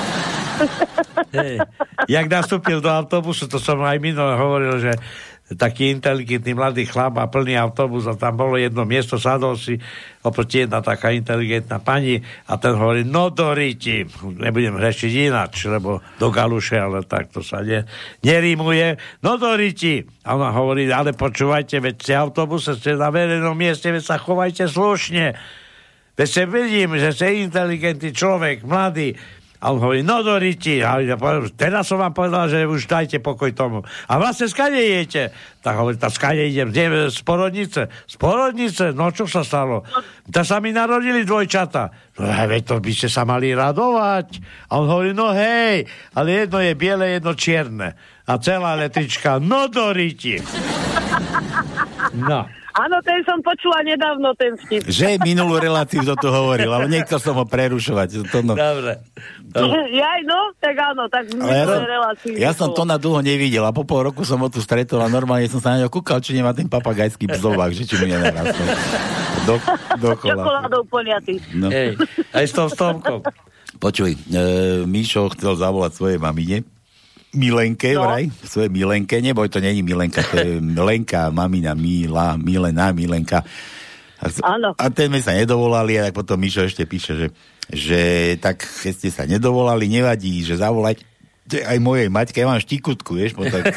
Speaker 17: Hey, jak nastúpil do autobusu, to som aj minule hovoril, že taký inteligentný mladý chlap a plný autobus a tam bolo jedno miesto, sadol si oproti jedna taká inteligentná pani a ten hovorí: no do ríti, nebudem rešiť ináč, lebo do galuše, ale tak to sa nerímuje, no do ríti. A ona hovorí: ale počúvajte, veď ste autobuse, ste na verejnom mieste, veď sa chovajte slušne, veď sa vidím, že ste inteligentný človek, mladý. A on hovorí: no do riti. A teraz som vám povedal, že už dajte pokoj tomu. A vlastne skade idete? Tak hovorí: tak skade idem. Z porodnice. Z porodnice? No čo sa stalo? Tak sa mi narodili dvojčata. No veď to by ste sa mali radovať. A on hovorí: no hej, ale jedno je biele, jedno čierne. A celá letrička: no do riti. No.
Speaker 7: Áno, ten som počula nedávno, ten vtip.
Speaker 16: Že minulú reláciu toto hovoril, ale nechcel som ho prerušovať.
Speaker 17: Dobre.
Speaker 7: Jaj, no, tak áno, tak minulú reláciu.
Speaker 16: Ja som to na dlho nevidel a po pol roku som ho tu stretol a normálne som sa na ňo kúkal, či nemá ten papagajský bzovák, že či mi nenarastol. Dokola.
Speaker 7: Čokoládou poliatý.
Speaker 16: No.
Speaker 17: Hej, aj s tou stomkou.
Speaker 16: Počuj, Míšo chcel zavolať svojej mamine, Milenke, vraj, svoje Milenke, neboj, to není Milenka, to je Lenka, mamina, Milenka. A ten sme sa nedovolali a tak potom Mišo ešte píše, že tak keď ste sa nedovolali, nevadí, že zavolať aj mojej maťke, ja mám štikutku, vieš, tak...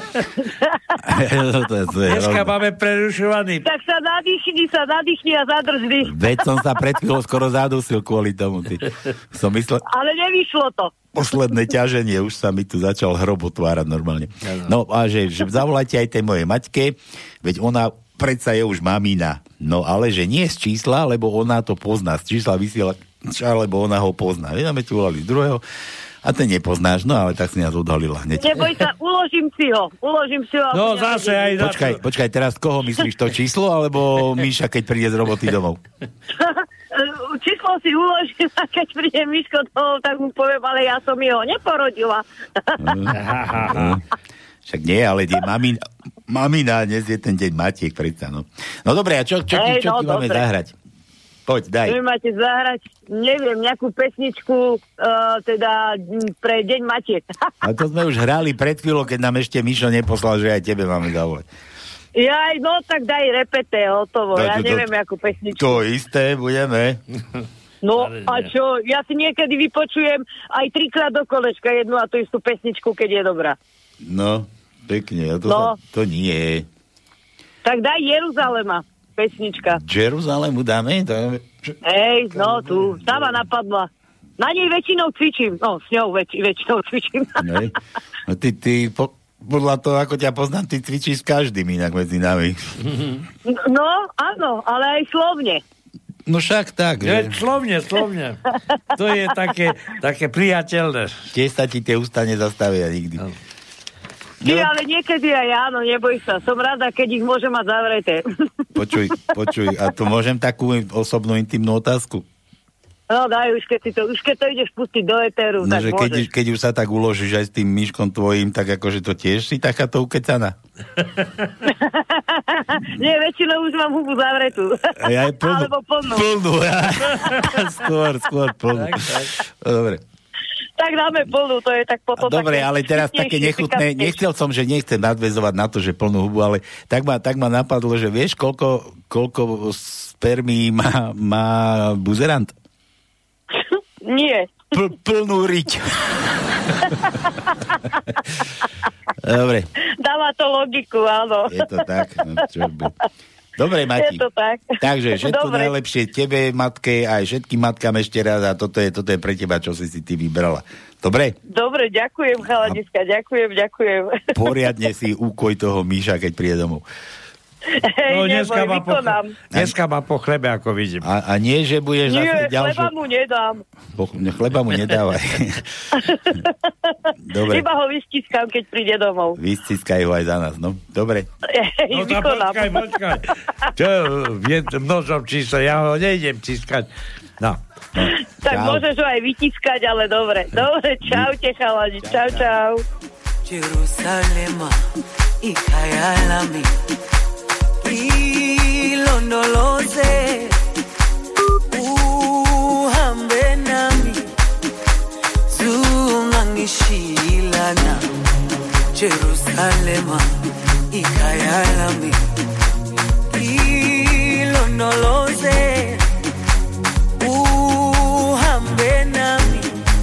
Speaker 17: Dneska máme prerušovaný.
Speaker 7: Tak sa nadýchni a zadržli.
Speaker 16: Veď som sa pred chvíľou skoro zadusil kvôli tomu. Som myslel...
Speaker 7: Ale nevyšlo to.
Speaker 16: Posledné ťaženie, už sa mi tu začal hrob otvárať normálne. No a že zavolajte aj tej mojej maťke, veď ona predsa je už mamina. No ale že nie z čísla, lebo ona to pozná. Z čísla vysiela, lebo ona ho pozná. Vieme, tu volali druhého. A ten nepoznáš, no ale tak si nás odhalila hneď.
Speaker 7: Neboj sa, uložím si ho.
Speaker 17: No zase aj...
Speaker 16: Počkaj, teraz koho myslíš, to číslo, alebo Míša, keď príde z roboty domov?
Speaker 7: Číslo si uložím a keď príde Miško domov, tak mu poviem, ale ja som jeho neporodila.
Speaker 16: Však nie, ale mamina, dnes je ten deň Matiek, predsa, no. No dobre, a čo ti máme zahrať? Poď, daj.
Speaker 7: Vy máte zahrať, neviem, nejakú pesničku teda pre Deň Matiek.
Speaker 16: A to sme už hrali pred chvíľou, keď nám ešte Mišo neposlal, že aj tebe máme zavolať.
Speaker 7: Jaj, no tak daj repete, hotovo. Ja neviem, akú pesničku.
Speaker 16: To isté, budeme.
Speaker 7: No a čo, ja si niekedy vypočujem aj 3-krát do kolečka jednu a tú istú pesničku, keď je dobrá.
Speaker 16: No, pekne, to nie.
Speaker 7: Tak daj Jeruzalema. Pesnička.
Speaker 16: Jeruzalemu dáme?
Speaker 7: Hej, no tu, sama napadla. Na nej väčšinou cvičím. No, s ňou väčšinou cvičím.
Speaker 16: No ty podľa toho, ako ťa poznám, ty cvičíš s každým inak medzi nami.
Speaker 7: No, áno, ale aj slovne.
Speaker 16: No však tak.
Speaker 17: Slovne. To je také priateľné.
Speaker 16: Tiež sa ti tie ústa nezastavia nikdy. No.
Speaker 7: Ale niekedy aj áno, neboj sa. Som rada, keď ich môžem mať zavreté.
Speaker 16: Počuj, a tu môžem takú osobnú intimnú otázku?
Speaker 7: No daj, už keď to ideš pustiť do éteru,
Speaker 16: no,
Speaker 7: tak
Speaker 16: že
Speaker 7: môžeš.
Speaker 16: keď už sa tak uložíš aj s tým myškom tvojím, tak akože to tiež si takáto ukecaná.
Speaker 7: Nie, väčšinou už mám hubu zavretú. Alebo plnú.
Speaker 16: Plnú, ja. skôr plnú.
Speaker 17: Tak.
Speaker 16: Dobre.
Speaker 7: Tak dáme plnú, to je tak potom...
Speaker 16: Dobre, ale teraz také nechutné, nechcem nadväzovať na to, že plnú hubu, ale tak ma napadlo, že vieš, koľko spermí má buzerant?
Speaker 7: Nie.
Speaker 16: Plnú riť. Dobre.
Speaker 7: Dáva to logiku, áno.
Speaker 16: Je to tak. No, dobre, Mati.
Speaker 7: Je to tak.
Speaker 16: Takže všetko
Speaker 7: Dobre.
Speaker 16: najlepšie tebe, matke, aj všetkým matkám ešte raz a toto je pre teba, čo si ty vybrala. Dobre?
Speaker 7: Dobre, ďakujem, chalaniska, ďakujem.
Speaker 16: Poriadne si ukoj toho Míša, keď príde domov.
Speaker 17: No, dneska má po chlebe, ako vidím.
Speaker 16: A nie, že budeš zase ďalšiu...
Speaker 7: Chleba mu nedám.
Speaker 16: Chleba mu nedávaj. Dobre.
Speaker 7: Iba ho vystiskám, keď príde domov.
Speaker 16: Vystiskaj ho aj za nás, no. Dobre.
Speaker 17: No tá počkaj. Čo, množom číslo, ja ho nejdem ciskať. No.
Speaker 7: Tak čau. Môžeš ho aj vytiskať, ale dobre. Dobre, čaute, chalani. Čau.
Speaker 18: Jerusalema, ikayalami. Ilondoloze uhambe nami zungangishilana Jerusalema ikayalami ilondoloze uhambe nami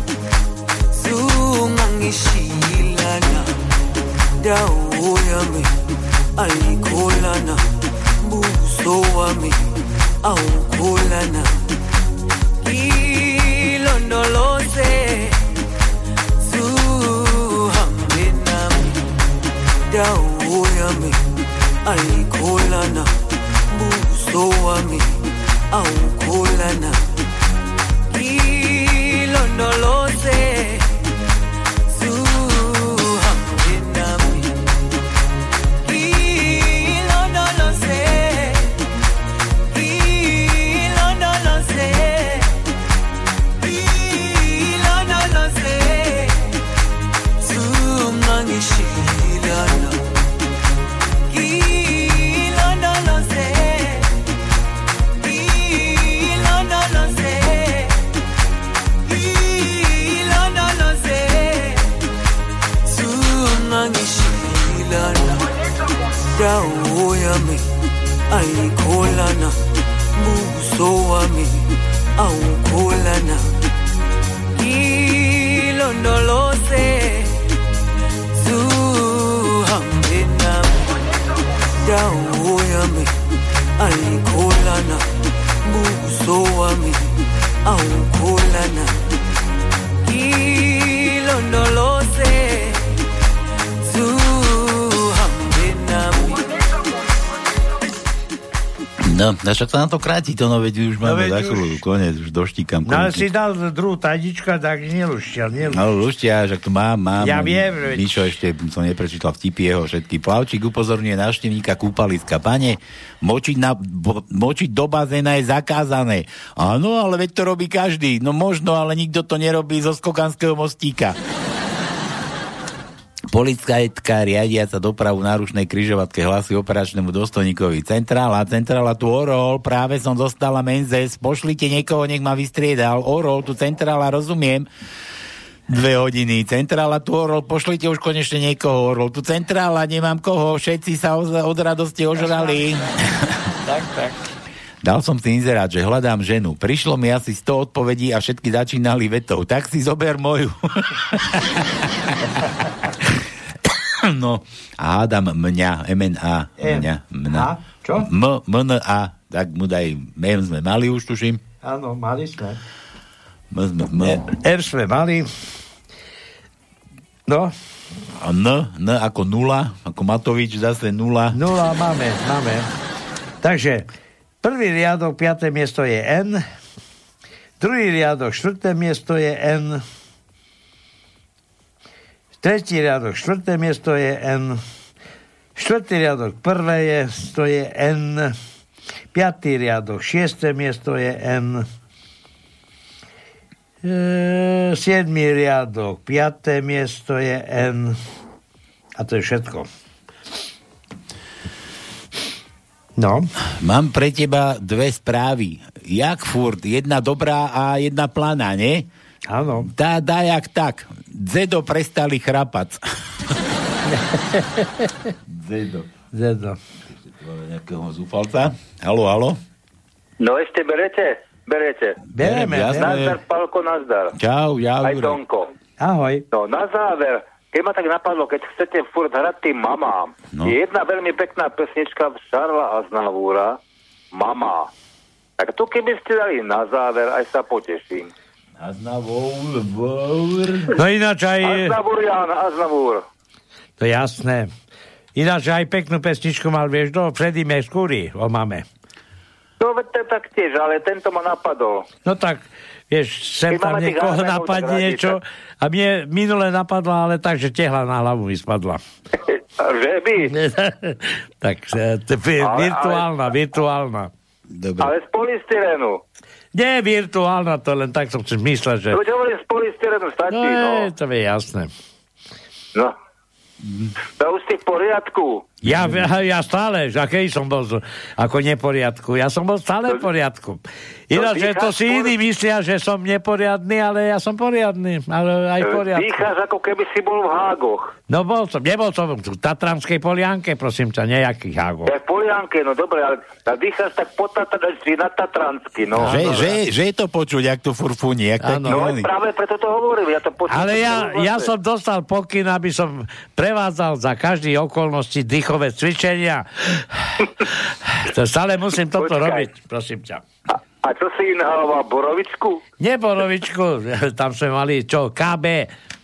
Speaker 18: zungangishilana dawo yami ayikholana buso wami awukholana ilondoloze zuhambe nami dawo yami ayikholana buso wami awukholana ilondoloze dawo yami ayikholana buso wami awukholana ilondoloze zuhambe nami dawo yami ayikholana buso wami awukholana ilondoloze
Speaker 16: No, však sa na to kráti to, no veď už máme za chvíľu, konec, už doštíkam.
Speaker 17: No, ale si dal druhú tajnička, tak neluštia.
Speaker 16: No, luštia, že to mám.
Speaker 17: Ja viem.
Speaker 16: Míšo, ešte som neprečítal vtipy jeho všetky. Plavčík upozorňuje návštevníka kúpaliska. Pane, močiť do bazéna je zakázané. Áno, ale veď to robí každý. No možno, ale nikto to nerobí zo Skokanského mostíka. Policajtka riadiaca dopravu na rušnej križovatke hlasí operačnému dôstojníkovi. Centrála tu Orol, práve som dostala menzes, pošlite niekoho, nech ma vystriedal. Orol, tu centrála, rozumiem. 2 hodiny. Centrála tu Orol, pošlite už konečne niekoho. Orol, tu centrála, nemám koho, všetci sa od radosti ožrali.
Speaker 17: Tak.
Speaker 16: Dal som si inzerát, že hľadám ženu. Prišlo mi asi 100 odpovedí a všetky začínali vetou. Tak si zober moju. No, Adam mňa, MNA, mňa.
Speaker 17: Čo?
Speaker 16: MNA, tak mu daj, M sme mali už, tuším.
Speaker 17: Áno, mali sme.
Speaker 16: R
Speaker 17: sme mali. No.
Speaker 16: A N ako 0, ako Matovič, zase 0.
Speaker 17: 0 máme. Takže, prvý riadok, 5. miesto je N. Druhý riadok, 4. miesto je N. Tretí riadok, 4. miesto je N. Štvrtý riadok, prvé je N. 5. riadok, 6. miesto je N. 7. riadok, 5. miesto je N. A to je všetko. No.
Speaker 16: Mám pre teba dve správy. Jak furt, jedna dobrá a jedna planá, nie?
Speaker 17: Áno.
Speaker 16: Dá jak tak. Zedo prestali chrapať. Zedo. Nejakého zúfalca. Haló?
Speaker 10: No ešte berete?
Speaker 17: Bereme.
Speaker 10: Nazdar, Palko, nazdar.
Speaker 16: Čau,
Speaker 10: Aj Tonko.
Speaker 17: Ahoj.
Speaker 10: No, na záver, keď ma tak napadlo, keď chcete furt hrať tým mamám, je jedna veľmi pekná pesnička Šarla Aznavúra, Mama. Tak tu keby ste dali na záver, aj sa poteším.
Speaker 16: Aznavúr.
Speaker 17: No ináč aj...
Speaker 10: Aznavúr.
Speaker 17: To je jasné. Ináč aj peknú pesničku mal, vieš, do Freddie Mercury o mame.
Speaker 10: No, to tak tiež, ale tento ma napadol.
Speaker 17: No tak, vieš, sem tam niekoho napadne niečo a mne minule napadlo, ale tak, že tehla na hlavu mi spadla.
Speaker 10: Že by?
Speaker 17: Tak, virtuálna.
Speaker 16: Dobre.
Speaker 10: Ale z polystyrénu.
Speaker 17: Nie, virtuálna, to len tak som si myslel, že...
Speaker 10: To hovorím z polystyrénu, stačí, no.
Speaker 17: To je jasné.
Speaker 10: No. To už si v poriadku.
Speaker 17: Ja stále, že aký som bol ako neporiadku. Ja som bol stále v poriadku. Ináč, že to si iní myslia, že som neporiadny, ale ja som poriadny. Ale aj v poriadku.
Speaker 10: Dýcháš, ako keby si bol v Hágoch.
Speaker 17: No nebol som v Tatranskej Polianke, prosím ťa, nejakých Hágoch.
Speaker 10: Ja v Polianke, no dobre, ale dýcháš tak na Tatransky, no.
Speaker 16: Že je to počuť, jak to furfúni.
Speaker 10: No práve preto to hovorím, ja to počuť.
Speaker 17: Ale ja som dostal pokyn, aby som prevádzal za každý okolnosti dýchové cvičenia. To stále musím toto robiť, prosím ťa.
Speaker 10: A čo si inhaloval, borovičku?
Speaker 17: Nie borovičku, tam sme mali čo, KB.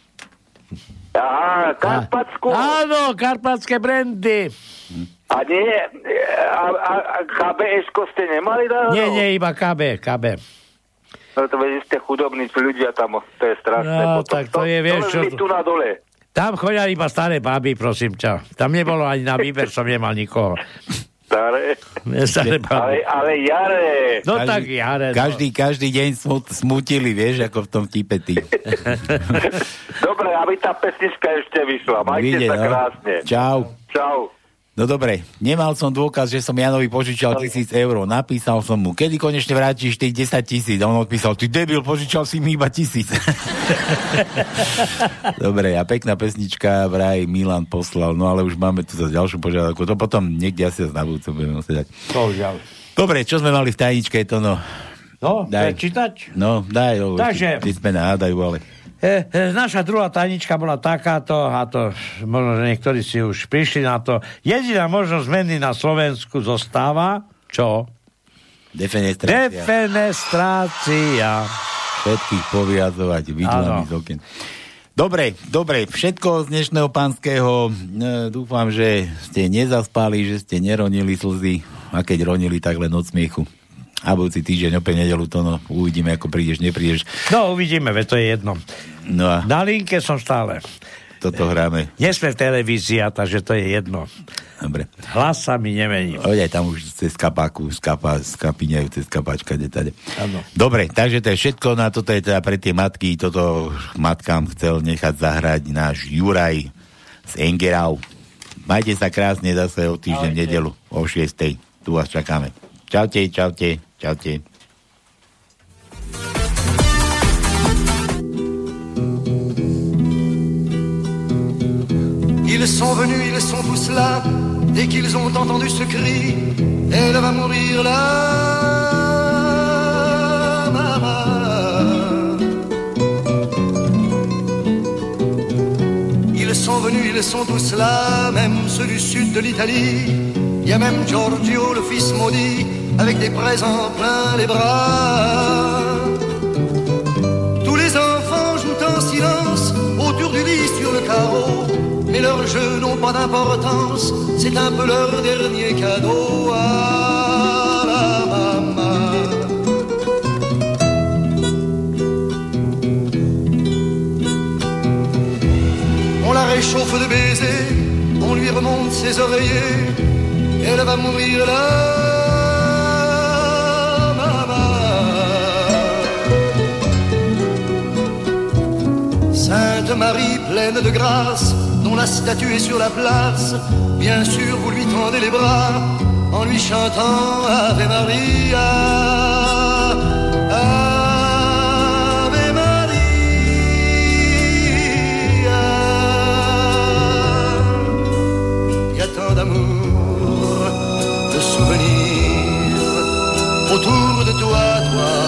Speaker 10: Aha, Karpatsku.
Speaker 17: Áno, karpatské brandy.
Speaker 10: A nie, a KBS-ko ste nemali?
Speaker 17: Nie, iba KB.
Speaker 10: No to veď ste chudobní ľudia tam, to je strašné.
Speaker 17: No, tak to je, vieš čo...
Speaker 10: Tu na dole.
Speaker 17: Tam chodia iba staré baby, prosím ťa. Tam nebolo ani na výber, som nemal nikoho. Staré baby.
Speaker 10: Ale Jare.
Speaker 17: No každý, tak Jare.
Speaker 16: Každý deň smutili, vieš, ako v tom tipe ty.
Speaker 10: Dobre, aby tá pesnička ešte vyšla. Majte sa krásne.
Speaker 16: Čau. No dobre, nemal som dôkaz, že som Janovi požičal 1,000 eur. Napísal som mu, kedy konečne vrátiš tých 10 000? A on odpísal, ty debil, požičal si mi iba 1,000. Dobre, a pekná pesnička vraj Milan poslal, no ale už máme tu za ďalšiu požiadavku. To potom niekde asi na budúce budeme musieť dať. Dobre, čo sme mali v tajničke, to no...
Speaker 17: No, daj čítať?
Speaker 16: No, daj.
Speaker 17: Takže...
Speaker 16: Ty sme nahádajú, ale...
Speaker 17: Naša druhá tajnička bola takáto, a to možno, že niektorí si už prišli na to. Jediná možnosť zmeny na Slovensku zostáva, čo? Defenestrácia.
Speaker 16: Všetkých poviazovať, vidlami z okien. Dobre, všetko z dnešného pánskeho. Dúfam, že ste nezaspali, že ste neronili slzy, a keď ronili, tak len od smiechu. A budúci týždeň opäť nedeľu to, no, uvidíme, ako prídeš, neprídeš.
Speaker 17: No, uvidíme, veď to je jedno.
Speaker 16: No a...
Speaker 17: Na linke som stále.
Speaker 16: Toto hráme.
Speaker 17: Nie sme v televízii, takže to je jedno.
Speaker 16: Dobre.
Speaker 17: Hlas sa mi nemení.
Speaker 16: Oďaj tam už cez kapáku, skapíňajú cez kapáčka, detade.
Speaker 17: Áno.
Speaker 16: Dobre, takže to je všetko, na toto je teda pre tie matky, toto matkám chcel nechať zahrať náš Juraj z Engerau. Majte sa krásne, zase o týždeň nedelu o 6:00. Tu vás čakáme. Čaute.
Speaker 1: Ils sont venus, ils sont tous là. Dès qu'ils ont entendu ce cri, elle va mourir là, maman. Ils sont venus, ils sont tous là, même ceux du sud de l'Italie. Il y a même Giorgio, le fils maudit, avec des présents plein les bras. Tous les enfants jouent en silence autour du lit sur le carreau, mais leurs jeux n'ont pas d'importance, c'est un peu leur dernier cadeau à la maman. On la réchauffe de baisers, on lui remonte ses oreillers, elle va mourir là, maman. Sainte Marie pleine de grâce, dont la statue est sur la place, bien sûr vous lui tendez les bras en lui chantant Ave Maria, Ave Maria. Il y a tant d'amour, de souvenirs autour de toi, toi.